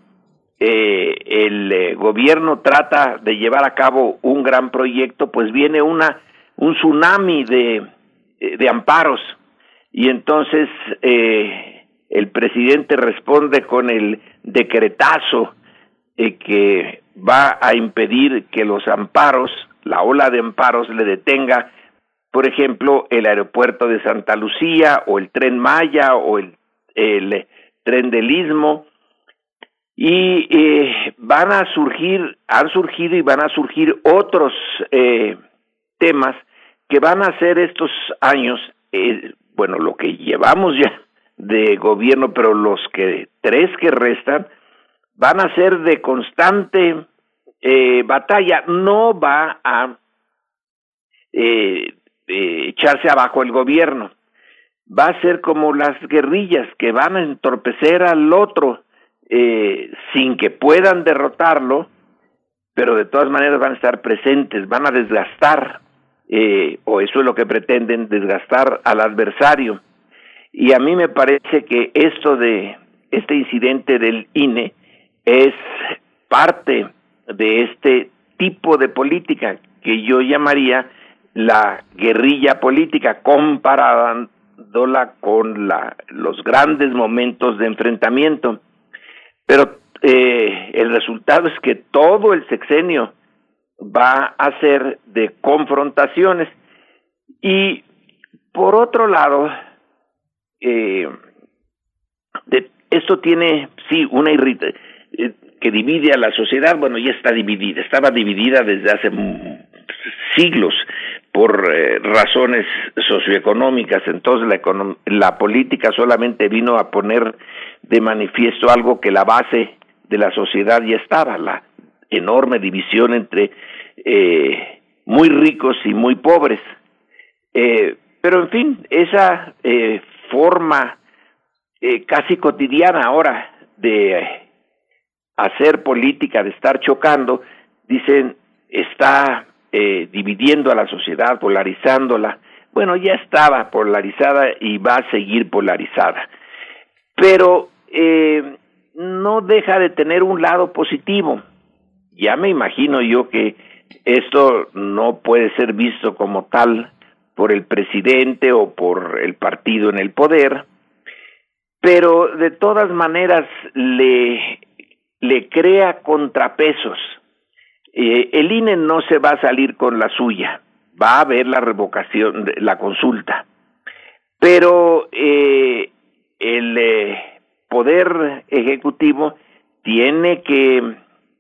el gobierno trata de llevar a cabo un gran proyecto, pues viene un tsunami de amparos, y entonces el presidente responde con el decretazo que va a impedir que los amparos, la ola de amparos, le detenga, por ejemplo, el aeropuerto de Santa Lucía, o el Tren Maya, o el Tren del Istmo, y han surgido y van a surgir otros temas que van a ser estos años, bueno, lo que llevamos ya de gobierno, pero los 3 que restan, van a ser de constante batalla. No va a echarse abajo el gobierno, va a ser como las guerrillas, que van a entorpecer al otro sin que puedan derrotarlo, pero de todas maneras van a estar presentes, van a desgastar, o eso es lo que pretenden, desgastar al adversario. Y a mí me parece que este incidente del INE es parte de este tipo de política que yo llamaría la guerrilla política, comparándola con los grandes momentos de enfrentamiento. Pero el resultado es que todo el sexenio va a ser de confrontaciones. Y por otro lado, esto tiene, sí, una que divide a la sociedad. Bueno, ya está dividida, estaba dividida desde hace siglos por razones socioeconómicas. Entonces la política solamente vino a poner de manifiesto algo que la base de la sociedad ya estaba, la enorme división entre muy ricos y muy pobres. Pero en fin, esa forma casi cotidiana ahora de hacer política, de estar chocando, dicen, está dividiendo a la sociedad, polarizándola. Bueno, ya estaba polarizada y va a seguir polarizada, pero no deja de tener un lado positivo. Ya me imagino yo que esto no puede ser visto como tal por el presidente o por el partido en el poder, pero de todas maneras le crea contrapesos. El INE no se va a salir con la suya, va a haber la revocación de la consulta, pero el Ejecutivo tiene que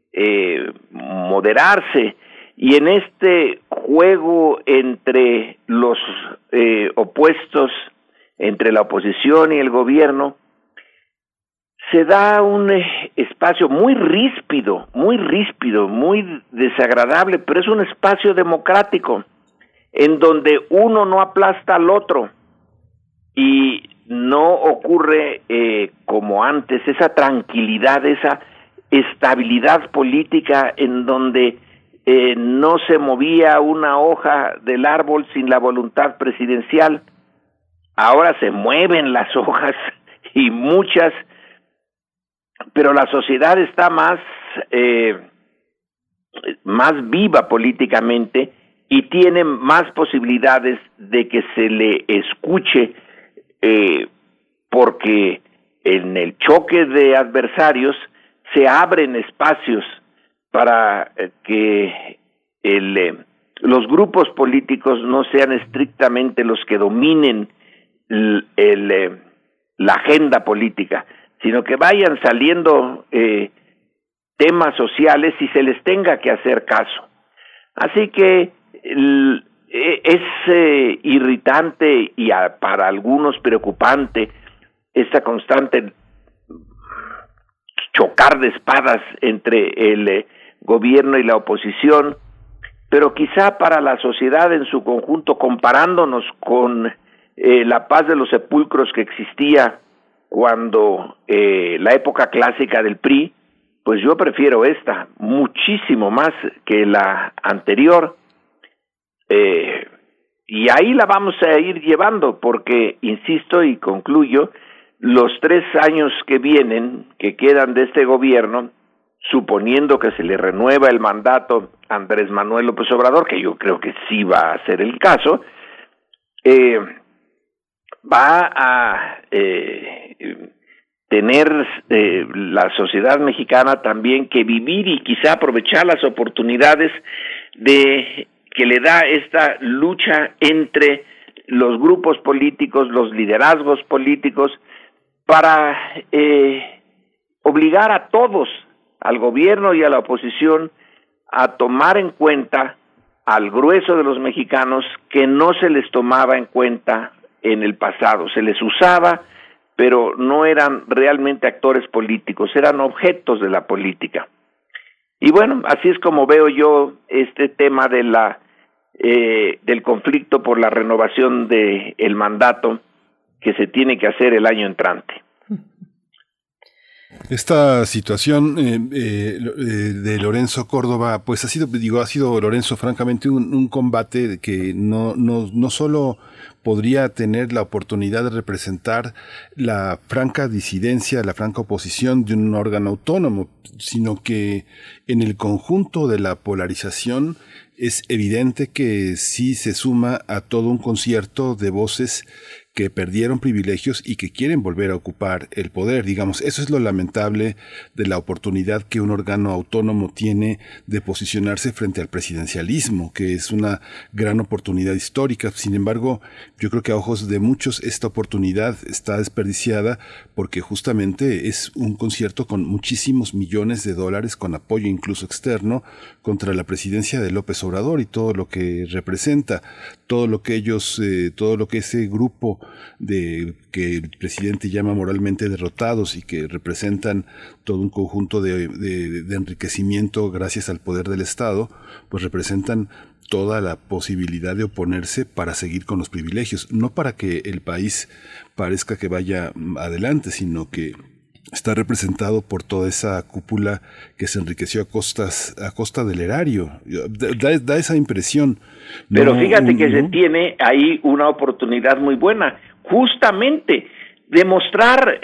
moderarse, y en este juego entre los opuestos, entre la oposición y el gobierno, se da un espacio muy ríspido, muy desagradable, pero es un espacio democrático en donde uno no aplasta al otro y no ocurre como antes esa tranquilidad, esa estabilidad política en donde no se movía una hoja del árbol sin la voluntad presidencial. Ahora se mueven las hojas y muchas, pero la sociedad está más viva políticamente y tiene más posibilidades de que se le escuche, porque en el choque de adversarios se abren espacios para que los grupos políticos no sean estrictamente los que dominen la agenda política, sino que vayan saliendo temas sociales y se les tenga que hacer caso. Así que es irritante y para algunos preocupante esta constante chocar de espadas entre el gobierno y la oposición, pero quizá para la sociedad en su conjunto, comparándonos con la paz de los sepulcros que existía cuando la época clásica del PRI, pues yo prefiero esta muchísimo más que la anterior, y ahí la vamos a ir llevando, porque insisto y concluyo, los 3 años que vienen, que quedan de este gobierno, suponiendo que se le renueva el mandato a Andrés Manuel López Obrador, que yo creo que sí va a ser el caso, va a tener la sociedad mexicana también que vivir y quizá aprovechar las oportunidades que le da esta lucha entre los grupos políticos, los liderazgos políticos, para obligar a todos, al gobierno y a la oposición, a tomar en cuenta al grueso de los mexicanos que no se les tomaba en cuenta en el pasado. Se les usaba, pero no eran realmente actores políticos, eran objetos de la política. Y bueno, así es como veo yo este tema de del conflicto por la renovación del mandato que se tiene que hacer el año entrante. Esta situación de Lorenzo Córdoba, pues ha sido Lorenzo, francamente, un combate que no solo podría tener la oportunidad de representar la franca disidencia, la franca oposición de un órgano autónomo, sino que en el conjunto de la polarización es evidente que sí se suma a todo un concierto de voces que perdieron privilegios y que quieren volver a ocupar el poder. Digamos, eso es lo lamentable de la oportunidad que un órgano autónomo tiene de posicionarse frente al presidencialismo, que es una gran oportunidad histórica. Sin embargo, yo creo que a ojos de muchos esta oportunidad está desperdiciada porque justamente es un concierto con muchísimos millones de dólares, con apoyo incluso externo, contra la presidencia de López Obrador y todo lo que representa, todo lo que ese grupo que el presidente llama moralmente derrotados y que representan todo un conjunto de enriquecimiento gracias al poder del Estado, pues representan toda la posibilidad de oponerse para seguir con los privilegios, no para que el país parezca que vaya adelante, sino que está representado por toda esa cúpula que se enriqueció a costa del erario. Da esa impresión. Pero fíjate que se tiene ahí una oportunidad muy buena, justamente de mostrar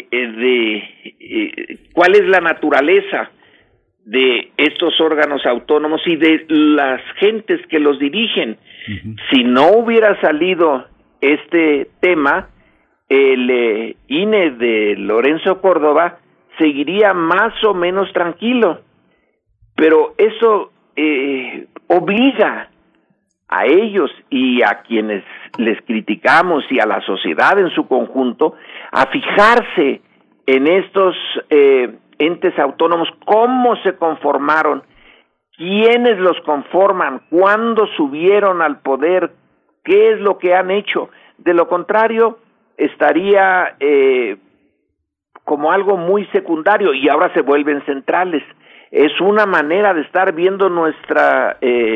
cuál es la naturaleza de estos órganos autónomos y de las gentes que los dirigen. Uh-huh. Si no hubiera salido este tema, el INE de Lorenzo Córdoba seguiría más o menos tranquilo, pero eso obliga a ellos y a quienes les criticamos y a la sociedad en su conjunto a fijarse en estos entes autónomos, cómo se conformaron, quiénes los conforman, cuándo subieron al poder, qué es lo que han hecho. De lo contrario, estaría como algo muy secundario y ahora se vuelven centrales. Es una manera de estar viendo nuestras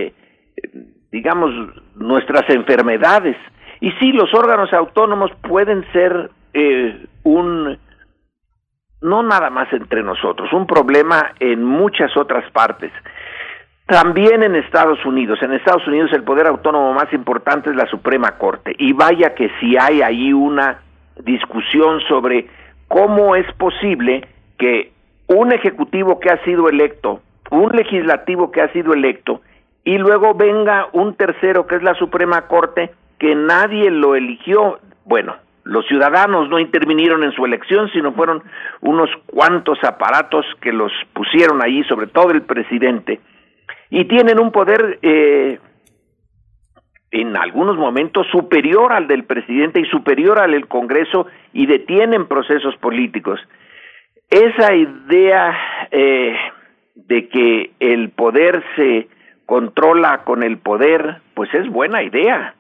enfermedades. Y sí, los órganos autónomos pueden ser no nada más entre nosotros, un problema en muchas otras partes. También en Estados Unidos el poder autónomo más importante es la Suprema Corte, y vaya que si hay ahí una discusión sobre cómo es posible que un ejecutivo que ha sido electo, un legislativo que ha sido electo, y luego venga un tercero que es la Suprema Corte, que nadie lo eligió. Bueno, los ciudadanos no intervinieron en su elección, sino fueron unos cuantos aparatos que los pusieron ahí, sobre todo el presidente, y tienen un poder en algunos momentos superior al del presidente y superior al del Congreso, y detienen procesos políticos. Esa idea de que el poder se controla con el poder, pues es buena idea,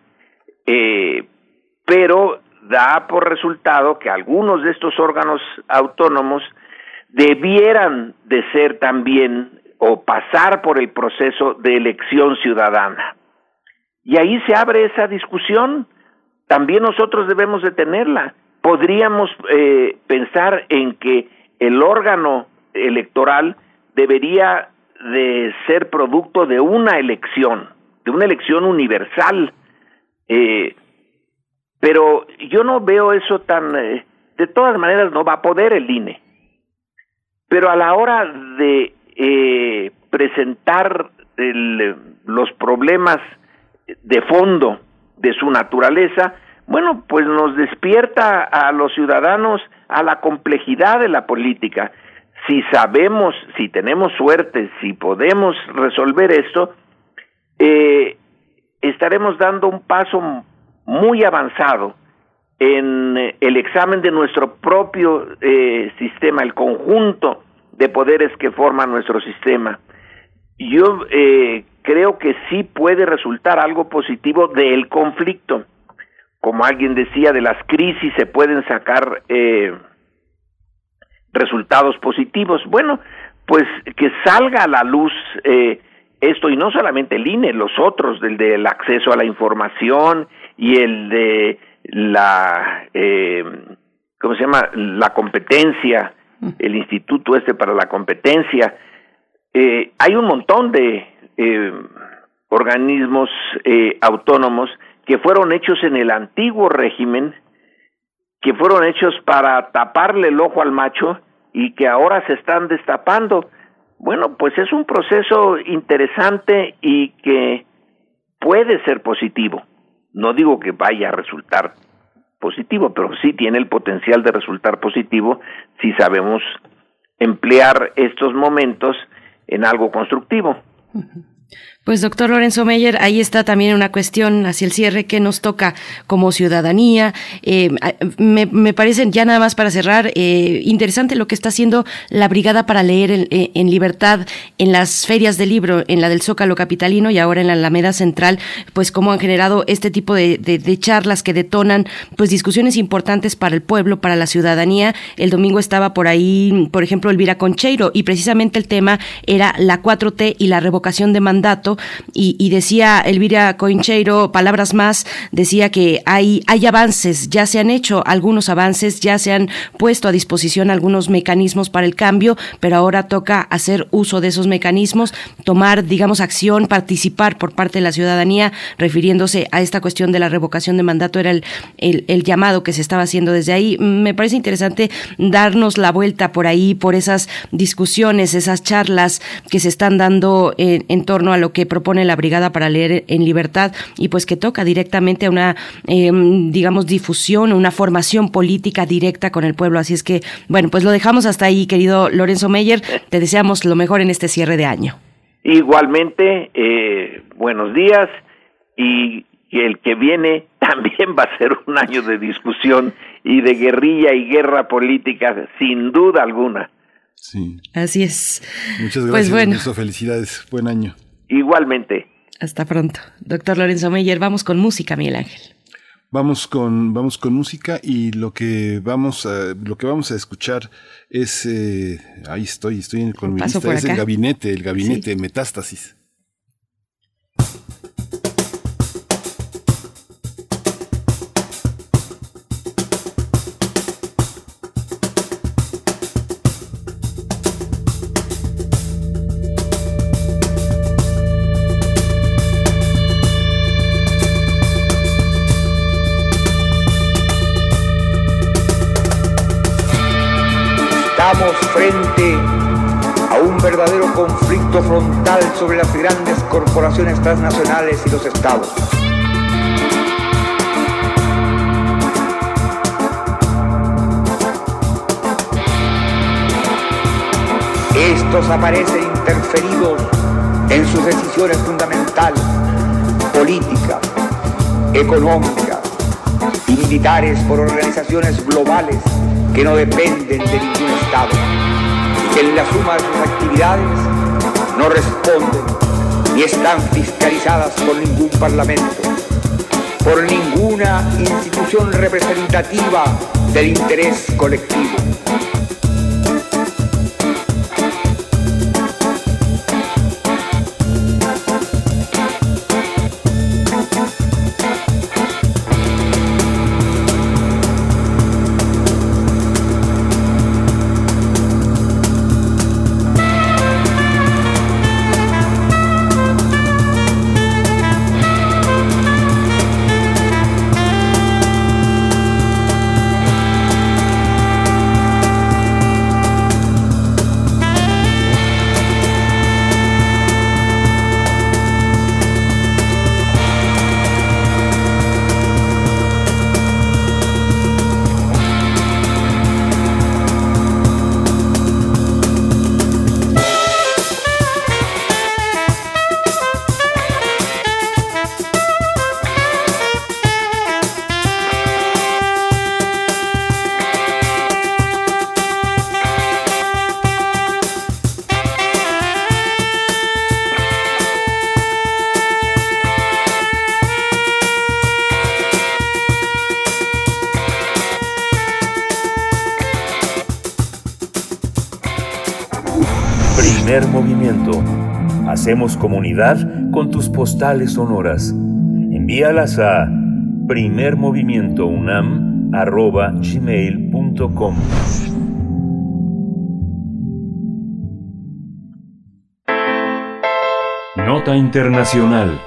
pero da por resultado que algunos de estos órganos autónomos debieran de ser también o pasar por el proceso de elección ciudadana. Y ahí se abre esa discusión. También nosotros debemos de tenerla. Podríamos pensar en que el órgano electoral debería de ser producto de una elección universal, pero yo no veo eso tan... de todas maneras no va a poder el INE, pero a la hora de presentar los problemas de fondo de su naturaleza, bueno, pues nos despierta a los ciudadanos a la complejidad de la política. Si sabemos, si tenemos suerte, si podemos resolver esto, estaremos dando un paso muy avanzado en el examen de nuestro propio sistema, el conjunto de poderes que forman nuestro sistema. Yo creo que sí puede resultar algo positivo del conflicto. Como alguien decía, de las crisis se pueden sacar resultados positivos. Bueno, pues que salga a la luz esto, y no solamente el INE, los otros, del acceso a la información y el de la la competencia, el instituto para la competencia. Hay un montón de organismos autónomos que fueron hechos en el antiguo régimen, que fueron hechos para taparle el ojo al macho y que ahora se están destapando. Bueno, pues es un proceso interesante y que puede ser positivo. No digo que vaya a resultar positivo, pero sí tiene el potencial de resultar positivo si sabemos emplear estos momentos en algo constructivo. Pues doctor Lorenzo Meyer, ahí está también una cuestión hacia el cierre que nos toca como ciudadanía. Me parece, ya nada más para cerrar, interesante lo que está haciendo la Brigada para Leer en Libertad en las ferias del libro, en la del Zócalo capitalino y ahora en la Alameda Central, pues cómo han generado este tipo de charlas que detonan pues discusiones importantes para el pueblo, para la ciudadanía. El domingo estaba por ahí, por ejemplo, Elvira Concheiro, y precisamente el tema era la 4T y la revocación de mandato, y decía Elvira Concheiro, palabras más, decía que hay avances, ya se han hecho algunos avances, ya se han puesto a disposición algunos mecanismos para el cambio, pero ahora toca hacer uso de esos mecanismos, tomar, digamos, acción, participar por parte de la ciudadanía, refiriéndose a esta cuestión de la revocación de mandato, era el llamado que se estaba haciendo desde ahí. Me parece interesante darnos la vuelta por ahí, por esas discusiones, esas charlas que se están dando en torno a lo que propone la Brigada para Leer en Libertad, y pues que toca directamente a una, digamos, difusión, una formación política directa con el pueblo. Así es que, bueno, pues lo dejamos hasta ahí, querido Lorenzo Meyer. Te deseamos lo mejor en este cierre de año. Igualmente, buenos días, y el que viene también va a ser un año de discusión y de guerrilla y guerra política, sin duda alguna. Sí. Así es. Muchas gracias, pues bueno. Ernesto, felicidades, buen año. Igualmente. Hasta pronto. Doctor Lorenzo Meyer, vamos con música, Miguel Ángel. Vamos con música, y lo que vamos a escuchar es ahí estoy con mi lista, es el gabinete sí. Metástasis. Estamos frente a un verdadero conflicto frontal sobre las grandes corporaciones transnacionales y los estados. Estos aparecen interferidos en sus decisiones fundamentales, políticas, económicas y militares por organizaciones globales que no dependen de ningún Estado y que en la suma de sus actividades no responden ni están fiscalizadas por ningún parlamento, por ninguna institución representativa del interés colectivo. Primer movimiento. Hacemos comunidad con tus postales sonoras. Envíalas a primermovimientounam@gmail.com. Nota internacional.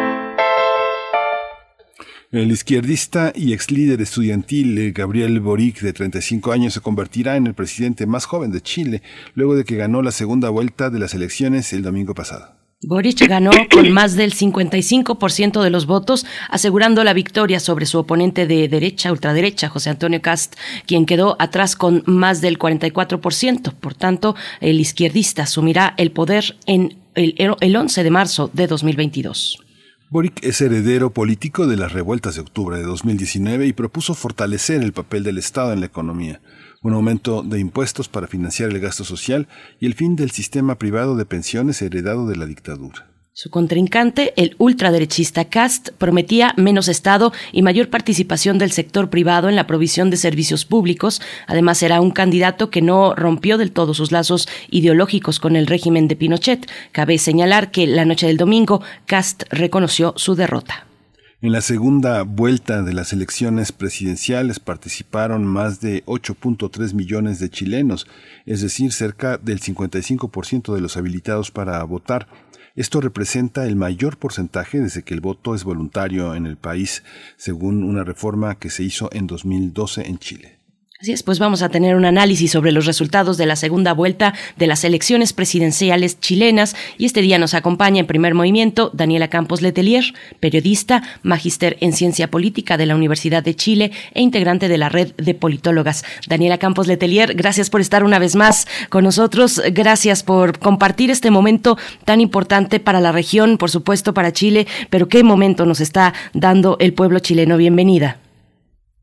El izquierdista y ex líder estudiantil Gabriel Boric, de 35 años, se convertirá en el presidente más joven de Chile, luego de que ganó la segunda vuelta de las elecciones el domingo pasado. Boric ganó con más del 55% de los votos, asegurando la victoria sobre su oponente de derecha, ultraderecha, José Antonio Kast, quien quedó atrás con más del 44%. Por tanto, el izquierdista asumirá el poder en el 11 de marzo de 2022. Boric es heredero político de las revueltas de octubre de 2019 y propuso fortalecer el papel del Estado en la economía, un aumento de impuestos para financiar el gasto social y el fin del sistema privado de pensiones heredado de la dictadura. Su contrincante, el ultraderechista Kast, prometía menos Estado y mayor participación del sector privado en la provisión de servicios públicos. Además, era un candidato que no rompió del todo sus lazos ideológicos con el régimen de Pinochet. Cabe señalar que la noche del domingo, Kast reconoció su derrota. En la segunda vuelta de las elecciones presidenciales participaron más de 8.3 millones de chilenos, es decir, cerca del 55% de los habilitados para votar. Esto representa el mayor porcentaje desde que el voto es voluntario en el país, según una reforma que se hizo en 2012 en Chile. Así es, pues vamos a tener un análisis sobre los resultados de la segunda vuelta de las elecciones presidenciales chilenas, y este día nos acompaña en Primer Movimiento Daniela Campos Letelier, periodista, magíster en Ciencia Política de la Universidad de Chile e integrante de la Red de Politólogas. Daniela Campos Letelier, gracias por estar una vez más con nosotros, gracias por compartir este momento tan importante para la región, por supuesto para Chile, pero qué momento nos está dando el pueblo chileno. Bienvenida.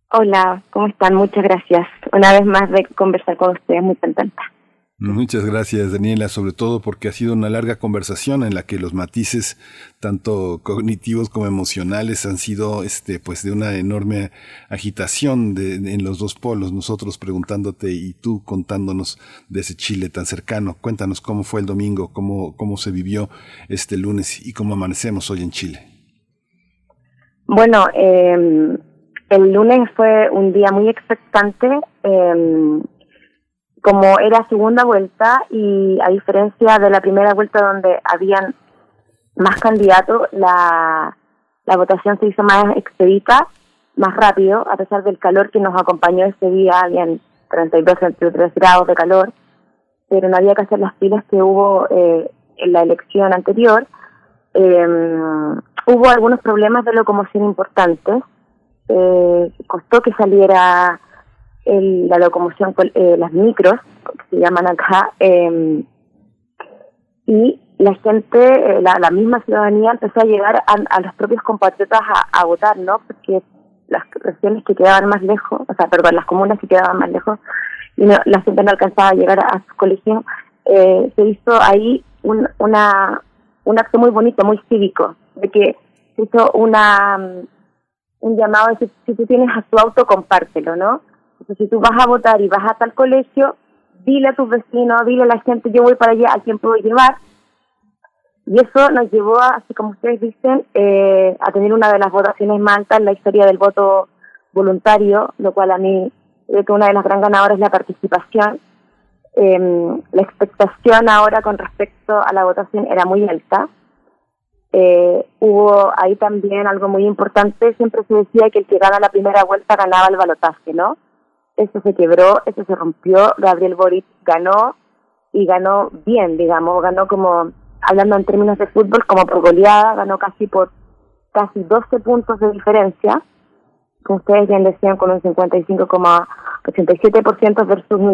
Hola, ¿cómo están? Muchas gracias. Una vez más de conversar con ustedes, muy contenta. Muchas gracias, Daniela, sobre todo porque ha sido una larga conversación en la que los matices, tanto cognitivos como emocionales, han sido pues de una enorme agitación en los dos polos. Nosotros preguntándote y tú contándonos de ese Chile tan cercano. Cuéntanos cómo fue el domingo, cómo se vivió este lunes y cómo amanecemos hoy en Chile. Bueno, el lunes fue un día muy expectante. Como era segunda vuelta y a diferencia de la primera vuelta donde habían más candidatos, la votación se hizo más expedita, más rápido, a pesar del calor que nos acompañó ese día. Habían 32, 33 grados de calor, pero no había que hacer las filas que hubo en la elección anterior. Hubo algunos problemas de locomoción importantes. Costó que saliera la locomoción con las micros, que se llaman acá, y la gente, la misma ciudadanía empezó a llegar a los propios compatriotas a votar, ¿no? Porque las regiones que quedaban más lejos, las comunas que quedaban más lejos, y la gente no alcanzaba a llegar a sus colegios, se hizo ahí un acto muy bonito, muy cívico, de que se hizo un llamado de si tú tienes a tu auto, compártelo, ¿no? Entonces, si tú vas a votar y vas a tal colegio, dile a tus vecinos, dile a la gente, yo voy para allá, ¿a quién puedo llevar? Y eso nos llevó, así como ustedes dicen, a tener una de las votaciones más altas en la historia del voto voluntario, lo cual a mí creo que una de las gran ganadoras es la participación. La expectación ahora con respecto a la votación era muy alta. Hubo ahí también algo muy importante, siempre se decía que el que gana la primera vuelta ganaba el balotaje, ¿no? Eso se quebró, eso se rompió. Gabriel Boric ganó, y ganó bien, digamos, ganó como, hablando en términos de fútbol, como por goleada, ganó casi 12 puntos de diferencia, como ustedes ya decían, con un 55,87% versus un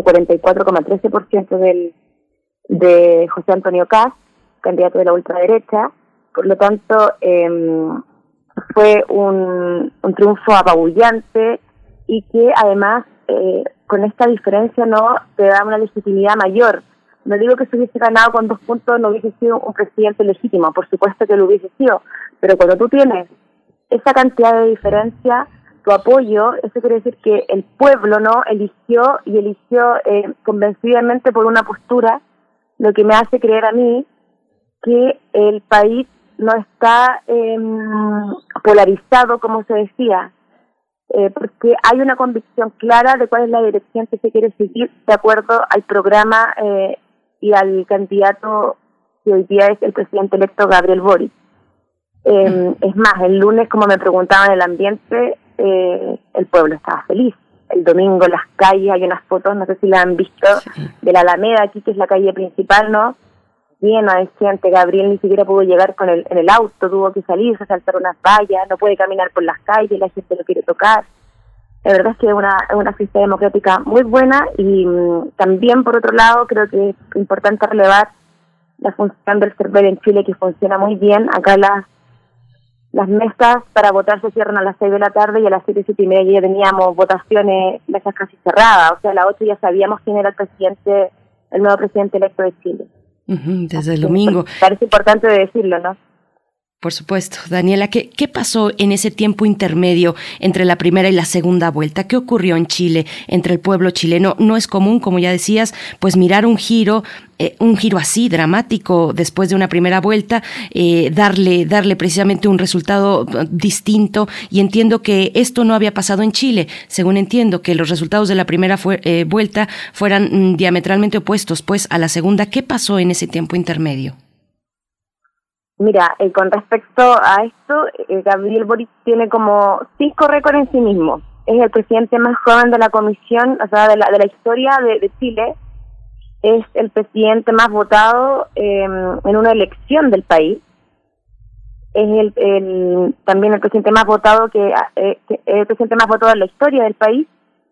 44,13% de José Antonio Kast, candidato de la ultraderecha. Por lo tanto, fue un triunfo apabullante, y que además con esta diferencia no te da una legitimidad mayor. No digo que si hubiese ganado con 2 puntos no hubiese sido un presidente legítimo, por supuesto que lo hubiese sido, pero cuando tú tienes esa cantidad de diferencia, tu apoyo, eso quiere decir que el pueblo no eligió convencidamente por una postura, lo que me hace creer a mí que el país no está polarizado, como se decía, porque hay una convicción clara de cuál es la dirección que se quiere seguir de acuerdo al programa y al candidato que hoy día es el presidente electo Gabriel Boric. Es más, el lunes, como me preguntaban en el ambiente, el pueblo estaba feliz. El domingo las calles, hay unas fotos, no sé si la han visto, de la Alameda aquí, que es la calle principal, ¿no? Llena de gente. Gabriel ni siquiera pudo llegar en el auto, tuvo que salirse, saltar unas vallas, no puede caminar por las calles, la gente lo quiere tocar. La verdad es que es una fiesta democrática muy buena, y también, por otro lado, creo que es importante relevar la función del CERVEL en Chile, que funciona muy bien. Acá las mesas para votar se cierran a las 6 de la tarde, y a las 7, 7:30 ya teníamos votaciones, mesas casi cerradas. O sea, a las 8 ya sabíamos quién era el nuevo presidente electo de Chile. Desde el domingo. Parece importante decirlo, ¿no? Por supuesto. Daniela, ¿qué pasó en ese tiempo intermedio entre la primera y la segunda vuelta? ¿Qué ocurrió en Chile, entre el pueblo chileno? No es común, como ya decías, pues mirar un giro así dramático después de una primera vuelta, darle precisamente un resultado distinto, y entiendo que esto no había pasado en Chile, según entiendo, que los resultados de la primera vuelta fueran diametralmente opuestos pues a la segunda. ¿Qué pasó en ese tiempo intermedio? Mira, con respecto a esto, Gabriel Boric tiene como 5 récords en sí mismo. Es el presidente más joven de la comisión, o sea, de la historia de Chile. Es el presidente más votado en una elección del país. Es también el presidente más votado el presidente más votado en la historia del país,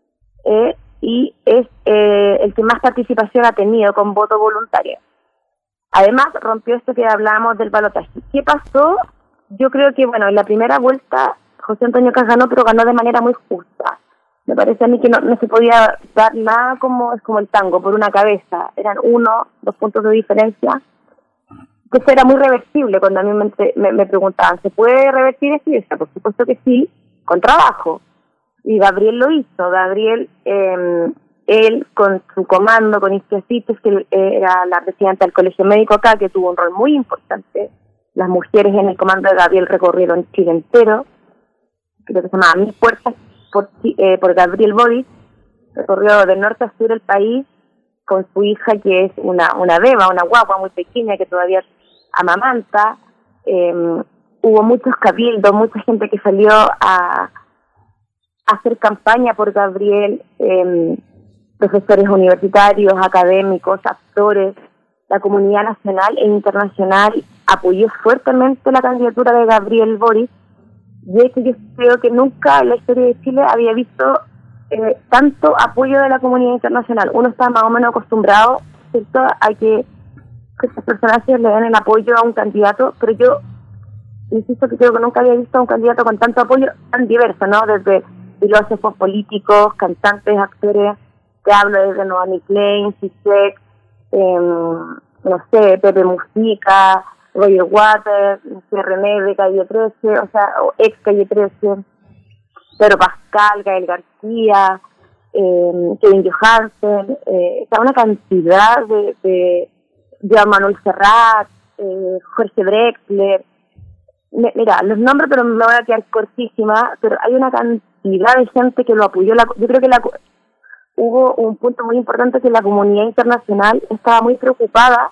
y es el que más participación ha tenido con voto voluntario. Además, rompió esto que hablábamos del balotaje. ¿Qué pasó? Yo creo que, en la primera vuelta José Antonio Kast ganó, pero ganó de manera muy justa. Me parece a mí que no se podía dar nada como el tango, por una cabeza. Eran 2 puntos de diferencia. Entonces era muy reversible. Cuando a mí me preguntaban, ¿se puede revertir esto? Y yo decía, por supuesto que sí, con trabajo. Y Gabriel lo hizo. Gabriel, él con su comando, con Isquiasites, que era la presidenta del Colegio Médico acá, que tuvo un rol muy importante. Las mujeres en el comando de Gabriel recorrieron Chile entero. Creo que se llamaba 1000 puertas por Gabriel Boric. Recorrió de norte a sur el país con su hija, que es una beba, una guagua muy pequeña que todavía amamanta. Hubo muchos cabildos, mucha gente que salió a hacer campaña por Gabriel, profesores universitarios, académicos, actores. La comunidad nacional e internacional apoyó fuertemente la candidatura de Gabriel Boric. De hecho, yo creo que nunca en la historia de Chile había visto tanto apoyo de la comunidad internacional. Uno está más o menos acostumbrado, ¿cierto?, a que estos personajes le den el apoyo a un candidato, pero yo insisto que creo que nunca había visto a un candidato con tanto apoyo tan diverso, ¿no? Desde filósofos políticos, cantantes, actores, te hablo desde Noami Klein, Zizek, no sé, Pepe Mujica, Roger Waters, René de Calle 13, o sea, o ex Calle 13, Pedro Pascal, Gael García, Kevin Johansen, una cantidad de Joan Manuel Serrat, Jorge Drexler. Mira, los nombres, pero me voy a quedar cortísima, pero hay una cantidad de gente que lo apoyó. Yo creo que hubo un punto muy importante, que la comunidad internacional estaba muy preocupada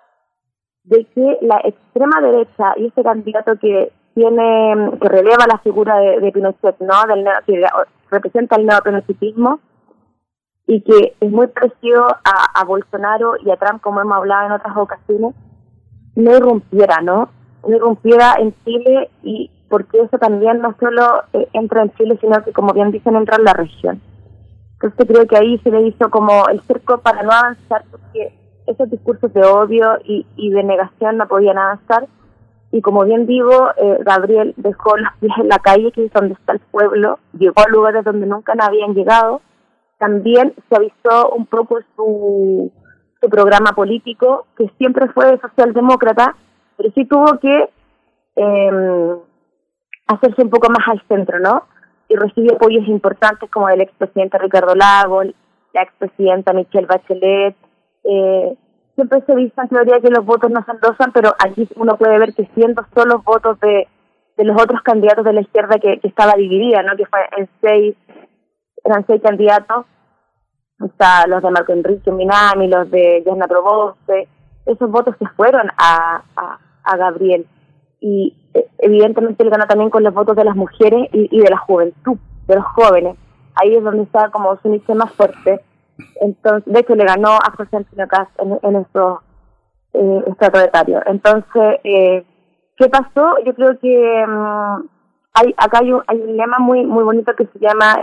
de que la extrema derecha y este candidato que releva la figura de Pinochet, ¿no?, que representa el neopinochetismo y que es muy parecido a Bolsonaro y a Trump, como hemos hablado en otras ocasiones, no irrumpiera en Chile, y porque eso también no solo entra en Chile, sino que, como bien dicen, entra en la región. Entonces creo que ahí se le hizo como el cerco para no avanzar, porque esos discursos de odio y de negación no podían avanzar. Y como bien digo, Gabriel dejó los pies en la calle, que es donde está el pueblo, llegó a lugares donde nunca habían llegado. También se avisó un poco su programa político, que siempre fue socialdemócrata, pero sí tuvo que hacerse un poco más al centro, ¿no? Y recibió apoyos importantes como del expresidente Ricardo Lagos, la expresidenta Michelle Bachelet. Siempre se dice en teoría que los votos no se endosan, pero aquí uno puede ver que siendo solo los votos de los otros candidatos de la izquierda que estaba dividida, ¿no?, que fue eran 6 candidatos, está los de Marco Enrique Minami, los de Yasna Proboste. Esos votos se fueron a Gabriel, y evidentemente él ganó también con los votos de las mujeres y de la juventud, de los jóvenes. Ahí es donde está como su nicho más fuerte. Entonces, de hecho, le ganó a José Antonio Cast en estos estratos etarios. Entonces, ¿qué pasó? Yo creo que acá hay un lema muy muy bonito que se llama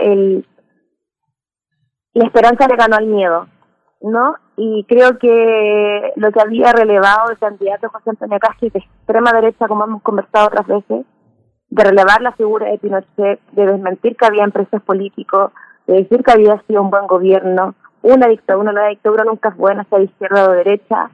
la esperanza le ganó al miedo, ¿no? Y creo que lo que había relevado el candidato José Antonio Cast, de extrema derecha, como hemos conversado otras veces, de relevar la figura de Pinochet, de desmentir que había empresas políticos, de decir que había sido un buen gobierno, una dictadura nunca es buena, sea de izquierda o de derecha,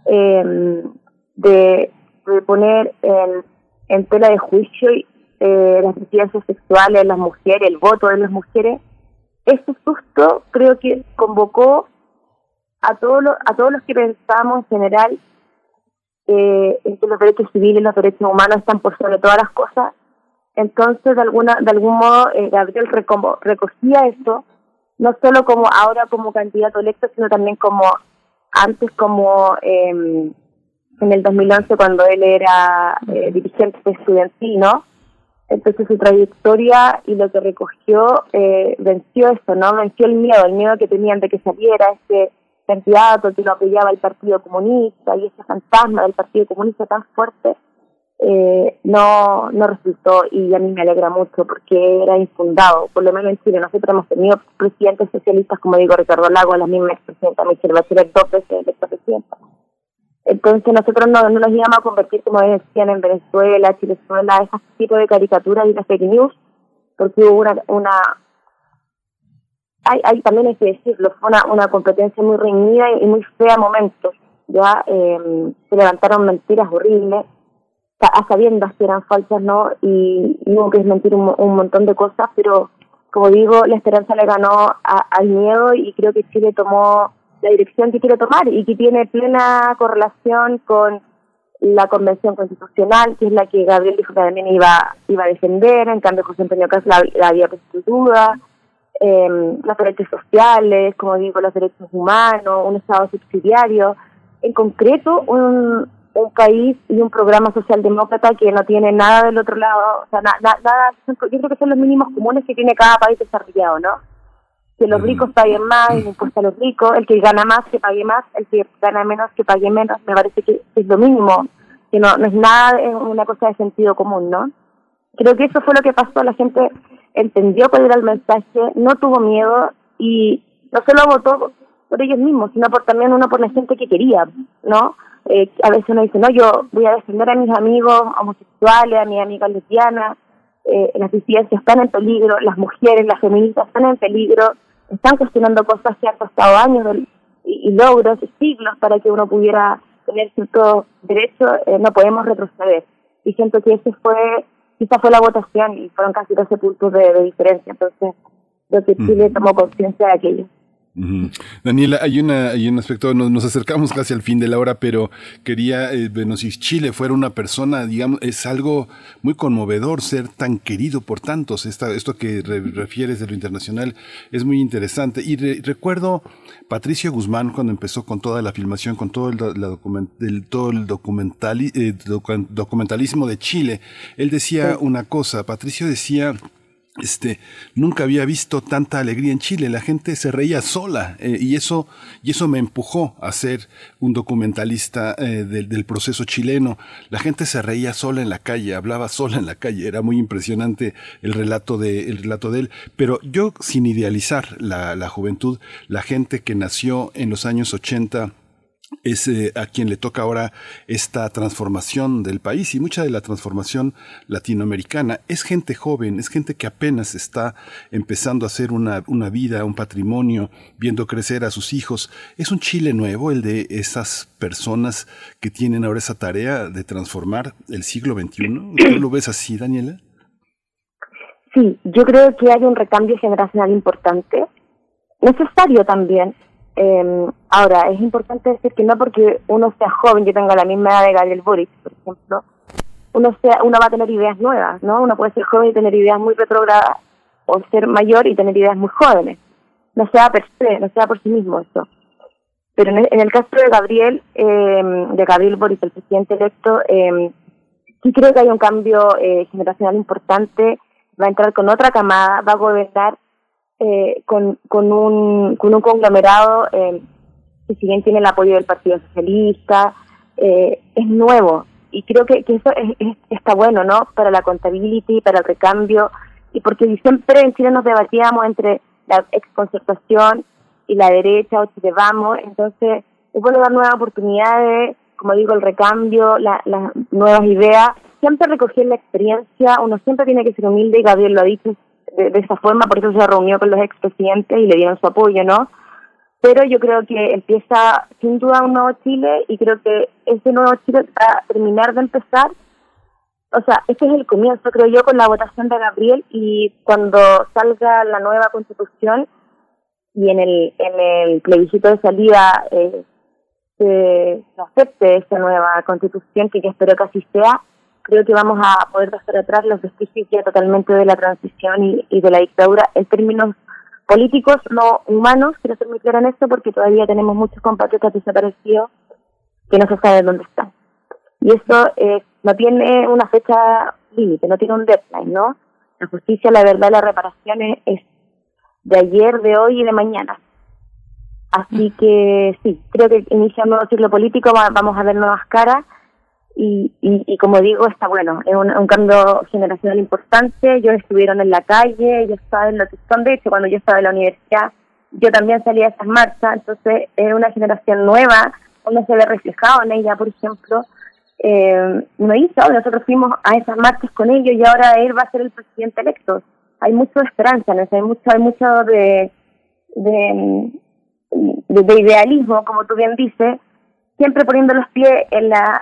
de poner en tela de juicio las disidencias sexuales de las mujeres, el voto de las mujeres. Este susto creo que convocó a todos los que pensamos en general en que los derechos civiles, los derechos humanos están por sobre todas las cosas. Entonces, de algún modo, Gabriel recogía esto, no solo como ahora como candidato electo, sino también como antes, como en el 2011, cuando él era dirigente estudiantil, ¿no? Entonces su trayectoria y lo que recogió venció eso, ¿no? Venció el miedo que tenían de que saliera este candidato que lo apoyaba el Partido Comunista, y ese fantasma del Partido Comunista tan fuerte no resultó, y a mí me alegra mucho porque era infundado. Por lo menos en Chile nosotros hemos tenido presidentes socialistas, como digo, Ricardo Lagos, la misma expresidenta Michelle Bachelet, 2 veces electa presidenta. Entonces nosotros no nos íbamos a convertir, como decían, en Venezuela, Chilezuela, ese tipo de caricaturas y de fake news, porque hubo también hay que decirlo, fue una competencia muy reñida y muy fea a momentos. Ya se levantaron mentiras horribles, a sabiendas que eran falsas, ¿no? Y hubo que desmentir un montón de cosas, pero como digo, la esperanza le ganó al miedo y creo que Chile tomó la dirección que quiere tomar y que tiene plena correlación con la Convención Constitucional, que es la que Gabriel dijo que también iba a defender. En cambio José Antonio Caz la había puesto en duda. Los derechos sociales, como digo, los derechos humanos, un Estado subsidiario, en concreto un país y un programa socialdemócrata que no tiene nada del otro lado, o sea, nada, yo creo que son los mínimos comunes que tiene cada país desarrollado, ¿no? Que los ricos paguen más, el impuesto a los ricos, el que gana más que pague más, el que gana menos que pague menos, me parece que es lo mínimo, que no es nada, es una cosa de sentido común, ¿no? Creo que eso fue lo que pasó, la gente entendió cuál era el mensaje, no tuvo miedo y no solo votó por ellos mismos, sino también por la gente que quería, ¿no? A veces uno dice, no, yo voy a defender a mis amigos homosexuales, a mis amigas lesbianas, las disidencias están en peligro, las mujeres, las feministas están en peligro, están cuestionando cosas que han costado años y logros, siglos para que uno pudiera tener ciertos derechos, no podemos retroceder. Y siento que esa fue la votación y fueron casi 12 puntos de diferencia, entonces creo que Chile tomó conciencia de aquello. Daniela, hay un aspecto, nos acercamos casi al fin de la hora, pero quería, bueno, si Chile fuera una persona, digamos, es algo muy conmovedor ser tan querido por tantos. Esto que refieres de lo internacional es muy interesante. Y recuerdo Patricio Guzmán cuando empezó con toda la filmación, con todo el documentalismo de Chile. Él decía una cosa, Patricio decía... nunca había visto tanta alegría en Chile, la gente se reía sola, y eso me empujó a ser un documentalista del proceso chileno. La gente se reía sola en la calle, hablaba sola en la calle, era muy impresionante el relato de él, pero yo sin idealizar la juventud, la gente que nació en los años 80 es a quien le toca ahora esta transformación del país, y mucha de la transformación latinoamericana es gente joven, es gente que apenas está empezando a hacer una vida, un patrimonio, viendo crecer a sus hijos. Es un Chile nuevo el de esas personas que tienen ahora esa tarea de transformar el siglo XXI. ¿Tú lo ves así, Daniela? Sí, yo creo que hay un recambio generacional importante, necesario también. Ahora, es importante decir que no porque uno sea joven, yo tengo la misma edad de Gabriel Boric, por ejemplo, uno va a tener ideas nuevas, ¿no? Uno puede ser joven y tener ideas muy retrógradas, o ser mayor y tener ideas muy jóvenes. No sea per se, no sea por sí mismo eso. Pero en el caso de Gabriel Boric, el presidente electo, sí creo que hay un cambio generacional importante, va a entrar con otra camada, va a gobernar con un conglomerado que si bien tiene el apoyo del Partido Socialista, es nuevo, y creo que eso está bueno, ¿no? Para la accountability, para el recambio, y porque siempre en Chile nos debatíamos entre la exconcertación y la derecha, o Chile Vamos, entonces es bueno dar nuevas oportunidades, como digo, el recambio, las nuevas ideas, siempre recoger la experiencia, uno siempre tiene que ser humilde, y Gabriel lo ha dicho de esa forma, por eso se reunió con los expresidentes y le dieron su apoyo, ¿no? Pero yo creo que empieza sin duda un nuevo Chile, y creo que ese nuevo Chile va a terminar de empezar. O sea, este es el comienzo, creo yo, con la votación de Gabriel, y cuando salga la nueva Constitución y en el plebiscito de salida se acepte esta nueva Constitución, que yo espero que así sea, creo que vamos a poder dejar atrás los vestigios ya totalmente de la transición y de la dictadura en términos políticos, no humanos. Quiero ser muy clara en esto porque todavía tenemos muchos compatriotas desaparecidos que no se sabe dónde están. Y eso no tiene una fecha límite, no tiene un deadline, ¿no? La justicia, la verdad, la reparación es de ayer, de hoy y de mañana. Así que sí, creo que inicia un nuevo ciclo político, vamos a ver nuevas caras. Y como digo, está bueno, es un cambio generacional importante. Ellos estuvieron en la calle, ellos saben lo que son. De hecho, cuando yo estaba en la universidad, yo también salía a esas marchas, entonces es una generación nueva, uno se ve reflejado en ella, por ejemplo. Nosotros fuimos a esas marchas con ellos, y ahora él va a ser el presidente electo. Hay mucha esperanza en eso, hay mucho de idealismo, como tú bien dices, siempre poniendo los pies en la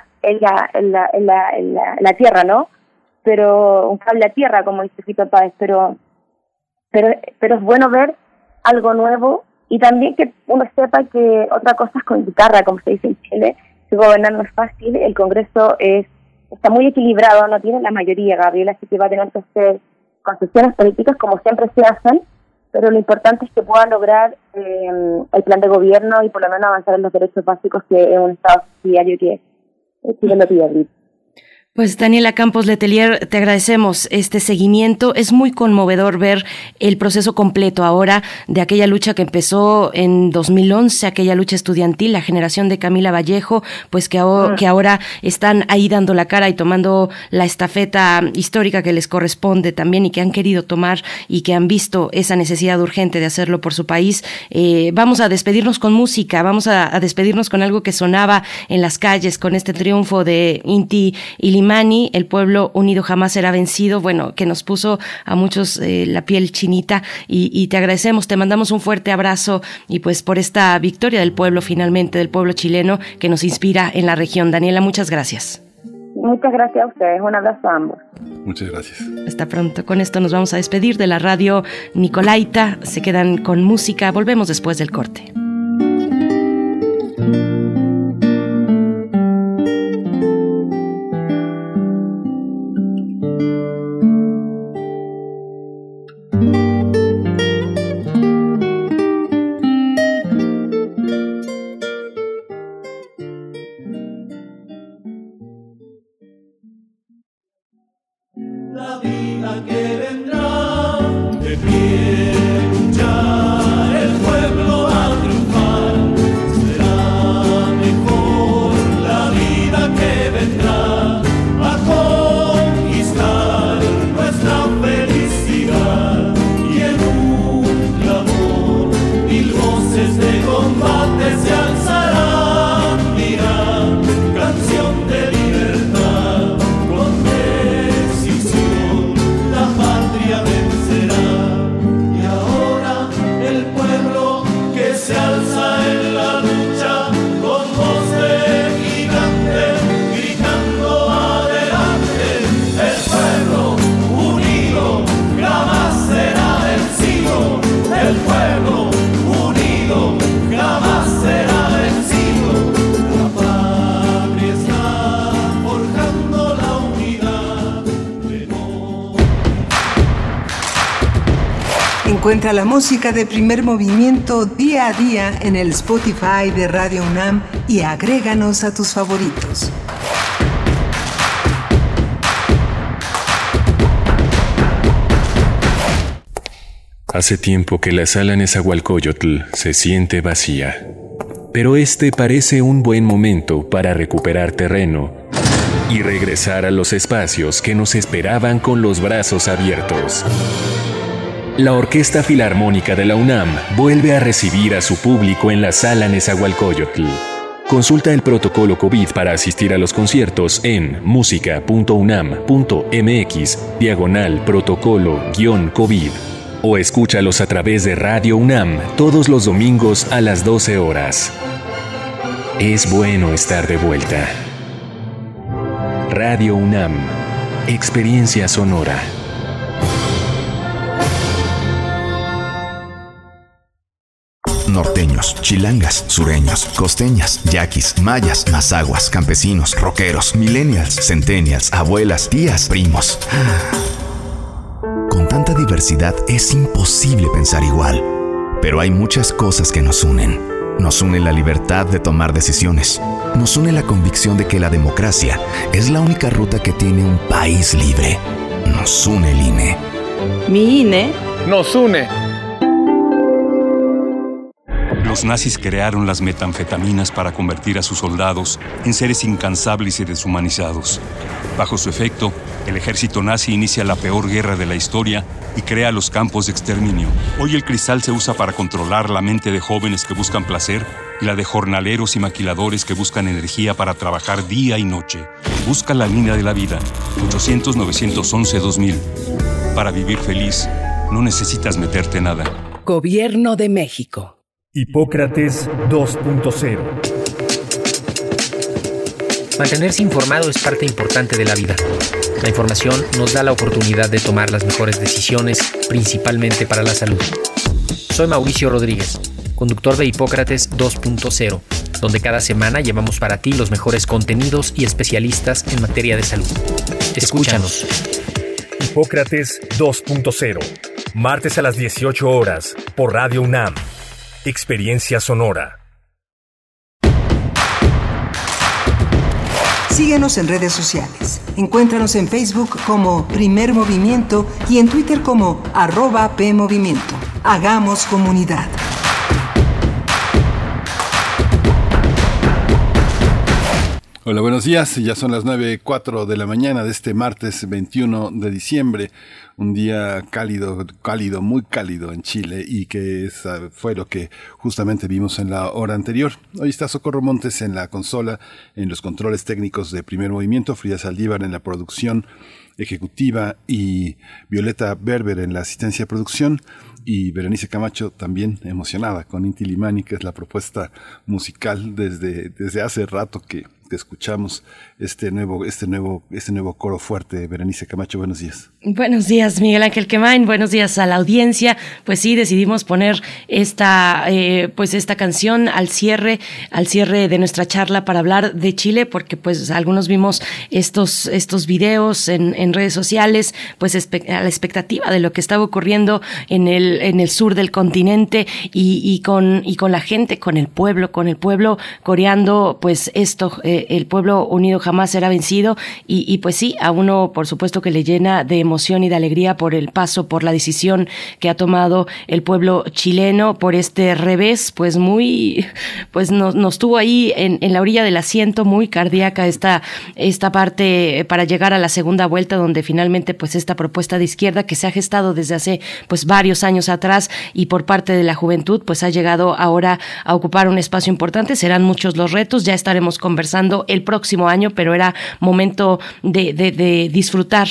tierra, ¿no? Pero un cable a tierra, como dice Fito Páez, pero es bueno ver algo nuevo y también que uno sepa que otra cosa es con guitarra, como se dice en Chile, que gobernar no es fácil, el Congreso está muy equilibrado, no tiene la mayoría, Gabriel, así que va a tener que hacer concesiones políticas como siempre se hacen, pero lo importante es que puedan lograr el plan de gobierno y por lo menos avanzar en los derechos básicos que es un Estado subsidiario que Chile lo pide. Pues Daniela Campos Letelier, te agradecemos este seguimiento. Es muy conmovedor ver el proceso completo ahora de aquella lucha que empezó en 2011, aquella lucha estudiantil, la generación de Camila Vallejo, pues que ahora están ahí dando la cara y tomando la estafeta histórica que les corresponde también y que han querido tomar y que han visto esa necesidad urgente de hacerlo por su país. Vamos a despedirnos con música, vamos a despedirnos con algo que sonaba en las calles, con este triunfo de Inti Illimani, El pueblo unido jamás será vencido, bueno, que nos puso a muchos la piel chinita y te agradecemos, te mandamos un fuerte abrazo y pues por esta victoria del pueblo finalmente, del pueblo chileno que nos inspira en la región. Daniela, muchas gracias. Muchas gracias a ustedes, un abrazo a ambos. Muchas gracias. Hasta pronto, con esto nos vamos a despedir de la radio Nicolaita, se quedan con música, volvemos después del corte. La vida que vendrá, de pie luchar, el pueblo va a triunfar, será mejor la vida que vendrá, a conquistar nuestra felicidad, y en un clamor, mil voces de combate se alzarán, dirán, canción de libertad, con la patria vencerá. Y ahora el pueblo que se alza en la lucha con voz de gigante, gritando adelante, el pueblo unido jamás será vencido, el pueblo unido jamás será vencido. La patria está forjando la unidad de no. Encuentra la música de Primer Movimiento día a día en el Spotify de Radio UNAM y agréganos a tus favoritos. Hace tiempo que la sala Nezahualcóyotl se siente vacía, pero este parece un buen momento para recuperar terreno y regresar a los espacios que nos esperaban con los brazos abiertos. La Orquesta Filarmónica de la UNAM vuelve a recibir a su público en la sala Nezahualcóyotl. Consulta el protocolo COVID para asistir a los conciertos en musica.unam.mx/protocolo-COVID o escúchalos a través de Radio UNAM todos los domingos a las 12 horas. Es bueno estar de vuelta. Radio UNAM, experiencia sonora. Norteños, chilangas, sureños, costeñas, yaquis, mayas, mazaguas, campesinos, rockeros, millennials, centennials, abuelas, tías, primos. Con tanta diversidad es imposible pensar igual, pero hay muchas cosas que nos unen. Nos une la libertad de tomar decisiones. Nos une la convicción de que la democracia es la única ruta que tiene un país libre. Nos une el INE. Mi INE nos une. Los nazis crearon las metanfetaminas para convertir a sus soldados en seres incansables y deshumanizados. Bajo su efecto, el ejército nazi inicia la peor guerra de la historia y crea los campos de exterminio. Hoy el cristal se usa para controlar la mente de jóvenes que buscan placer y la de jornaleros y maquiladores que buscan energía para trabajar día y noche. Busca la línea de la vida, 800-911-2000. Para vivir feliz, no necesitas meterte nada. Gobierno de México. Hipócrates 2.0. Mantenerse informado es parte importante de la vida. La información nos da la oportunidad de tomar las mejores decisiones, principalmente para la salud. Soy Mauricio Rodríguez, conductor de Hipócrates 2.0, donde cada semana llevamos para ti los mejores contenidos y especialistas en materia de salud. Escúchanos. Hipócrates 2.0, martes a las 18 horas, por Radio UNAM. Experiencia sonora. Síguenos en redes sociales. Encuéntranos en Facebook como Primer Movimiento y en Twitter como @PMovimiento. Hagamos comunidad. Hola, buenos días. Ya son las 9:04 de la mañana de este martes 21 de diciembre. Un día cálido, muy cálido en Chile y que fue lo que justamente vimos en la hora anterior. Hoy está Socorro Montes en la consola, en los controles técnicos de Primer Movimiento, Frida Saldívar en la producción ejecutiva y Violeta Berber en la asistencia de producción. Y Berenice Camacho también emocionada con Inti Limani, que es la propuesta musical desde hace rato que escuchamos este nuevo coro fuerte. Berenice Camacho, buenos días. Buenos días, Miguel Ángel Quemain, buenos días a la audiencia. Pues sí, decidimos poner esta canción al cierre de nuestra charla para hablar de Chile, porque pues algunos vimos estos videos en redes sociales, pues a la expectativa de lo que estaba ocurriendo en el sur del continente y con la gente, con el pueblo coreando pues esto, el pueblo unido jamás será vencido, y pues sí, a uno por supuesto que le llena de emoción y de alegría por el paso, por la decisión que ha tomado el pueblo chileno, por este revés, pues nos tuvo ahí en la orilla del asiento, muy cardíaca esta parte para llegar a la segunda vuelta, donde finalmente pues esta propuesta de izquierda que se ha gestado desde hace pues varios años atrás y por parte de la juventud, pues ha llegado ahora a ocupar un espacio importante. Serán muchos los retos, ya estaremos conversando el próximo año, pero era momento de disfrutar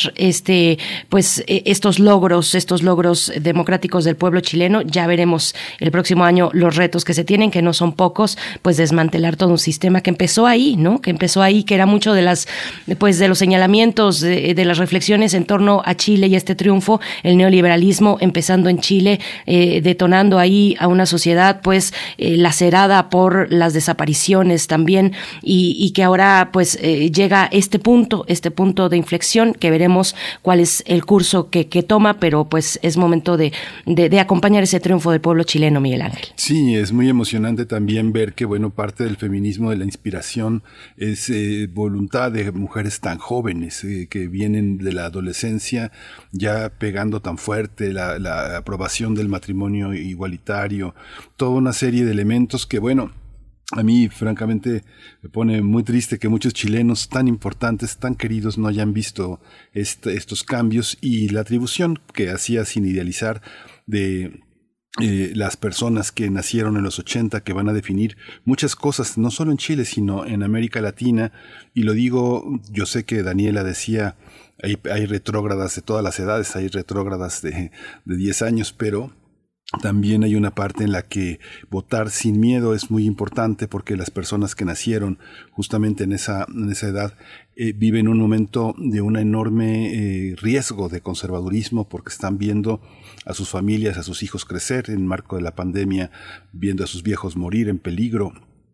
estos logros democráticos del pueblo chileno. Ya veremos el próximo año los retos que se tienen, que no son pocos, pues desmantelar todo un sistema que empezó ahí, ¿no? Que era mucho de los señalamientos, de las reflexiones en torno a Chile y este triunfo, el neoliberalismo empezando en Chile, detonando ahí a una sociedad pues lacerada por las desapariciones también, y que ahora pues llega este punto de inflexión, que veremos cuál es el curso que toma, pero pues es momento de acompañar ese triunfo del pueblo chileno, Miguel Ángel. Sí, es muy emocionante también ver que parte del feminismo, de la inspiración, es voluntad de mujeres tan jóvenes que vienen de la adolescencia ya pegando tan fuerte, la aprobación del matrimonio igualitario, toda una serie de elementos que a mí, francamente, me pone muy triste que muchos chilenos tan importantes, tan queridos, no hayan visto estos cambios y la atribución que hacía sin idealizar de las personas que nacieron en los 80, que van a definir muchas cosas, no solo en Chile, sino en América Latina. Y lo digo, yo sé que Daniela decía, hay retrógradas de todas las edades, hay retrógradas de 10 años, pero también hay una parte en la que votar sin miedo es muy importante, porque las personas que nacieron justamente en esa edad viven un momento de un enorme riesgo de conservadurismo, porque están viendo a sus familias, a sus hijos crecer en marco de la pandemia, viendo a sus viejos morir en peligro.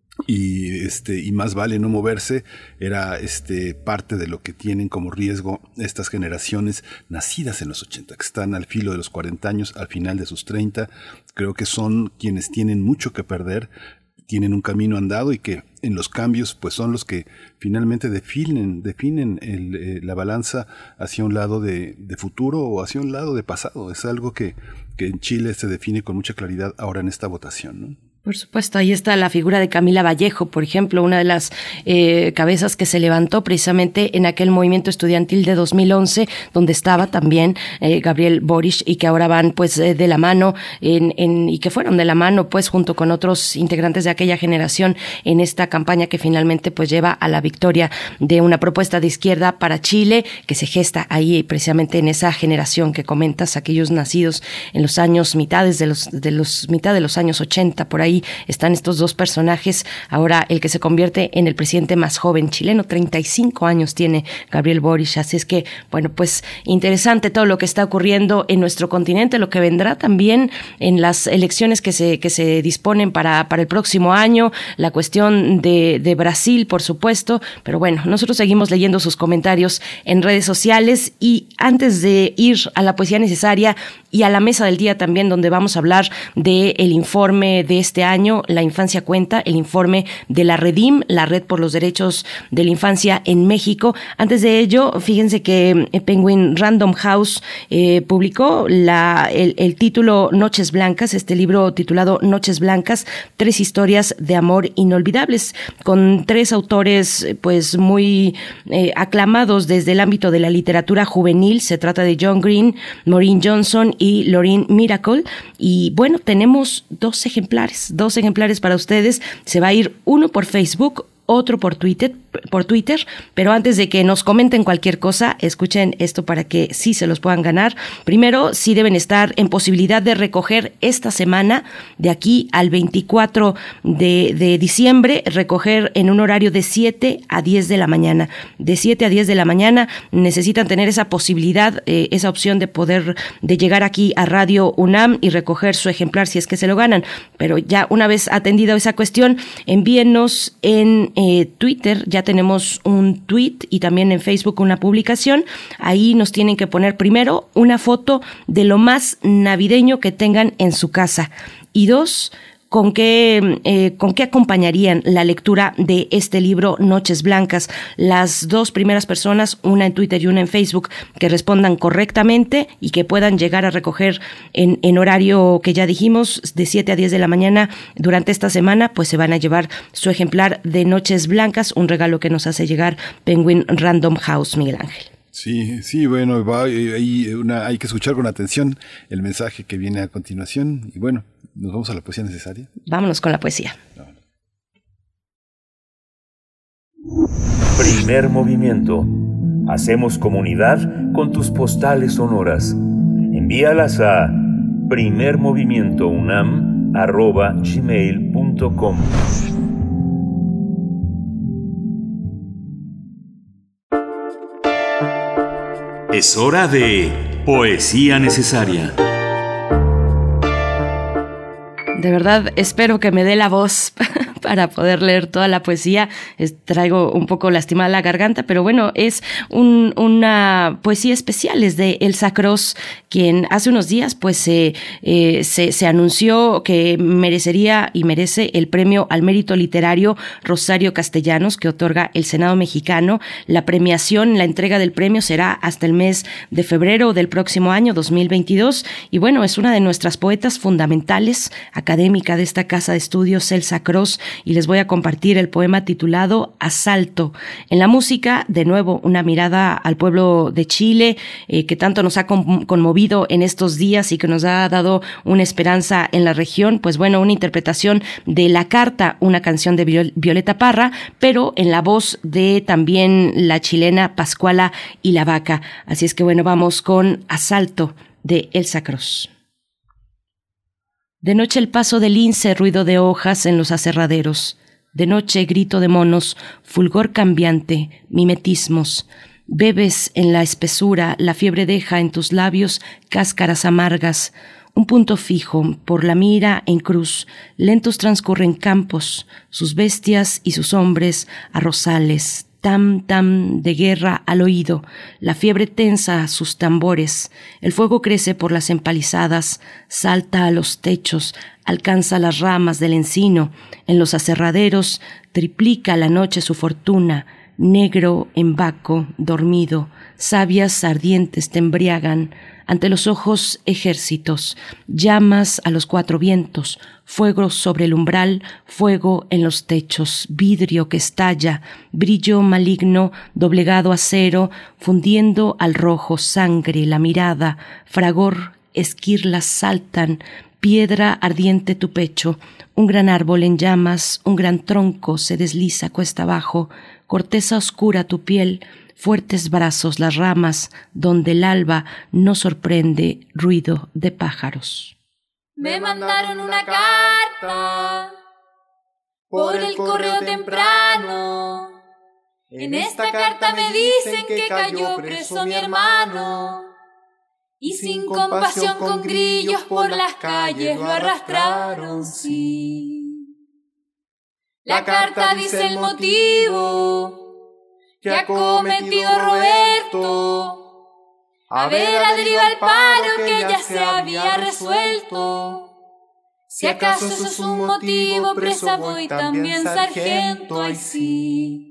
Y más vale no moverse, era parte de lo que tienen como riesgo estas generaciones nacidas en los 80, que están al filo de los 40 años, al final de sus 30. Creo que son quienes tienen mucho que perder, tienen un camino andado, y que en los cambios pues son los que finalmente definen la balanza hacia un lado de futuro o hacia un lado de pasado. Es algo que en Chile se define con mucha claridad ahora en esta votación, ¿no? Por supuesto, ahí está la figura de Camila Vallejo, por ejemplo, una de las cabezas que se levantó precisamente en aquel movimiento estudiantil de 2011, donde estaba también Gabriel Boric, y que ahora van pues de la mano y que fueron de la mano pues junto con otros integrantes de aquella generación en esta campaña que finalmente pues lleva a la victoria de una propuesta de izquierda para Chile, que se gesta ahí precisamente en esa generación que comentas, aquellos nacidos en los años mitad de los años 80, por ahí están estos dos personajes. Ahora el que se convierte en el presidente más joven chileno, 35 años tiene Gabriel Boric, así es que, bueno, pues interesante todo lo que está ocurriendo en nuestro continente, lo que vendrá también en las elecciones que se disponen para el próximo año, la cuestión de Brasil, por supuesto, pero bueno, nosotros seguimos leyendo sus comentarios en redes sociales, y antes de ir a la poesía necesaria y a la mesa del día también, donde vamos a hablar del informe de este año, La Infancia Cuenta, el informe de la REDIM, la Red por los Derechos de la Infancia en México. Antes de ello, fíjense que Penguin Random House publicó el título Noches Blancas, este libro titulado Noches Blancas, 3 historias de amor inolvidables, con 3 autores pues muy aclamados desde el ámbito de la literatura juvenil. Se trata de John Green, Maureen Johnson y Lauren Miracle. Y bueno, tenemos 2 ejemplares para ustedes. Se va a ir uno por Facebook, otro por Twitter, pero antes de que nos comenten cualquier cosa, escuchen esto para que sí se los puedan ganar. Primero, sí deben estar en posibilidad de recoger esta semana, de aquí al 24 de diciembre, recoger en un horario de 7 a 10 de la mañana. De 7 a 10 de la mañana necesitan tener esa posibilidad, esa opción de llegar aquí a Radio UNAM y recoger su ejemplar si es que se lo ganan. Pero ya una vez atendida esa cuestión, envíennos en Twitter, ya tenemos un tweet, y también en Facebook una publicación. Ahí nos tienen que poner primero una foto de lo más navideño que tengan en su casa, y 2, ¿con qué acompañarían la lectura de este libro Noches Blancas? Las 2 primeras personas, una en Twitter y una en Facebook, que respondan correctamente y que puedan llegar a recoger en horario que ya dijimos, de 7 a 10 de la mañana durante esta semana, pues se van a llevar su ejemplar de Noches Blancas, un regalo que nos hace llegar Penguin Random House, Miguel Ángel. Sí, bueno, hay que escuchar con atención el mensaje que viene a continuación, y bueno, nos vamos a la poesía necesaria. Vámonos con la poesía. Primer movimiento. Hacemos comunidad con tus postales sonoras. Envíalas a primermovimientounam@gmail.com. Es hora de poesía necesaria. De verdad, espero que me dé la voz para poder leer toda la poesía. Traigo un poco lastimada la garganta, pero bueno, es una poesía especial. Es de Elsa Cross, quien hace unos días pues se anunció que merecería y merece el premio al mérito literario Rosario Castellanos, que otorga el Senado mexicano. La premiación, la entrega del premio será hasta el mes de febrero del próximo año 2022. Y bueno, es una de nuestras poetas fundamentales, académica de esta casa de estudios, Elsa Cross, y les voy a compartir el poema titulado Asalto. En la música, de nuevo, una mirada al pueblo de Chile, que tanto nos ha conmovido en estos días y que nos ha dado una esperanza en la región. Pues bueno, una interpretación de La Carta, una canción de Violeta Parra, pero en la voz de también la chilena Pascuala y la Vaca. Así es que bueno, vamos con Asalto de Elsa Cross. De noche el paso del lince, ruido de hojas en los aserraderos. De noche grito de monos, fulgor cambiante, mimetismos. Bebes en la espesura, la fiebre deja en tus labios cáscaras amargas. Un punto fijo, por la mira en cruz, lentos transcurren campos, sus bestias y sus hombres, arrozales, tam, tam de guerra al oído, la fiebre tensa sus tambores, el fuego crece por las empalizadas, salta a los techos, alcanza las ramas del encino, en los aserraderos triplica la noche su fortuna, negro en Baco, dormido, sabias ardientes te embriagan, ante los ojos ejércitos, llamas a los cuatro vientos, fuego sobre el umbral, fuego en los techos, vidrio que estalla, brillo maligno, doblegado acero, fundiendo al rojo sangre la mirada, fragor, esquirlas saltan, piedra ardiente tu pecho, un gran árbol en llamas, un gran tronco se desliza cuesta abajo, corteza oscura tu piel, fuertes brazos las ramas, donde el alba no sorprende ruido de pájaros. Me mandaron una carta por el correo temprano. En esta carta me dicen que cayó preso mi hermano. Y sin compasión con grillos por las calles lo arrastraron, sí. La carta dice el motivo que ha cometido Roberto, haber adherido al paro que ya se había resuelto. Si acaso eso es un motivo, presa voy también sargento, ay sí.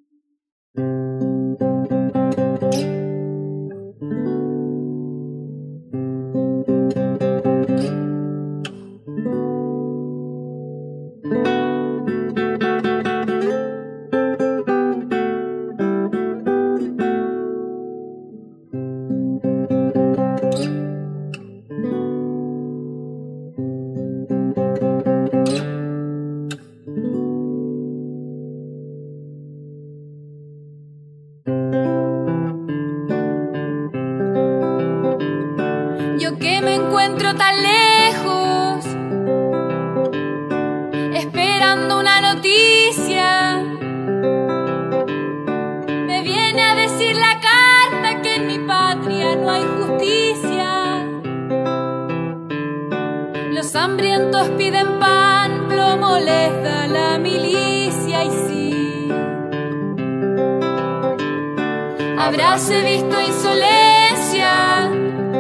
Habráse visto insolencia,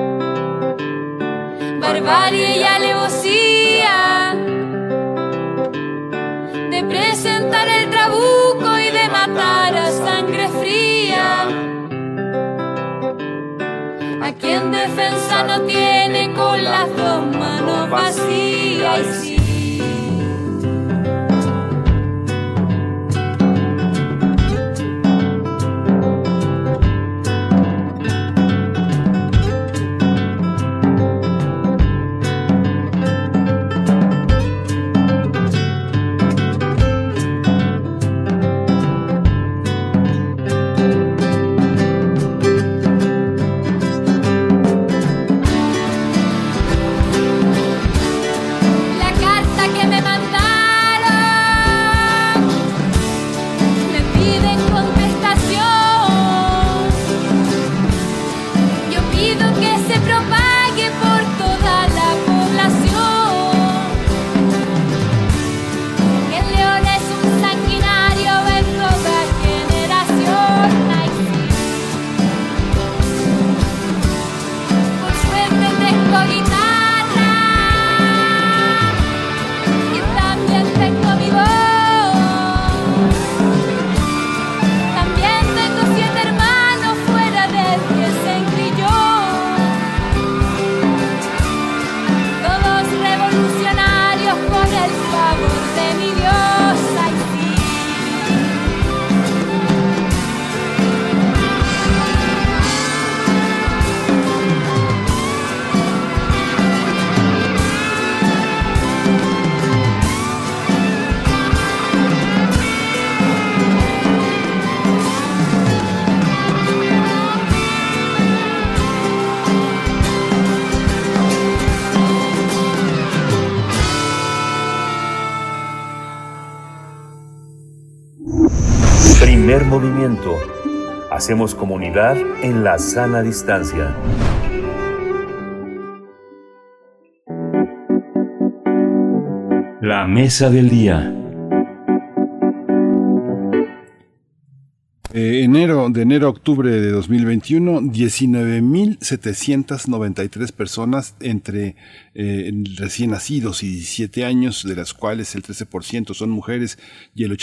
barbarie y alevosía, de presentar el trabuco y de matar a sangre fría, a quien defensa no tiene con las dos manos vacías. Y sí. Primer movimiento. Hacemos comunidad en la sana distancia. La mesa del día. De enero a octubre de 2021, 19,793 personas entre recién nacidos y 17 años, de las cuales el 13% son mujeres y el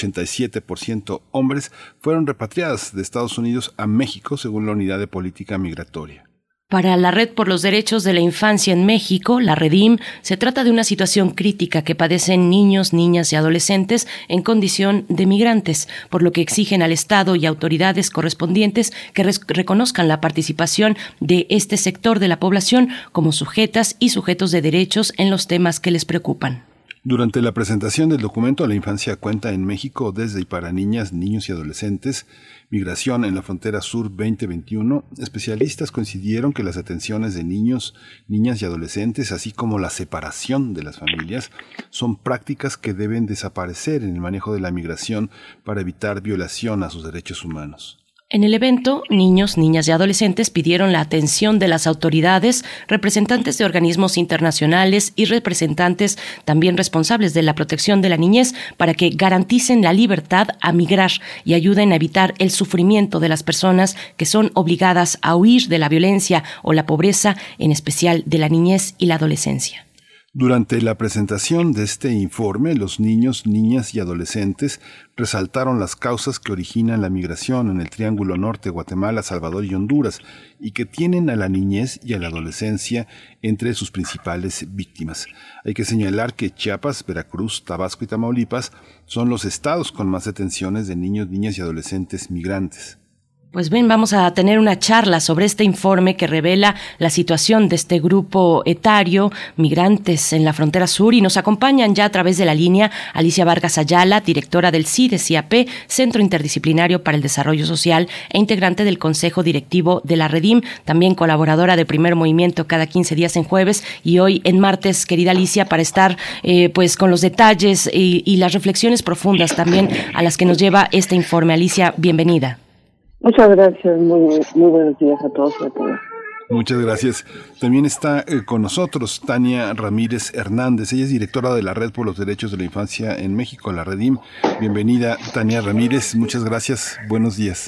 87% hombres, fueron repatriadas de Estados Unidos a México, según la Unidad de Política Migratoria. Para la Red por los Derechos de la Infancia en México, la REDIM, se trata de una situación crítica que padecen niños, niñas y adolescentes en condición de migrantes, por lo que exigen al Estado y autoridades correspondientes que reconozcan la participación de este sector de la población como sujetas y sujetos de derechos en los temas que les preocupan. Durante la presentación del documento La Infancia Cuenta en México desde y para niñas, niños y adolescentes, Migración en la Frontera Sur 2021, especialistas coincidieron que las atenciones de niños, niñas y adolescentes, así como la separación de las familias, son prácticas que deben desaparecer en el manejo de la migración para evitar violación a sus derechos humanos. En el evento, niños, niñas y adolescentes pidieron la atención de las autoridades, representantes de organismos internacionales y representantes también responsables de la protección de la niñez para que garanticen la libertad a migrar y ayuden a evitar el sufrimiento de las personas que son obligadas a huir de la violencia o la pobreza, en especial de la niñez y la adolescencia. Durante la presentación de este informe, los niños, niñas y adolescentes resaltaron las causas que originan la migración en el Triángulo Norte, Guatemala, Salvador y Honduras, y que tienen a la niñez y a la adolescencia entre sus principales víctimas. Hay que señalar que Chiapas, Veracruz, Tabasco y Tamaulipas son los estados con más detenciones de niños, niñas y adolescentes migrantes. Pues bien, vamos a tener una charla sobre este informe que revela la situación de este grupo etario, migrantes en la frontera sur, y nos acompañan ya a través de la línea Alicia Vargas Ayala, directora del CIDE-CIAP, Centro Interdisciplinario para el Desarrollo Social e integrante del Consejo Directivo de la REDIM, también colaboradora de Primer Movimiento cada 15 días en jueves y hoy en martes, querida Alicia, para estar pues con los detalles y las reflexiones profundas también a las que nos lleva este informe. Alicia, bienvenida. Muchas gracias, muy buenos días a todos y a todas. Muchas gracias. También está con nosotros Tania Ramírez Hernández. Ella es directora de la Red por los Derechos de la Infancia en México, la REDIM. Bienvenida, Tania Ramírez. Muchas gracias. Buenos días.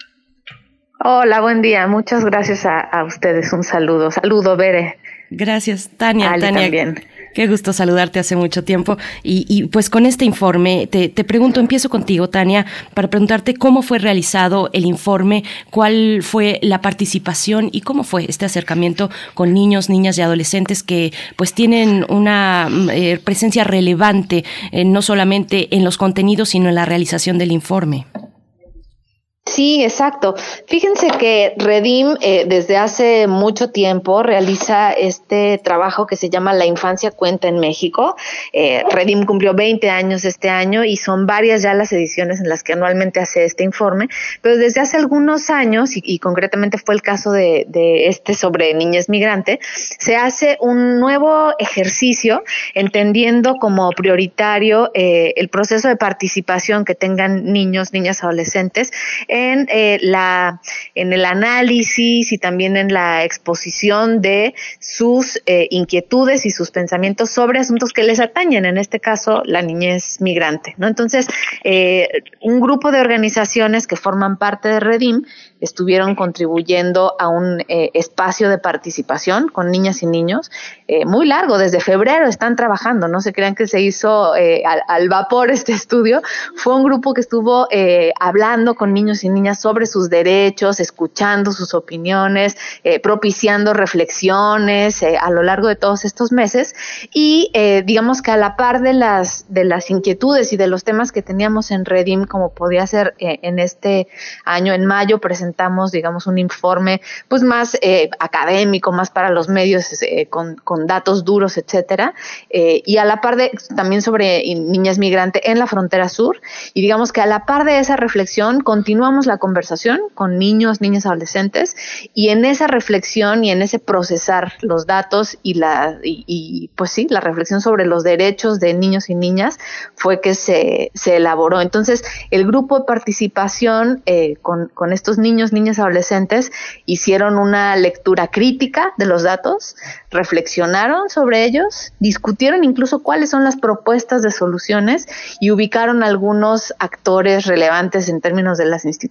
Hola, buen día. Muchas gracias a ustedes. Un saludo. Saludo, Bere. Gracias, Tania. Ali Tania, también. Qué gusto saludarte hace mucho tiempo. Y pues con este informe, te pregunto, empiezo contigo, Tania, para preguntarte cómo fue realizado el informe, cuál fue la participación y cómo fue este acercamiento con niños, niñas y adolescentes que pues tienen una presencia relevante, no solamente en los contenidos, sino en la realización del informe. Sí, exacto. Fíjense que REDIM desde hace mucho tiempo realiza este trabajo que se llama La Infancia Cuenta en México. REDIM cumplió 20 años este año y son varias ya las ediciones en las que anualmente hace este informe, pero desde hace algunos años, y concretamente fue el caso de este sobre niñez migrante, se hace un nuevo ejercicio entendiendo como prioritario el proceso de participación que tengan niños, niñas, adolescentes en el análisis y también en la exposición de sus inquietudes y sus pensamientos sobre asuntos que les atañen, en este caso la niñez migrante, ¿no? Entonces, un grupo de organizaciones que forman parte de REDIM estuvieron contribuyendo a un espacio de participación con niñas y niños muy largo, desde febrero están trabajando, no se crean que se hizo al vapor este estudio, fue un grupo que estuvo hablando con niños y niñas sobre sus derechos, escuchando sus opiniones, propiciando reflexiones a lo largo de todos estos meses y digamos que a la par de las inquietudes y de los temas que teníamos en REDIM, como podía ser en este año, en mayo presentamos, digamos, un informe pues más académico, más para los medios, con datos duros, etcétera, y a la par de también sobre niñez migrante en la frontera sur, y digamos que a la par de esa reflexión continuamos la conversación con niños, niñas, adolescentes, y en esa reflexión y en ese procesar los datos y pues sí, la reflexión sobre los derechos de niños y niñas fue que se elaboró. Entonces, el grupo de participación con estos niños, niñas, adolescentes hicieron una lectura crítica de los datos, reflexionaron sobre ellos, discutieron incluso cuáles son las propuestas de soluciones y ubicaron algunos actores relevantes en términos de las instituciones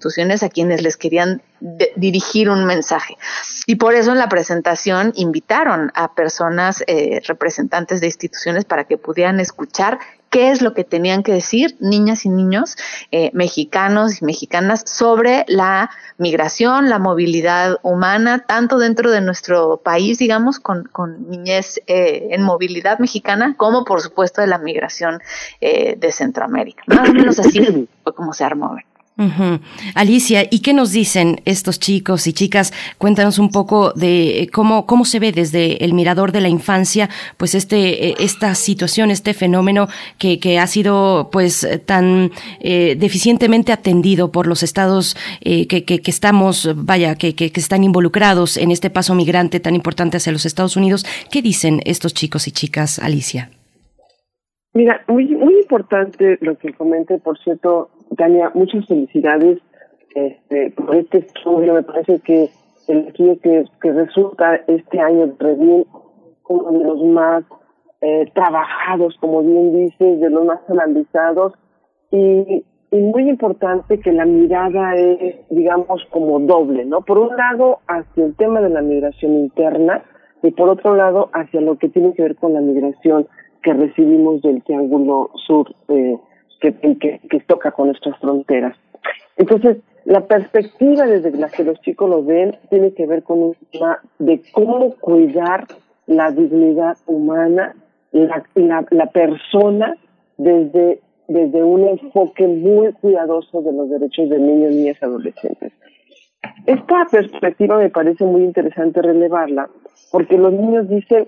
instituciones a quienes les querían dirigir un mensaje. Y por eso en la presentación invitaron a personas, representantes de instituciones, para que pudieran escuchar qué es lo que tenían que decir niñas y niños mexicanos y mexicanas sobre la migración, la movilidad humana, tanto dentro de nuestro país, digamos, con niñez en movilidad mexicana, como por supuesto de la migración de Centroamérica. Más o menos así fue como se armó. Uh-huh. Alicia, ¿y qué nos dicen estos chicos y chicas? Cuéntanos un poco de cómo se ve desde el mirador de la infancia, pues esta situación, este fenómeno que ha sido pues tan deficientemente atendido por los estados que estamos, que están involucrados en este paso migrante tan importante hacia los Estados Unidos. ¿Qué dicen estos chicos y chicas, Alicia? Mira, muy importante lo que comenté, por cierto, Tania, muchas felicidades por este estudio. Me parece que el estudio que resulta este año de Redim, uno de los más trabajados, como bien dices, de los más analizados, y muy importante que la mirada es, digamos, como doble, ¿no? Por un lado, hacia el tema de la migración interna, y por otro lado, hacia lo que tiene que ver con la migración que recibimos del Triángulo Sur, que toca con nuestras fronteras. Entonces, la perspectiva desde la que los chicos lo ven tiene que ver con un tema de cómo cuidar la dignidad humana, la persona, desde un enfoque muy cuidadoso de los derechos de niños, niñas y adolescentes. Esta perspectiva me parece muy interesante relevarla, porque los niños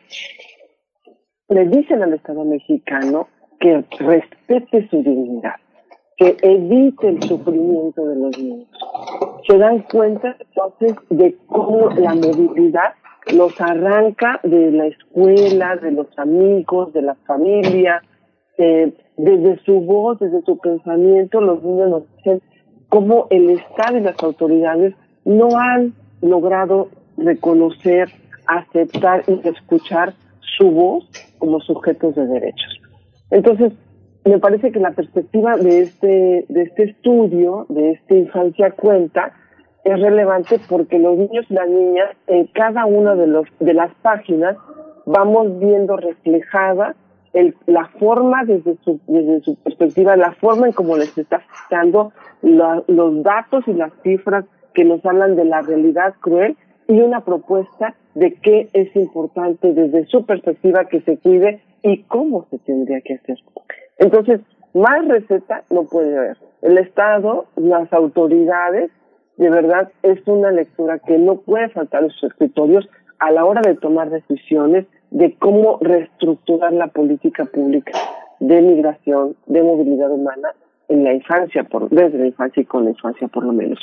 le dicen al Estado mexicano que respete su dignidad, que evite el sufrimiento de los niños. Se dan cuenta entonces de cómo la movilidad los arranca de la escuela, de los amigos, de la familia, desde su voz, desde su pensamiento. Los niños nos dicen cómo el Estado y las autoridades no han logrado reconocer, aceptar y escuchar su voz como sujetos de derechos. Entonces, me parece que la perspectiva de este estudio, de esta Infancia Cuenta, es relevante porque los niños y las niñas, en cada una de las páginas, vamos viendo reflejada la forma, desde su perspectiva, la forma en cómo les está afectando los datos y las cifras que nos hablan de la realidad cruel, y una propuesta de qué es importante desde su perspectiva que se cuide y cómo se tendría que hacer. Entonces, más receta no puede haber. El Estado, las autoridades, de verdad, es una lectura que no puede faltar en sus escritorios a la hora de tomar decisiones de cómo reestructurar la política pública de migración, de movilidad humana en la infancia, desde la infancia y con la infancia por lo menos.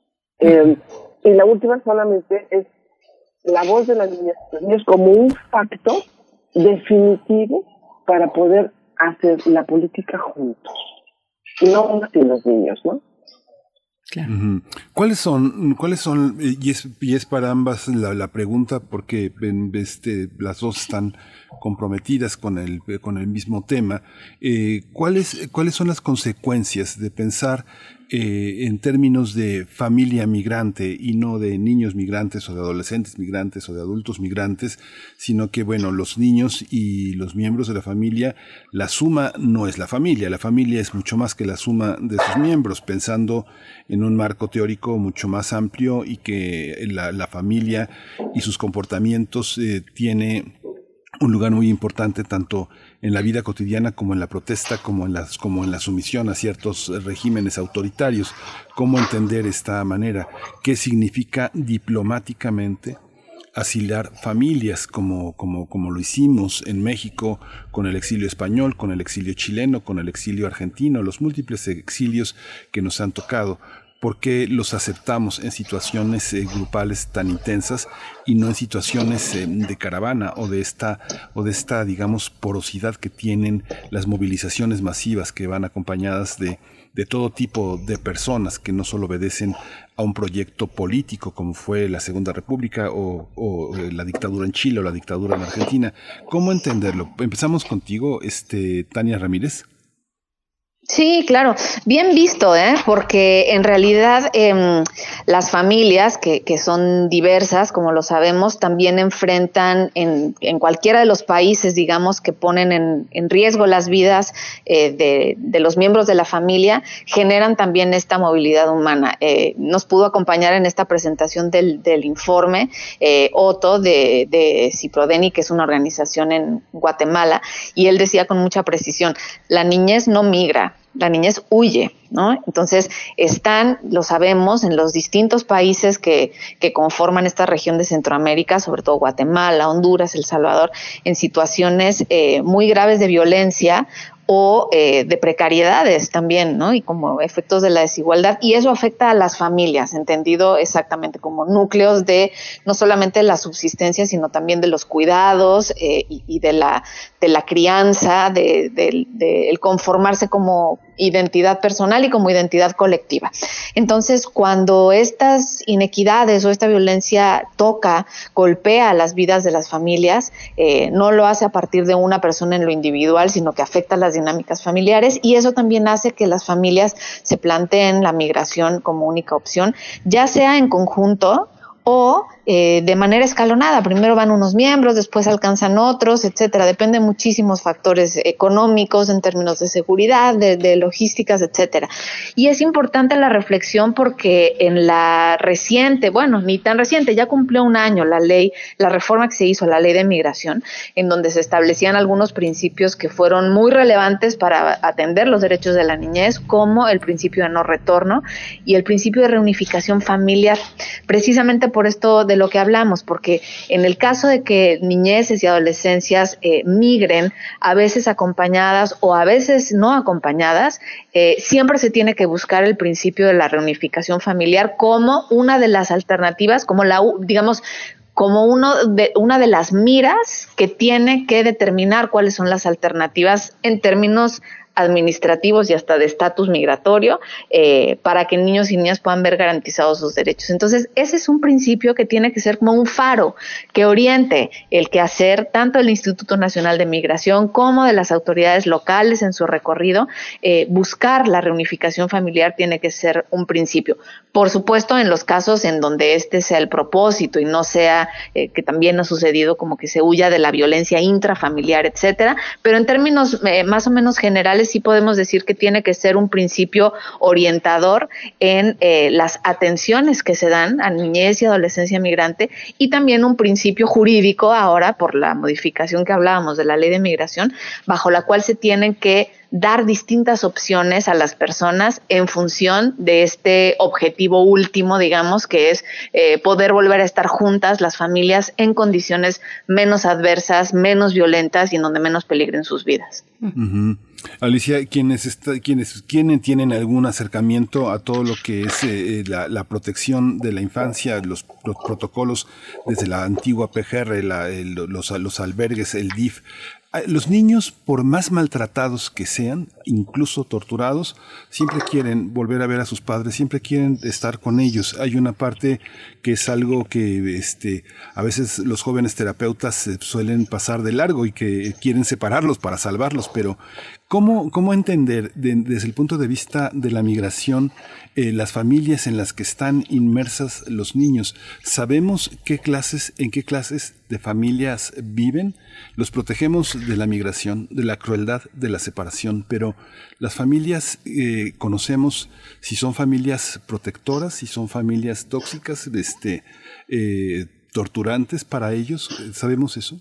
Y la última solamente es la voz de las niñas y los niños como un factor definitivo para poder hacer la política juntos, no sin los niños, ¿no? Claro. Uh-huh. ¿Cuáles son, y es para ambas la pregunta, porque las dos están comprometidas con el mismo tema? ¿Cuáles son las consecuencias de pensar en términos de familia migrante y no de niños migrantes o de adolescentes migrantes o de adultos migrantes, sino que, bueno, los niños y los miembros de la familia, la suma no es la familia es mucho más que la suma de sus miembros, pensando en un marco teórico mucho más amplio, y que la familia y sus comportamientos tiene un lugar muy importante tanto en la vida cotidiana como en la protesta, como en la sumisión a ciertos regímenes autoritarios. ¿Cómo entender esta manera? ¿Qué significa diplomáticamente asilar familias como lo hicimos en México con el exilio español, con el exilio chileno, con el exilio argentino, los múltiples exilios que nos han tocado? ¿Por qué los aceptamos en situaciones grupales tan intensas y no en situaciones de caravana o de esta, digamos, porosidad que tienen las movilizaciones masivas que van acompañadas de todo tipo de personas que no solo obedecen a un proyecto político como fue la Segunda República o la dictadura en Chile o la dictadura en Argentina? ¿Cómo entenderlo? Empezamos contigo, Tania Ramírez. Sí, claro, bien visto, porque en realidad las familias que son diversas, como lo sabemos, también enfrentan en cualquiera de los países, digamos, que ponen en riesgo las vidas de los miembros de la familia, generan también esta movilidad humana. Nos pudo acompañar en esta presentación del informe Otto de Ciprodeni, que es una organización en Guatemala, y él decía con mucha precisión, la niñez no migra, la niñez huye, ¿no? Entonces lo sabemos, en los distintos países que conforman esta región de Centroamérica, sobre todo Guatemala, Honduras, El Salvador, en situaciones muy graves de violencia o de precariedades también, ¿no? Y como efectos de la desigualdad, y eso afecta a las familias, entendido exactamente como núcleos de no solamente la subsistencia, sino también de los cuidados y de la crianza, el conformarse como identidad personal y como identidad colectiva. Entonces, cuando estas inequidades o esta violencia golpea las vidas de las familias, no lo hace a partir de una persona en lo individual, sino que afecta las dinámicas familiares, y eso también hace que las familias se planteen la migración como única opción, ya sea en conjunto o de manera escalonada. Primero van unos miembros, después alcanzan otros, etcétera. Depende de muchísimos factores económicos, en términos de seguridad, de logísticas, etcétera. Y es importante la reflexión porque en la reciente, bueno, ni tan reciente, ya cumplió un año la reforma que se hizo a la ley de migración, en donde se establecían algunos principios que fueron muy relevantes para atender los derechos de la niñez, como el principio de no retorno y el principio de reunificación familiar. Precisamente por esto de lo que hablamos, porque en el caso de que niñeces y adolescencias migren, a veces acompañadas o a veces no acompañadas, siempre se tiene que buscar el principio de la reunificación familiar como una de las alternativas, como como una de las miras que tiene que determinar cuáles son las alternativas en términos administrativos y hasta de estatus migratorio, para que niños y niñas puedan ver garantizados sus derechos. Entonces, ese es un principio que tiene que ser como un faro que oriente el quehacer tanto del Instituto Nacional de Migración como de las autoridades locales en su recorrido. Buscar la reunificación familiar tiene que ser un principio. Por supuesto, en los casos en donde este sea el propósito y no sea, que también ha sucedido, como que se huya de la violencia intrafamiliar, etcétera, pero en términos más o menos generales sí podemos decir que tiene que ser un principio orientador en las atenciones que se dan a niñez y adolescencia migrante, y también un principio jurídico ahora por la modificación que hablábamos de la ley de migración, bajo la cual se tienen que dar distintas opciones a las personas en función de este objetivo último, digamos, que es poder volver a estar juntas las familias en condiciones menos adversas, menos violentas y en donde menos peligren sus vidas. Uh-huh. Alicia, ¿quiénes tienen algún acercamiento a todo lo que es la protección de la infancia, los protocolos desde la antigua PGR, los albergues, el DIF? Los niños, por más maltratados que sean, incluso torturados, siempre quieren volver a ver a sus padres, siempre quieren estar con ellos. Hay una parte que es algo que a veces los jóvenes terapeutas suelen pasar de largo y que quieren separarlos para salvarlos, pero ¿cómo entender desde el punto de vista de la migración las familias en las que están inmersas los niños? ¿Sabemos en qué clases de familias viven? Los protegemos de la migración, de la crueldad, de la separación, pero las familias conocemos si son familias protectoras, si son familias tóxicas, torturantes para ellos. ¿Sabemos eso?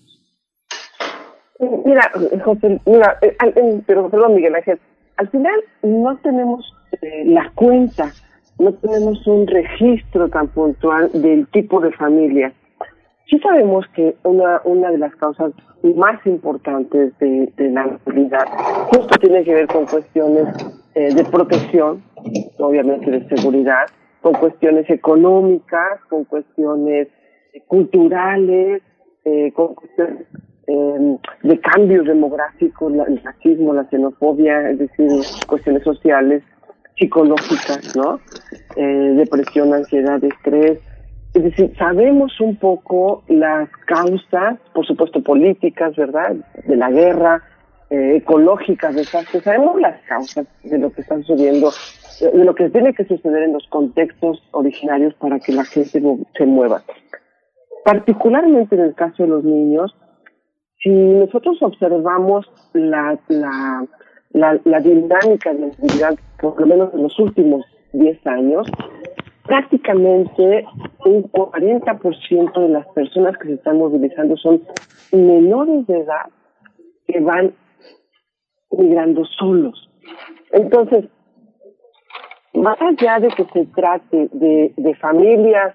Mira, José, perdón, Miguel Ángel, al final no tenemos la cuenta, no tenemos un registro tan puntual del tipo de familia. Sí sabemos que una de las causas más importantes de la movilidad justo tiene que ver con cuestiones de protección, obviamente de seguridad, con cuestiones económicas, con cuestiones culturales, con cuestiones de cambios demográficos, el racismo, la xenofobia, es decir, cuestiones sociales, psicológicas, ¿no? Depresión, ansiedad, estrés. Es decir, sabemos un poco las causas, por supuesto políticas, ¿verdad?, de la guerra, ecológicas, desastres. Sabemos las causas de lo que está sucediendo, de lo que tiene que suceder en los contextos originarios para que la gente se mueva. Particularmente en el caso de los niños, si nosotros observamos la dinámica de la movilidad, por lo menos en los últimos 10 años, prácticamente un 40% de las personas que se están movilizando son menores de edad que van migrando solos. Entonces, más allá de que se trate de familias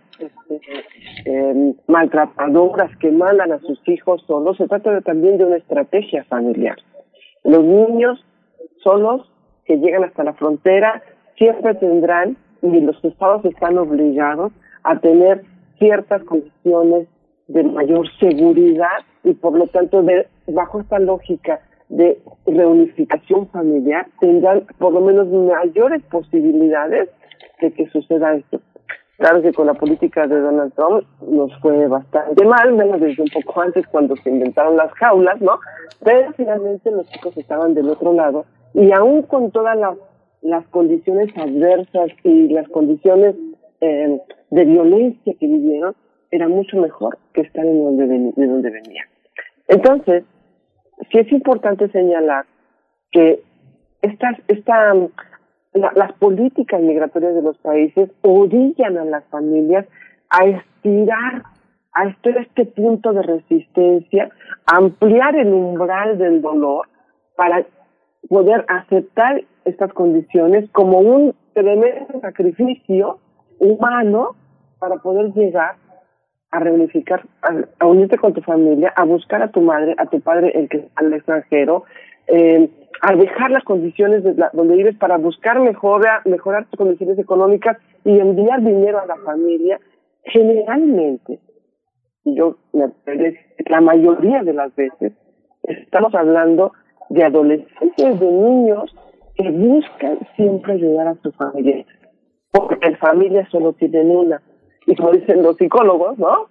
maltratadoras que mandan a sus hijos solos, se trata también de una estrategia familiar. Los niños solos que llegan hasta la frontera siempre tendrán, y los estados están obligados a tener ciertas condiciones de mayor seguridad y por lo tanto bajo esta lógica de reunificación familiar tendrán por lo menos mayores posibilidades de que suceda esto. Claro que con la política de Donald Trump nos fue bastante mal, menos desde un poco antes cuando se inventaron las jaulas, ¿no? Pero finalmente los chicos estaban del otro lado y aún con todas las condiciones adversas y las condiciones de violencia que vivieron, era mucho mejor que estar de donde venían. Entonces, sí es importante señalar que las políticas migratorias de los países orillan a las familias a estirar a este punto de resistencia, ampliar el umbral del dolor para poder aceptar estas condiciones como un tremendo sacrificio humano para poder llegar a reunificar, a unirte con tu familia, a buscar a tu madre, a tu padre, el que está al extranjero, a dejar las condiciones donde vives para buscar mejorar tus condiciones económicas y enviar dinero a la familia. Generalmente, la mayoría de las veces, estamos hablando de adolescentes, de niños que buscan siempre ayudar a su familia, porque las familias solo tienen una. Y como dicen los psicólogos, ¿no?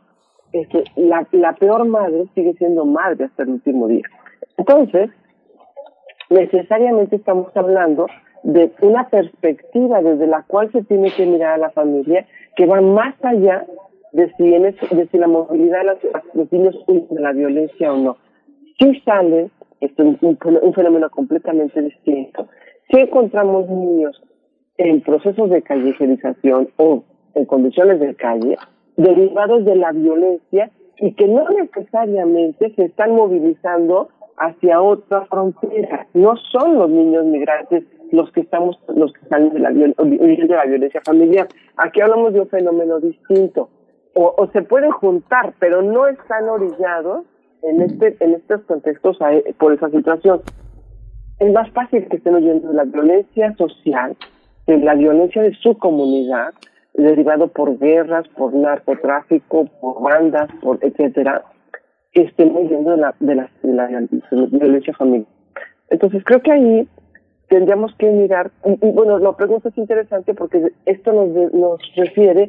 La peor madre sigue siendo madre hasta el último día. Entonces, necesariamente estamos hablando de una perspectiva desde la cual se tiene que mirar a la familia que va más allá de si la movilidad de los niños huye de la violencia o no. Si sale, esto es un fenómeno completamente distinto, si encontramos niños en procesos de callejerización o en condiciones de calle, derivados de la violencia y que no necesariamente se están movilizando hacia otra frontera. No son los niños migrantes los que están de la violencia familiar. Aquí hablamos de un fenómeno distinto. O se pueden juntar, pero no están orillados en estos contextos por esa situación. Es más fácil que estén huyendo de la violencia social, de la violencia de su comunidad, derivado por guerras, por narcotráfico, por bandas, por etcétera, que estén huyendo de la violencia familiar. Entonces creo que ahí tendríamos que mirar, y bueno, la pregunta es interesante porque esto nos refiere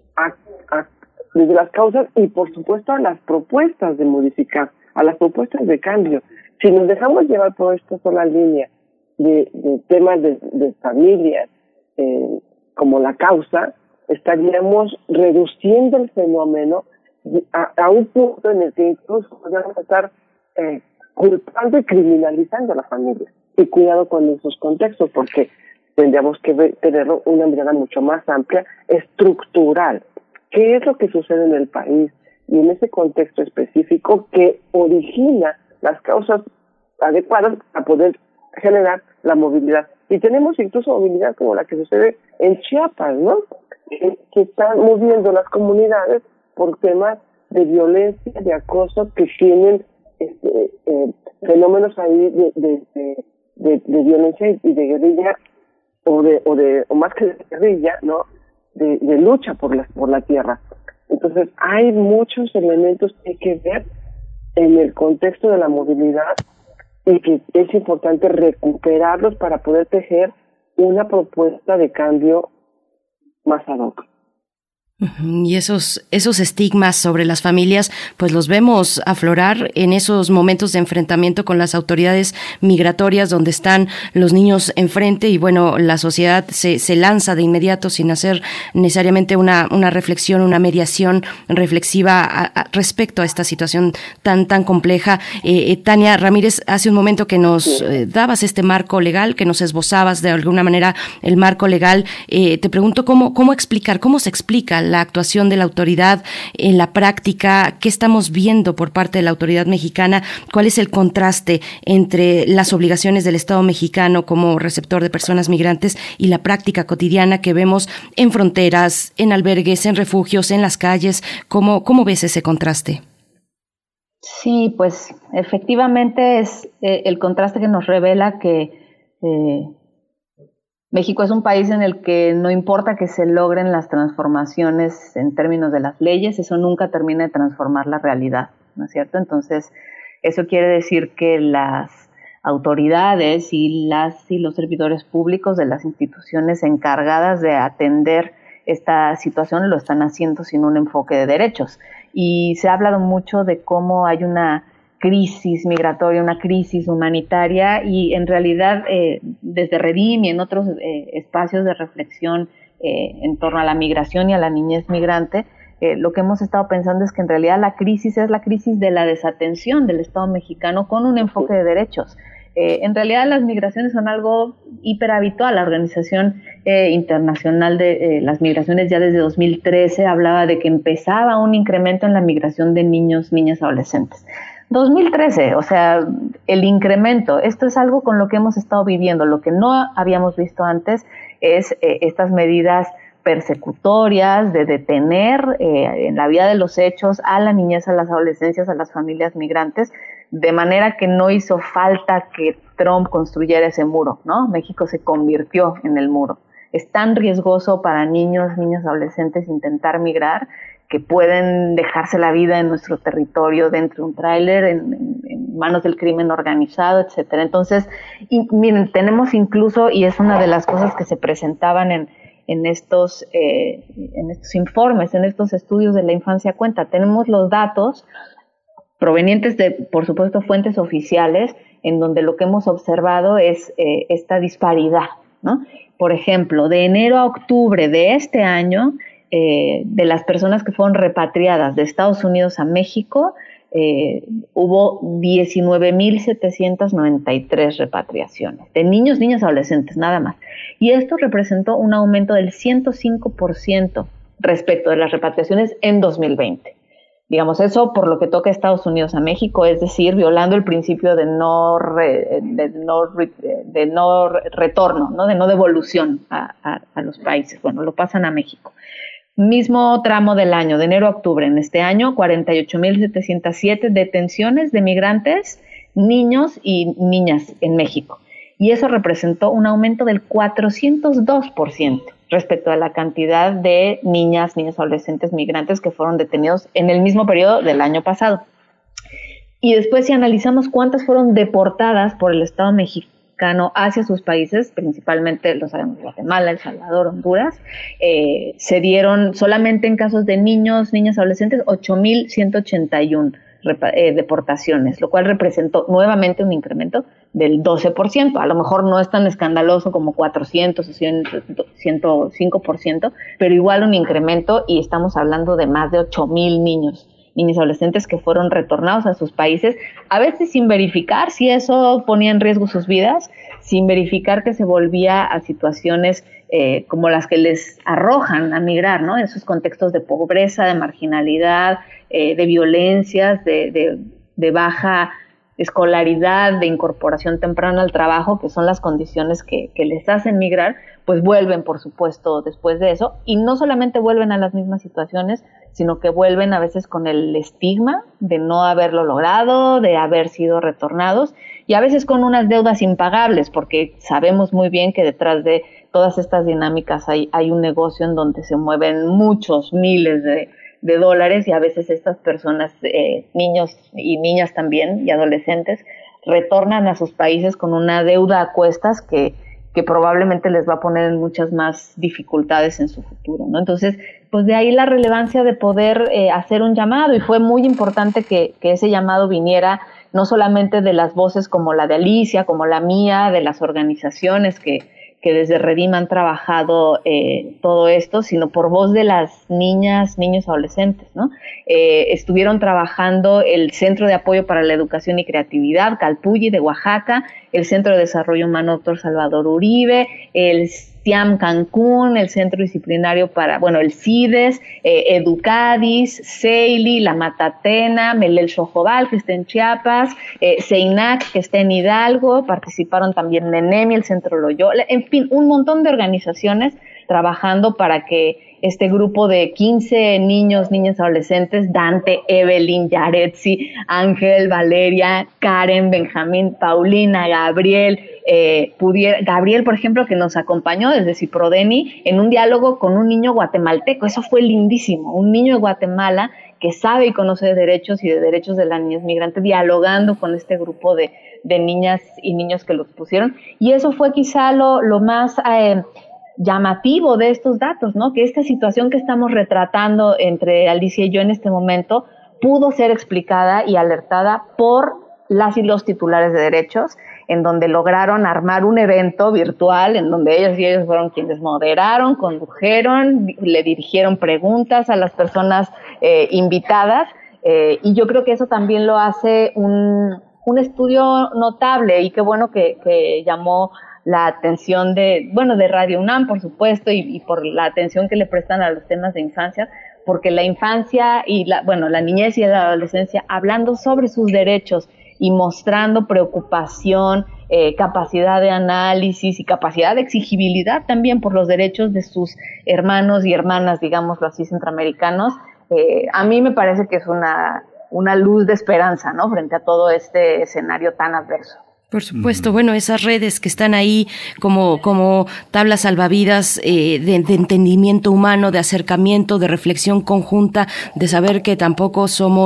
desde las causas y por supuesto a las propuestas de modificar, a las propuestas de cambio. Si nos dejamos llevar por esta sola línea de temas de familias como la causa, estaríamos reduciendo el fenómeno a un punto en el que incluso podríamos estar culpando y criminalizando a la familia. Y cuidado con esos contextos, porque tendríamos que tener una mirada mucho más amplia, estructural. ¿Qué es lo que sucede en el país? Y en ese contexto específico que origina las causas adecuadas para poder generar la movilidad. Y tenemos incluso movilidad como la que sucede en Chiapas, ¿no? Que están moviendo las comunidades por temas de violencia, de acoso, que tienen fenómenos ahí de violencia y de guerrilla, o más que de guerrilla, ¿no? De lucha por la tierra. Entonces, hay muchos elementos que hay que ver en el contexto de la movilidad y que es importante recuperarlos para poder tejer una propuesta de cambio más ad hoc. Y esos estigmas sobre las familias, pues los vemos aflorar en esos momentos de enfrentamiento con las autoridades migratorias, donde están los niños enfrente y bueno, la sociedad se lanza de inmediato sin hacer necesariamente una reflexión, una mediación reflexiva respecto a esta situación tan compleja. Tania Ramírez, hace un momento que nos dabas este marco legal, que nos esbozabas de alguna manera el marco legal. Te pregunto cómo explicar, cómo se explica la actuación de la autoridad en la práctica, qué estamos viendo por parte de la autoridad mexicana, cuál es el contraste entre las obligaciones del Estado mexicano como receptor de personas migrantes y la práctica cotidiana que vemos en fronteras, en albergues, en refugios, en las calles. ¿Cómo ves ese contraste? Sí, pues efectivamente es el contraste que nos revela que México es un país en el que no importa que se logren las transformaciones en términos de las leyes, eso nunca termina de transformar la realidad, ¿no es cierto? Entonces, eso quiere decir que las autoridades y los servidores públicos de las instituciones encargadas de atender esta situación lo están haciendo sin un enfoque de derechos. Y se ha hablado mucho de cómo hay una crisis migratoria, una crisis humanitaria, y en realidad desde Redim y en otros espacios de reflexión en torno a la migración y a la niñez migrante, lo que hemos estado pensando es que en realidad la crisis es la crisis de la desatención del Estado mexicano con un enfoque de derechos. En realidad las migraciones son algo hiperhabitual. La Organización Internacional de las Migraciones ya desde 2013 hablaba de que empezaba un incremento en la migración de niños, niñas, adolescentes. 2013, o sea, el incremento, esto es algo con lo que hemos estado viviendo. Lo que no habíamos visto antes es estas medidas persecutorias de detener en la vía de los hechos a la niñez, a las adolescencias, a las familias migrantes, de manera que no hizo falta que Trump construyera ese muro, ¿no? México se convirtió en el muro. Es tan riesgoso para niños, niñas, adolescentes intentar migrar que pueden dejarse la vida en nuestro territorio dentro de un tráiler, en manos del crimen organizado, etcétera. Entonces, miren, tenemos incluso, y es una de las cosas que se presentaban en estos informes, en estos estudios de la infancia cuenta, tenemos los datos provenientes de, por supuesto, fuentes oficiales, en donde lo que hemos observado es esta disparidad, ¿no? Por ejemplo, de enero a octubre de este año, de las personas que fueron repatriadas de Estados Unidos a México, hubo 19,793 repatriaciones de niños, niñas, adolescentes, nada más. Y esto representó un aumento del 105% respecto de las repatriaciones en 2020. Digamos, eso por lo que toca a Estados Unidos a México, es decir, violando el principio de no retorno, ¿no? De no devolución a los países. Bueno, lo pasan a México. Mismo tramo del año, de enero a octubre. En este año, 48,707 detenciones de migrantes, niños y niñas en México. Y eso representó un aumento del 402% respecto a la cantidad de niñas, adolescentes migrantes que fueron detenidos en el mismo periodo del año pasado. Y después, si analizamos cuántas fueron deportadas por el Estado mexicano hacia sus países, principalmente lo sabemos, Guatemala, El Salvador, Honduras, se dieron solamente en casos de niños, niñas, adolescentes, 8,181 deportaciones, lo cual representó nuevamente un incremento del 12%. A lo mejor no es tan escandaloso como 400 o 105%, pero igual un incremento, y estamos hablando de más de 8,000 niños, niñas y adolescentes que fueron retornados a sus países, a veces sin verificar si eso ponía en riesgo sus vidas, sin verificar que se volvía a situaciones como las que les arrojan a migrar, ¿no? En esos contextos de pobreza, de marginalidad, de violencias, de baja escolaridad, de incorporación temprana al trabajo, que son las condiciones que les hacen migrar, pues vuelven, por supuesto, después de eso, y no solamente vuelven a las mismas situaciones, sino que vuelven a veces con el estigma de no haberlo logrado, de haber sido retornados, y a veces con unas deudas impagables, porque sabemos muy bien que detrás de todas estas dinámicas hay un negocio en donde se mueven muchos miles de dólares, y a veces estas personas, niños y niñas también, y adolescentes, retornan a sus países con una deuda a cuestas que que probablemente les va a poner en muchas más dificultades en su futuro, ¿no? Entonces, pues de ahí la relevancia de poder hacer un llamado, y fue muy importante que ese llamado viniera no solamente de las voces como la de Alicia, como la mía, de las organizaciones que desde Redim han trabajado todo esto, sino por voz de las niñas, niños, adolescentes, ¿no? Estuvieron trabajando el Centro de Apoyo para la Educación y Creatividad, Calpulli, de Oaxaca, el Centro de Desarrollo Humano Dr. Salvador Uribe, el CIAM Cancún, el Centro Disciplinario el CIDES, Educadis, CEILI, La Matatena, Melel Xojobal, que está en Chiapas, CEINAC, que está en Hidalgo, participaron también NENEMI, el Centro Loyola, en fin, un montón de organizaciones trabajando para que este grupo de 15 niños, niñas, adolescentes, Dante, Evelyn, Yaretsi, Ángel, Valeria, Karen, Benjamín, Paulina, Gabriel, Gabriel, por ejemplo, que nos acompañó desde Ciprodeni en un diálogo con un niño guatemalteco. Eso fue lindísimo, un niño de Guatemala que sabe y conoce de derechos y de derechos de las niñas migrantes, dialogando con este grupo de niñas y niños que los pusieron. Y eso fue quizá lo más llamativo de estos datos, ¿no? Que esta situación que estamos retratando entre Alicia y yo en este momento pudo ser explicada y alertada por las y los titulares de derechos, en donde lograron armar un evento virtual, en donde ellos fueron quienes moderaron, condujeron, le dirigieron preguntas a las personas invitadas, y yo creo que eso también lo hace un estudio notable, y qué bueno que llamó la atención de Radio UNAM, por supuesto, y por la atención que le prestan a los temas de infancia, porque la infancia y la niñez y la adolescencia, hablando sobre sus derechos y mostrando preocupación, capacidad de análisis y capacidad de exigibilidad también por los derechos de sus hermanos y hermanas, digámoslo así, centroamericanos, a mí me parece que es una luz de esperanza, ¿no?, frente a todo este escenario tan adverso. Por supuesto, bueno, esas redes que están ahí como tablas salvavidas de entendimiento humano, de acercamiento, de reflexión conjunta, de saber que tampoco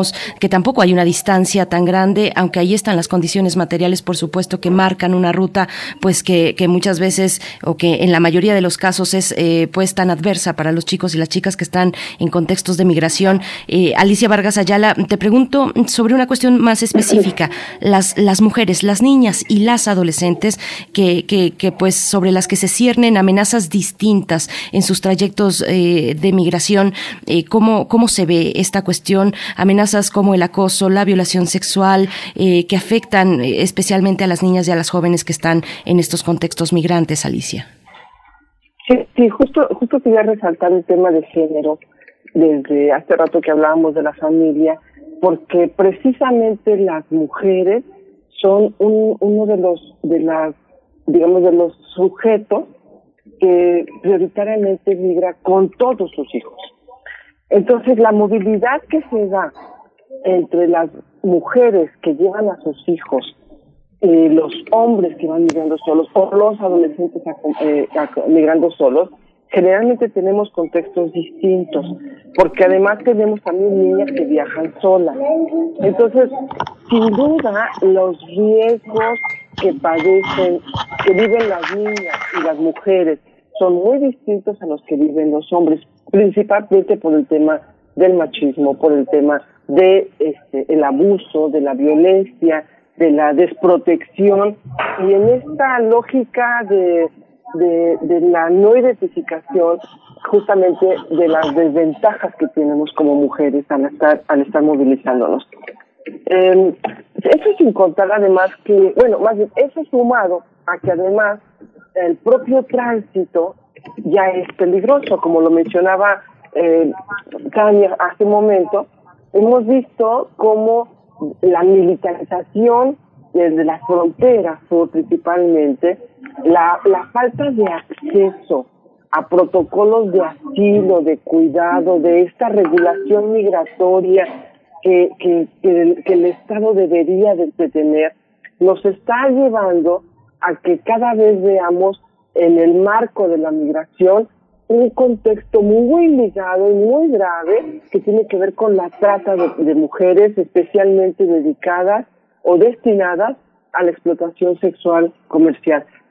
hay una distancia tan grande, aunque ahí están las condiciones materiales, por supuesto, que marcan una ruta, pues que muchas veces, o que en la mayoría de los casos es pues tan adversa para los chicos y las chicas que están en contextos de migración. Alicia Vargas Ayala, te pregunto sobre una cuestión más específica, las mujeres, las niñas y las adolescentes que pues sobre las que se ciernen amenazas distintas en sus trayectos de migración. ¿Cómo se ve esta cuestión? Amenazas como el acoso, la violación sexual, que afectan especialmente a las niñas y a las jóvenes que están en estos contextos migrantes, Alicia. Sí, justo quería resaltar el tema de género desde hace rato que hablábamos de la familia, porque precisamente las mujeres son uno de los sujetos que prioritariamente migra con todos sus hijos. Entonces, la movilidad que se da entre las mujeres que llevan a sus hijos, los hombres que van migrando solos, o los adolescentes migrando solos, generalmente tenemos contextos distintos, porque además tenemos también niñas que viajan solas. Entonces, sin duda, los riesgos que padecen, que viven las niñas y las mujeres, son muy distintos a los que viven los hombres, principalmente por el tema del machismo, por el tema de el abuso, de la violencia, de la desprotección, y en esta lógica de la no identificación, justamente de las desventajas que tenemos como mujeres al estar movilizándonos. Eso sin contar además que, más bien, eso sumado a que además el propio tránsito ya es peligroso, como lo mencionaba Tania hace un momento. Hemos visto cómo la militarización desde las fronteras sur principalmente, la falta de acceso a protocolos de asilo, de cuidado, de esta regulación migratoria que el Estado debería de tener, nos está llevando a que cada vez veamos en el marco de la migración un contexto muy ligado y muy grave que tiene que ver con la trata de mujeres, especialmente dedicadas o destinadas a la explotación sexual comercial.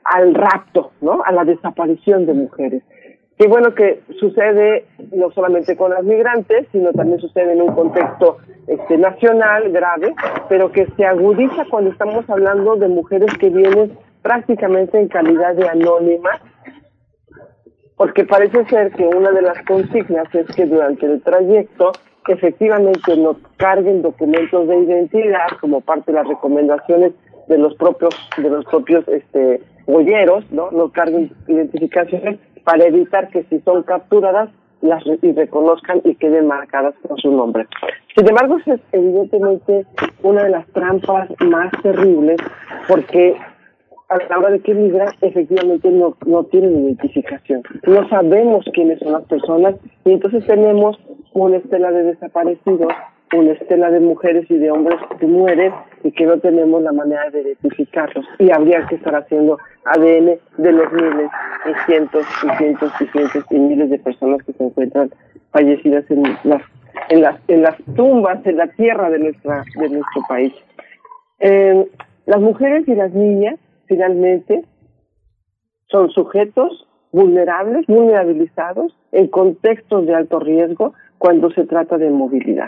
al rapto, ¿no? A la desaparición de mujeres. Y bueno, que sucede no solamente con las migrantes, sino también sucede en un contexto nacional grave, pero que se agudiza cuando estamos hablando de mujeres que vienen prácticamente en calidad de anónimas, porque parece ser que una de las consignas es que durante el trayecto efectivamente nos carguen documentos de identidad como parte de las recomendaciones de los propios boyeros, ¿no? Nos carguen identificaciones para evitar que si son capturadas las reconozcan y queden marcadas con su nombre. Sin embargo, es evidentemente una de las trampas más terribles, porque a la hora de que migran, efectivamente no tienen identificación. No sabemos quiénes son las personas y entonces tenemos una estela de desaparecidos, una estela de mujeres y de hombres que mueren y que no tenemos la manera de identificarlos. Y habría que estar haciendo ADN de los miles y cientos y cientos y cientos y miles de personas que se encuentran fallecidas en las tumbas, en la tierra de nuestro país. Las mujeres y las niñas finalmente son sujetos vulnerables, vulnerabilizados en contextos de alto riesgo cuando se trata de movilidad.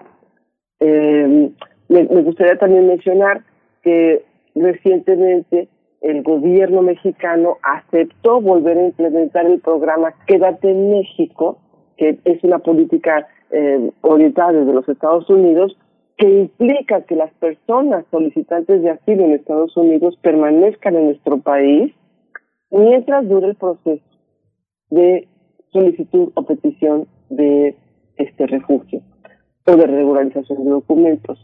Me gustaría también mencionar que recientemente el gobierno mexicano aceptó volver a implementar el programa Quédate en México, que es una política orientada desde los Estados Unidos, que implica que las personas solicitantes de asilo en Estados Unidos permanezcan en nuestro país mientras dure el proceso de solicitud o petición de refugio o de regularización de documentos.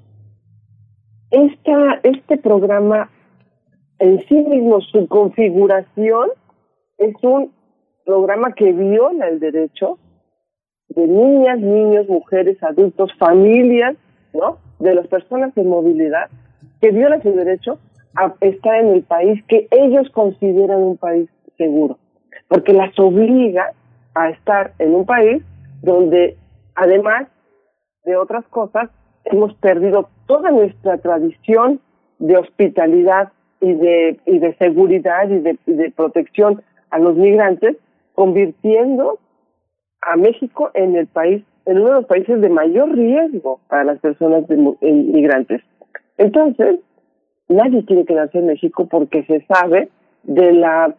Este programa en sí mismo, su configuración, es un programa que viola el derecho de niñas, niños, mujeres, adultos, familias, ¿no?, de las personas en movilidad, que viola su derecho a estar en el país que ellos consideran un país seguro, porque las obliga a estar en un país donde, además de otras cosas, hemos perdido toda nuestra tradición de hospitalidad y de seguridad y de protección a los migrantes, convirtiendo a México en uno de los países de mayor riesgo para las personas migrantes. Entonces, nadie quiere quedarse en México porque se sabe de la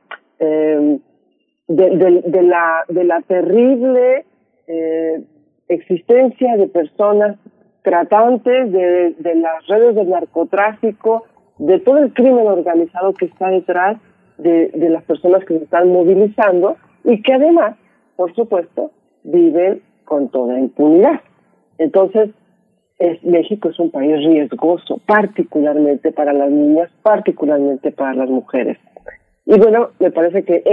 terrible existencia de personas tratantes, de las redes del narcotráfico, de todo el crimen organizado que está detrás de las personas que se están movilizando y que además, por supuesto, viven con toda impunidad. Entonces, México es un país riesgoso, particularmente para las niñas, particularmente para las mujeres. Y bueno, me parece que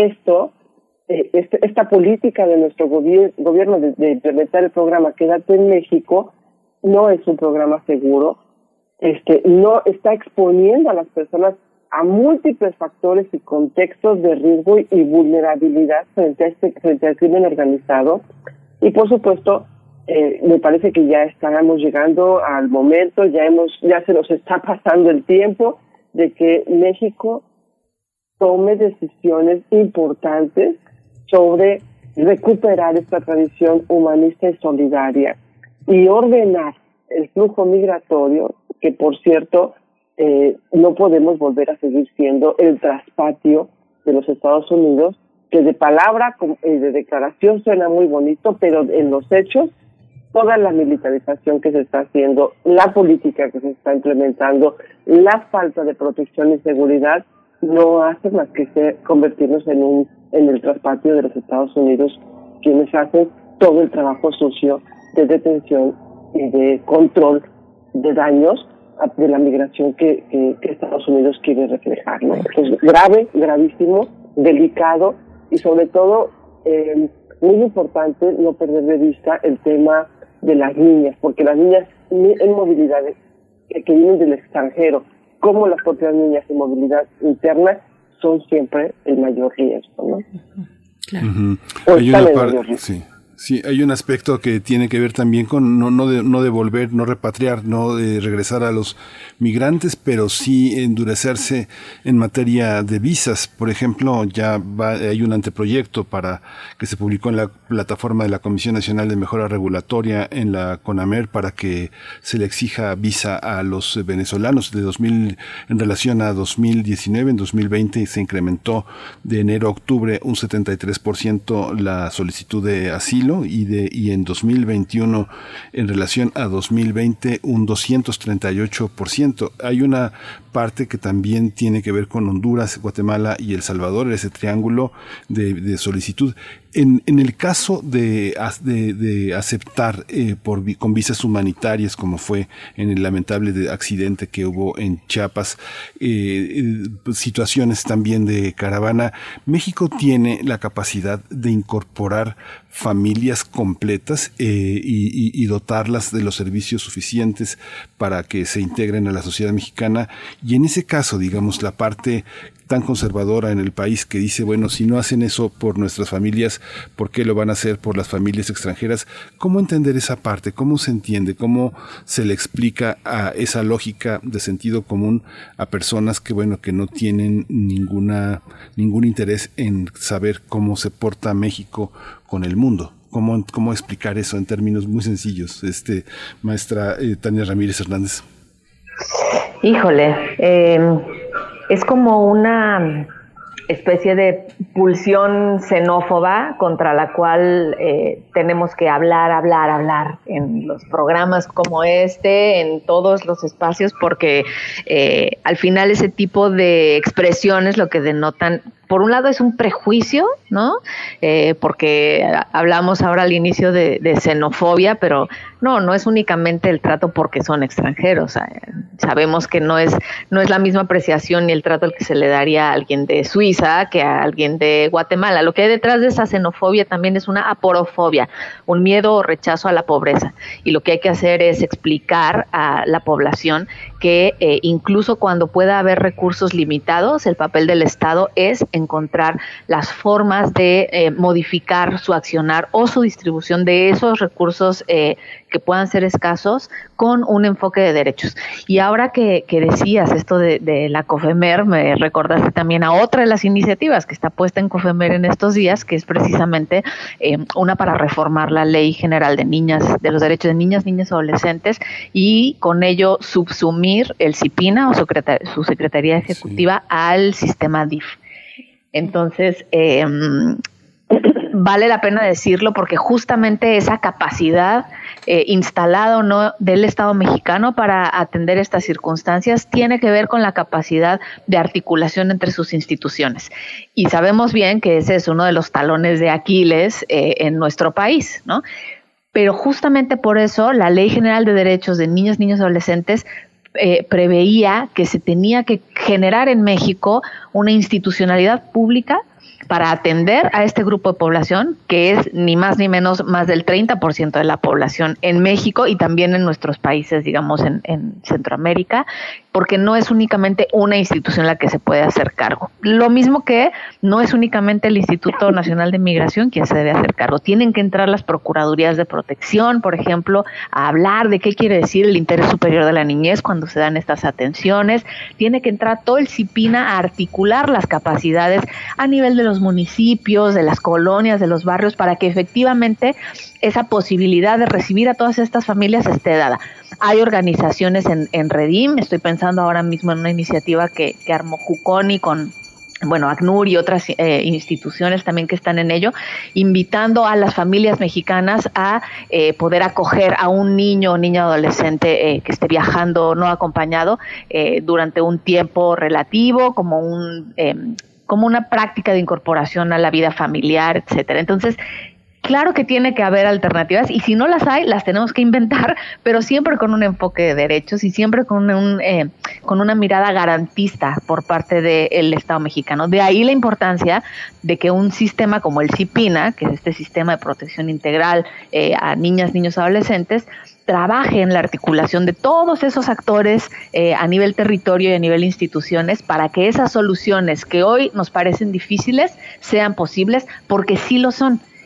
esta política de nuestro gobierno de implementar el programa Quédate en México no es un programa seguro, no está exponiendo a las personas a múltiples factores y contextos de riesgo y vulnerabilidad frente al crimen organizado. Y por supuesto, me parece que ya estamos llegando al momento, ya se nos está pasando el tiempo de que México tome decisiones importantes sobre recuperar esta tradición humanista y solidaria y ordenar el flujo migratorio, que por cierto no podemos volver a seguir siendo el traspatio de los Estados Unidos, que de palabra y de declaración suena muy bonito, pero en los hechos toda la militarización que se está haciendo, la política que se está implementando, la falta de protección y seguridad no hace más que convertirnos en el traspatio de los Estados Unidos, quienes hacen todo el trabajo sucio de detención y de control de daños de la migración que Estados Unidos quiere reflejar, ¿no? Es grave, gravísimo, delicado y sobre todo muy importante no perder de vista el tema de las niñas, porque las niñas en movilidad que vienen del extranjero, como las propias niñas en movilidad interna, son siempre el mayor riesgo, ¿no? Claro. Hay una parte, Sí, hay un aspecto que tiene que ver también con no devolver, no repatriar, no regresar a los migrantes, pero sí endurecerse en materia de visas. Por ejemplo, hay un anteproyecto que se publicó en la plataforma de la Comisión Nacional de Mejora Regulatoria en la CONAMER para que se le exija visa a los venezolanos en relación a 2019. En 2020 se incrementó de enero a octubre un 73% la solicitud de asilo y en 2021 en relación a 2020 un 238%. Hay una parte que también tiene que ver con Honduras, Guatemala y El Salvador, ese triángulo de solicitud. En el caso de aceptar con visas humanitarias, como fue en el lamentable accidente que hubo en Chiapas, situaciones también de caravana, México tiene la capacidad de incorporar familias completas y dotarlas de los servicios suficientes para que se integren a la sociedad mexicana. Y en ese caso, digamos, la parte tan conservadora en el país que dice, bueno, si no hacen eso por nuestras familias, ¿por qué lo van a hacer por las familias extranjeras? ¿Cómo entender esa parte? ¿Cómo se entiende? ¿Cómo se le explica a esa lógica de sentido común a personas que, bueno, que no tienen ningún interés en saber cómo se porta México con el mundo? ¿Cómo explicar eso en términos muy sencillos? Maestra Tania Ramírez Hernández. Híjole, es como una especie de pulsión xenófoba contra la cual tenemos que hablar en los programas como en todos los espacios, porque al final ese tipo de expresiones lo que denotan, por un lado, es un prejuicio, ¿no? Porque hablamos ahora al inicio de xenofobia, pero no es únicamente el trato porque son extranjeros. Sabemos que no es la misma apreciación ni el trato al que se le daría a alguien de Suiza que a alguien de Guatemala. Lo que hay detrás de esa xenofobia también es una aporofobia, un miedo o rechazo a la pobreza. Y lo que hay que hacer es explicar a la población que incluso cuando pueda haber recursos limitados, el papel del Estado es encontrar las formas de modificar su accionar o su distribución de esos recursos que puedan ser escasos con un enfoque de derechos. Y ahora que decías esto de la COFEMER, me recordaste también a otra de las iniciativas que está puesta en COFEMER en estos días, que es precisamente una para reformar la Ley General de los Derechos de Niñas, Niños y Adolescentes, y con ello subsumir el CIPINA o su Secretaría Ejecutiva al sistema DIF. Entonces, vale la pena decirlo porque justamente esa capacidad instalada o no del Estado mexicano para atender estas circunstancias tiene que ver con la capacidad de articulación entre sus instituciones. Y sabemos bien que ese es uno de los talones de Aquiles en nuestro país, ¿no? Pero justamente por eso la Ley General de Derechos de Niñas, Niños y Adolescentes preveía que se tenía que generar en México una institucionalidad pública para atender a este grupo de población, que es ni más ni menos más del 30% de la población en México y también en nuestros países, digamos, en Centroamérica, porque no es únicamente una institución la que se puede hacer cargo. Lo mismo que no es únicamente el Instituto Nacional de Migración quien se debe hacer cargo. Tienen que entrar las Procuradurías de Protección, por ejemplo, a hablar de qué quiere decir el interés superior de la niñez cuando se dan estas atenciones. Tiene que entrar todo el CIPINA a articular las capacidades a nivel de los municipios, de las colonias, de los barrios, para que efectivamente esa posibilidad de recibir a todas estas familias esté dada. Hay organizaciones en Redim, estoy pensando ahora mismo en una iniciativa que armó Juconi con ACNUR y otras instituciones también que están en ello, invitando a las familias mexicanas a poder acoger a un niño o niña adolescente que esté viajando no acompañado durante un tiempo relativo, como una práctica de incorporación a la vida familiar, etcétera. Entonces, claro que tiene que haber alternativas y si no las hay, las tenemos que inventar, pero siempre con un enfoque de derechos y siempre con una mirada garantista por parte del Estado mexicano. De ahí la importancia de que un sistema como el CIPINA, que es este sistema de protección integral a niñas, niños, adolescentes, trabaje en la articulación de todos esos actores a nivel territorio y a nivel instituciones para que esas soluciones que hoy nos parecen difíciles sean posibles, porque sí lo son.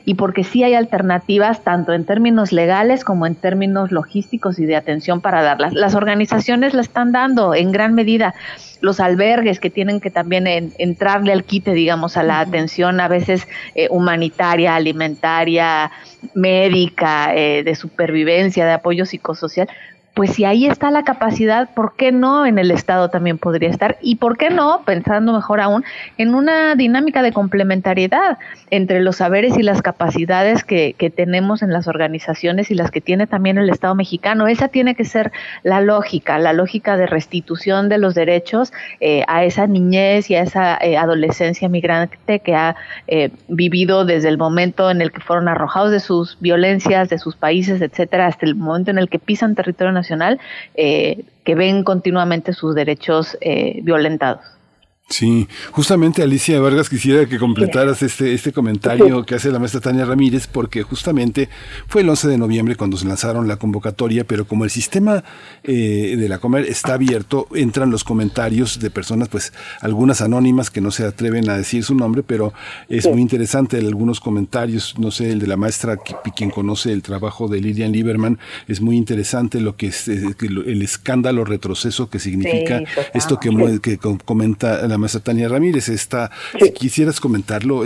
y porque sí hay alternativas tanto en términos legales como en términos logísticos y de atención para darlas. Las organizaciones la están dando en gran medida. Los albergues que tienen que también entrarle al quite, digamos, a la atención a veces humanitaria, alimentaria, médica, de supervivencia, de apoyo psicosocial. Pues si ahí está la capacidad, ¿por qué no en el Estado también podría estar? Y ¿por qué no, pensando mejor aún, en una dinámica de complementariedad entre los saberes y las capacidades que tenemos en las organizaciones y las que tiene también el Estado mexicano? Esa tiene que ser la lógica de restitución de los derechos a esa niñez y a esa adolescencia migrante que ha vivido desde el momento en el que fueron arrojados de sus violencias, de sus países, etcétera, hasta el momento en el que pisan territorio nacional, que ven continuamente sus derechos violentados. Sí, justamente Alicia Vargas, quisiera que completaras este comentario que hace la maestra Tania Ramírez, porque justamente fue el 11 de noviembre cuando se lanzaron la convocatoria, pero como el sistema de la Comer está abierto, entran los comentarios de personas, pues algunas anónimas que no se atreven a decir su nombre, pero es muy interesante algunos comentarios, no sé, el de la maestra, quien conoce el trabajo de Lilian Lieberman, es muy interesante lo que es el escándalo retroceso que significa esto que comenta la maestra Tania Ramírez. Si quisieras comentarlo,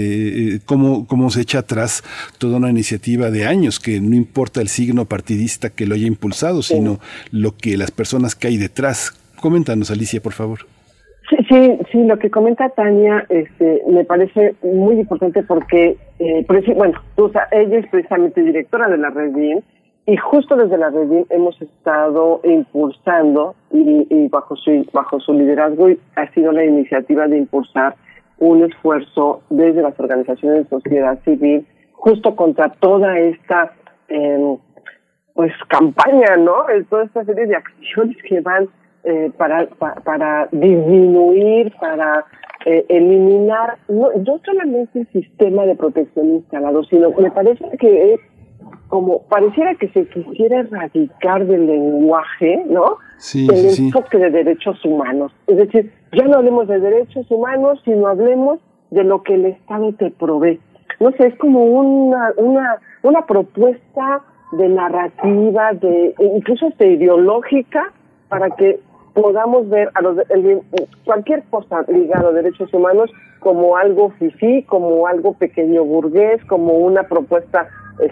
cómo se echa atrás toda una iniciativa de años, que no importa el signo partidista que lo haya impulsado, sino lo que las personas que hay detrás. Coméntanos, Alicia, por favor. Sí, lo que comenta Tania me parece muy importante porque, ella es precisamente directora de la Redim, y justo desde la Redim hemos estado impulsando y bajo su liderazgo ha sido la iniciativa de impulsar un esfuerzo desde las organizaciones de sociedad civil justo contra toda esta campaña, ¿no? Toda esta serie de acciones que van para disminuir, para eliminar no solamente el sistema de protección instalado, sino me parece que es como pareciera que se quisiera erradicar del lenguaje, ¿no? Enfoque de derechos humanos. Es decir, ya no hablemos de derechos humanos, sino hablemos de lo que el Estado te provee. No sé, es como una propuesta de narrativa, incluso ideológica, para que podamos ver cualquier cosa ligada a derechos humanos como algo fifí, como algo pequeño burgués, como una propuesta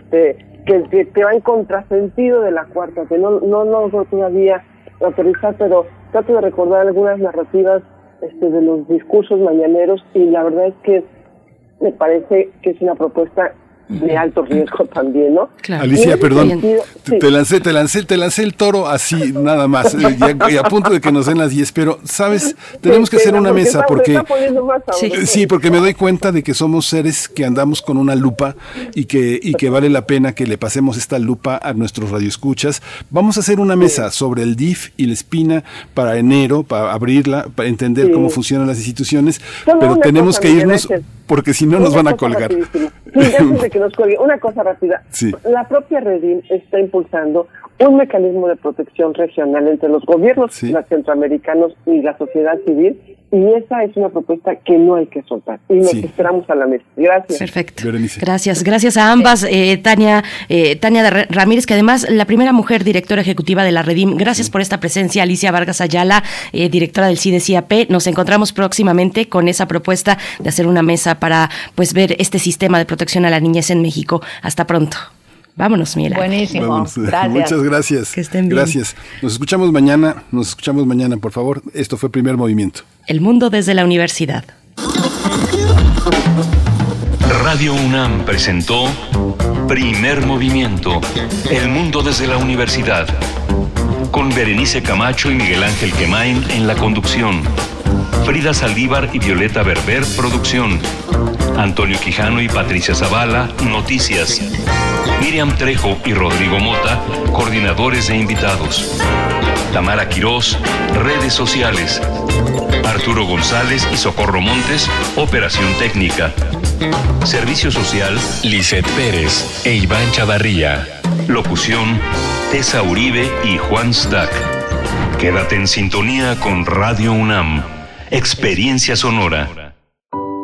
que va en contrasentido de la cuarta, que no logro todavía autorizar, pero trato de recordar algunas narrativas de los discursos mañaneros, y la verdad es que me parece que es una propuesta de alto riesgo también, ¿no? Claro. Alicia, perdón, te lancé el toro así, nada más, y a punto de que nos den las 10, pero, ¿sabes? Tenemos que hacer una mesa, porque me doy cuenta de que somos seres que andamos con una lupa y que vale la pena que le pasemos esta lupa a nuestros radioescuchas. Vamos a hacer una mesa sobre el DIF y la Espina para enero, para abrirla, para entender cómo funcionan las instituciones, pero tenemos que irnos, porque si no nos van a colgar. Antes de que nos cuelgue, una cosa rápida. La propia Redim está impulsando un mecanismo de protección regional entre los gobiernos centroamericanos y la sociedad civil, y esa es una propuesta que no hay que soltar, y nos esperamos a la mesa. Gracias. Perfecto. Gracias a ambas. Tania Ramírez, que además la primera mujer directora ejecutiva de la Redim. Gracias por esta presencia. Alicia Vargas Ayala, directora del CIDE-CIAP. Nos encontramos próximamente con esa propuesta de hacer una mesa para ver este sistema de protección a la niñez en México. Hasta pronto. Vámonos, Miguel. Buenísimo. Gracias. Muchas gracias. Que estén bien. Gracias. Nos escuchamos mañana, por favor. Esto fue Primer Movimiento. El mundo desde la universidad. Radio UNAM presentó Primer Movimiento. El mundo desde la universidad. Con Berenice Camacho y Miguel Ángel Quemain en la conducción. Frida Saldívar y Violeta Berber, producción. Antonio Quijano y Patricia Zavala, noticias. Miriam Trejo y Rodrigo Mota, coordinadores de invitados. Tamara Quirós, redes sociales. Arturo González y Socorro Montes, operación técnica. Servicio social, Lisette Pérez e Iván Chavarría. Locución, Tessa Uribe y Juan Stack. Quédate en sintonía con Radio UNAM. Experiencia sonora.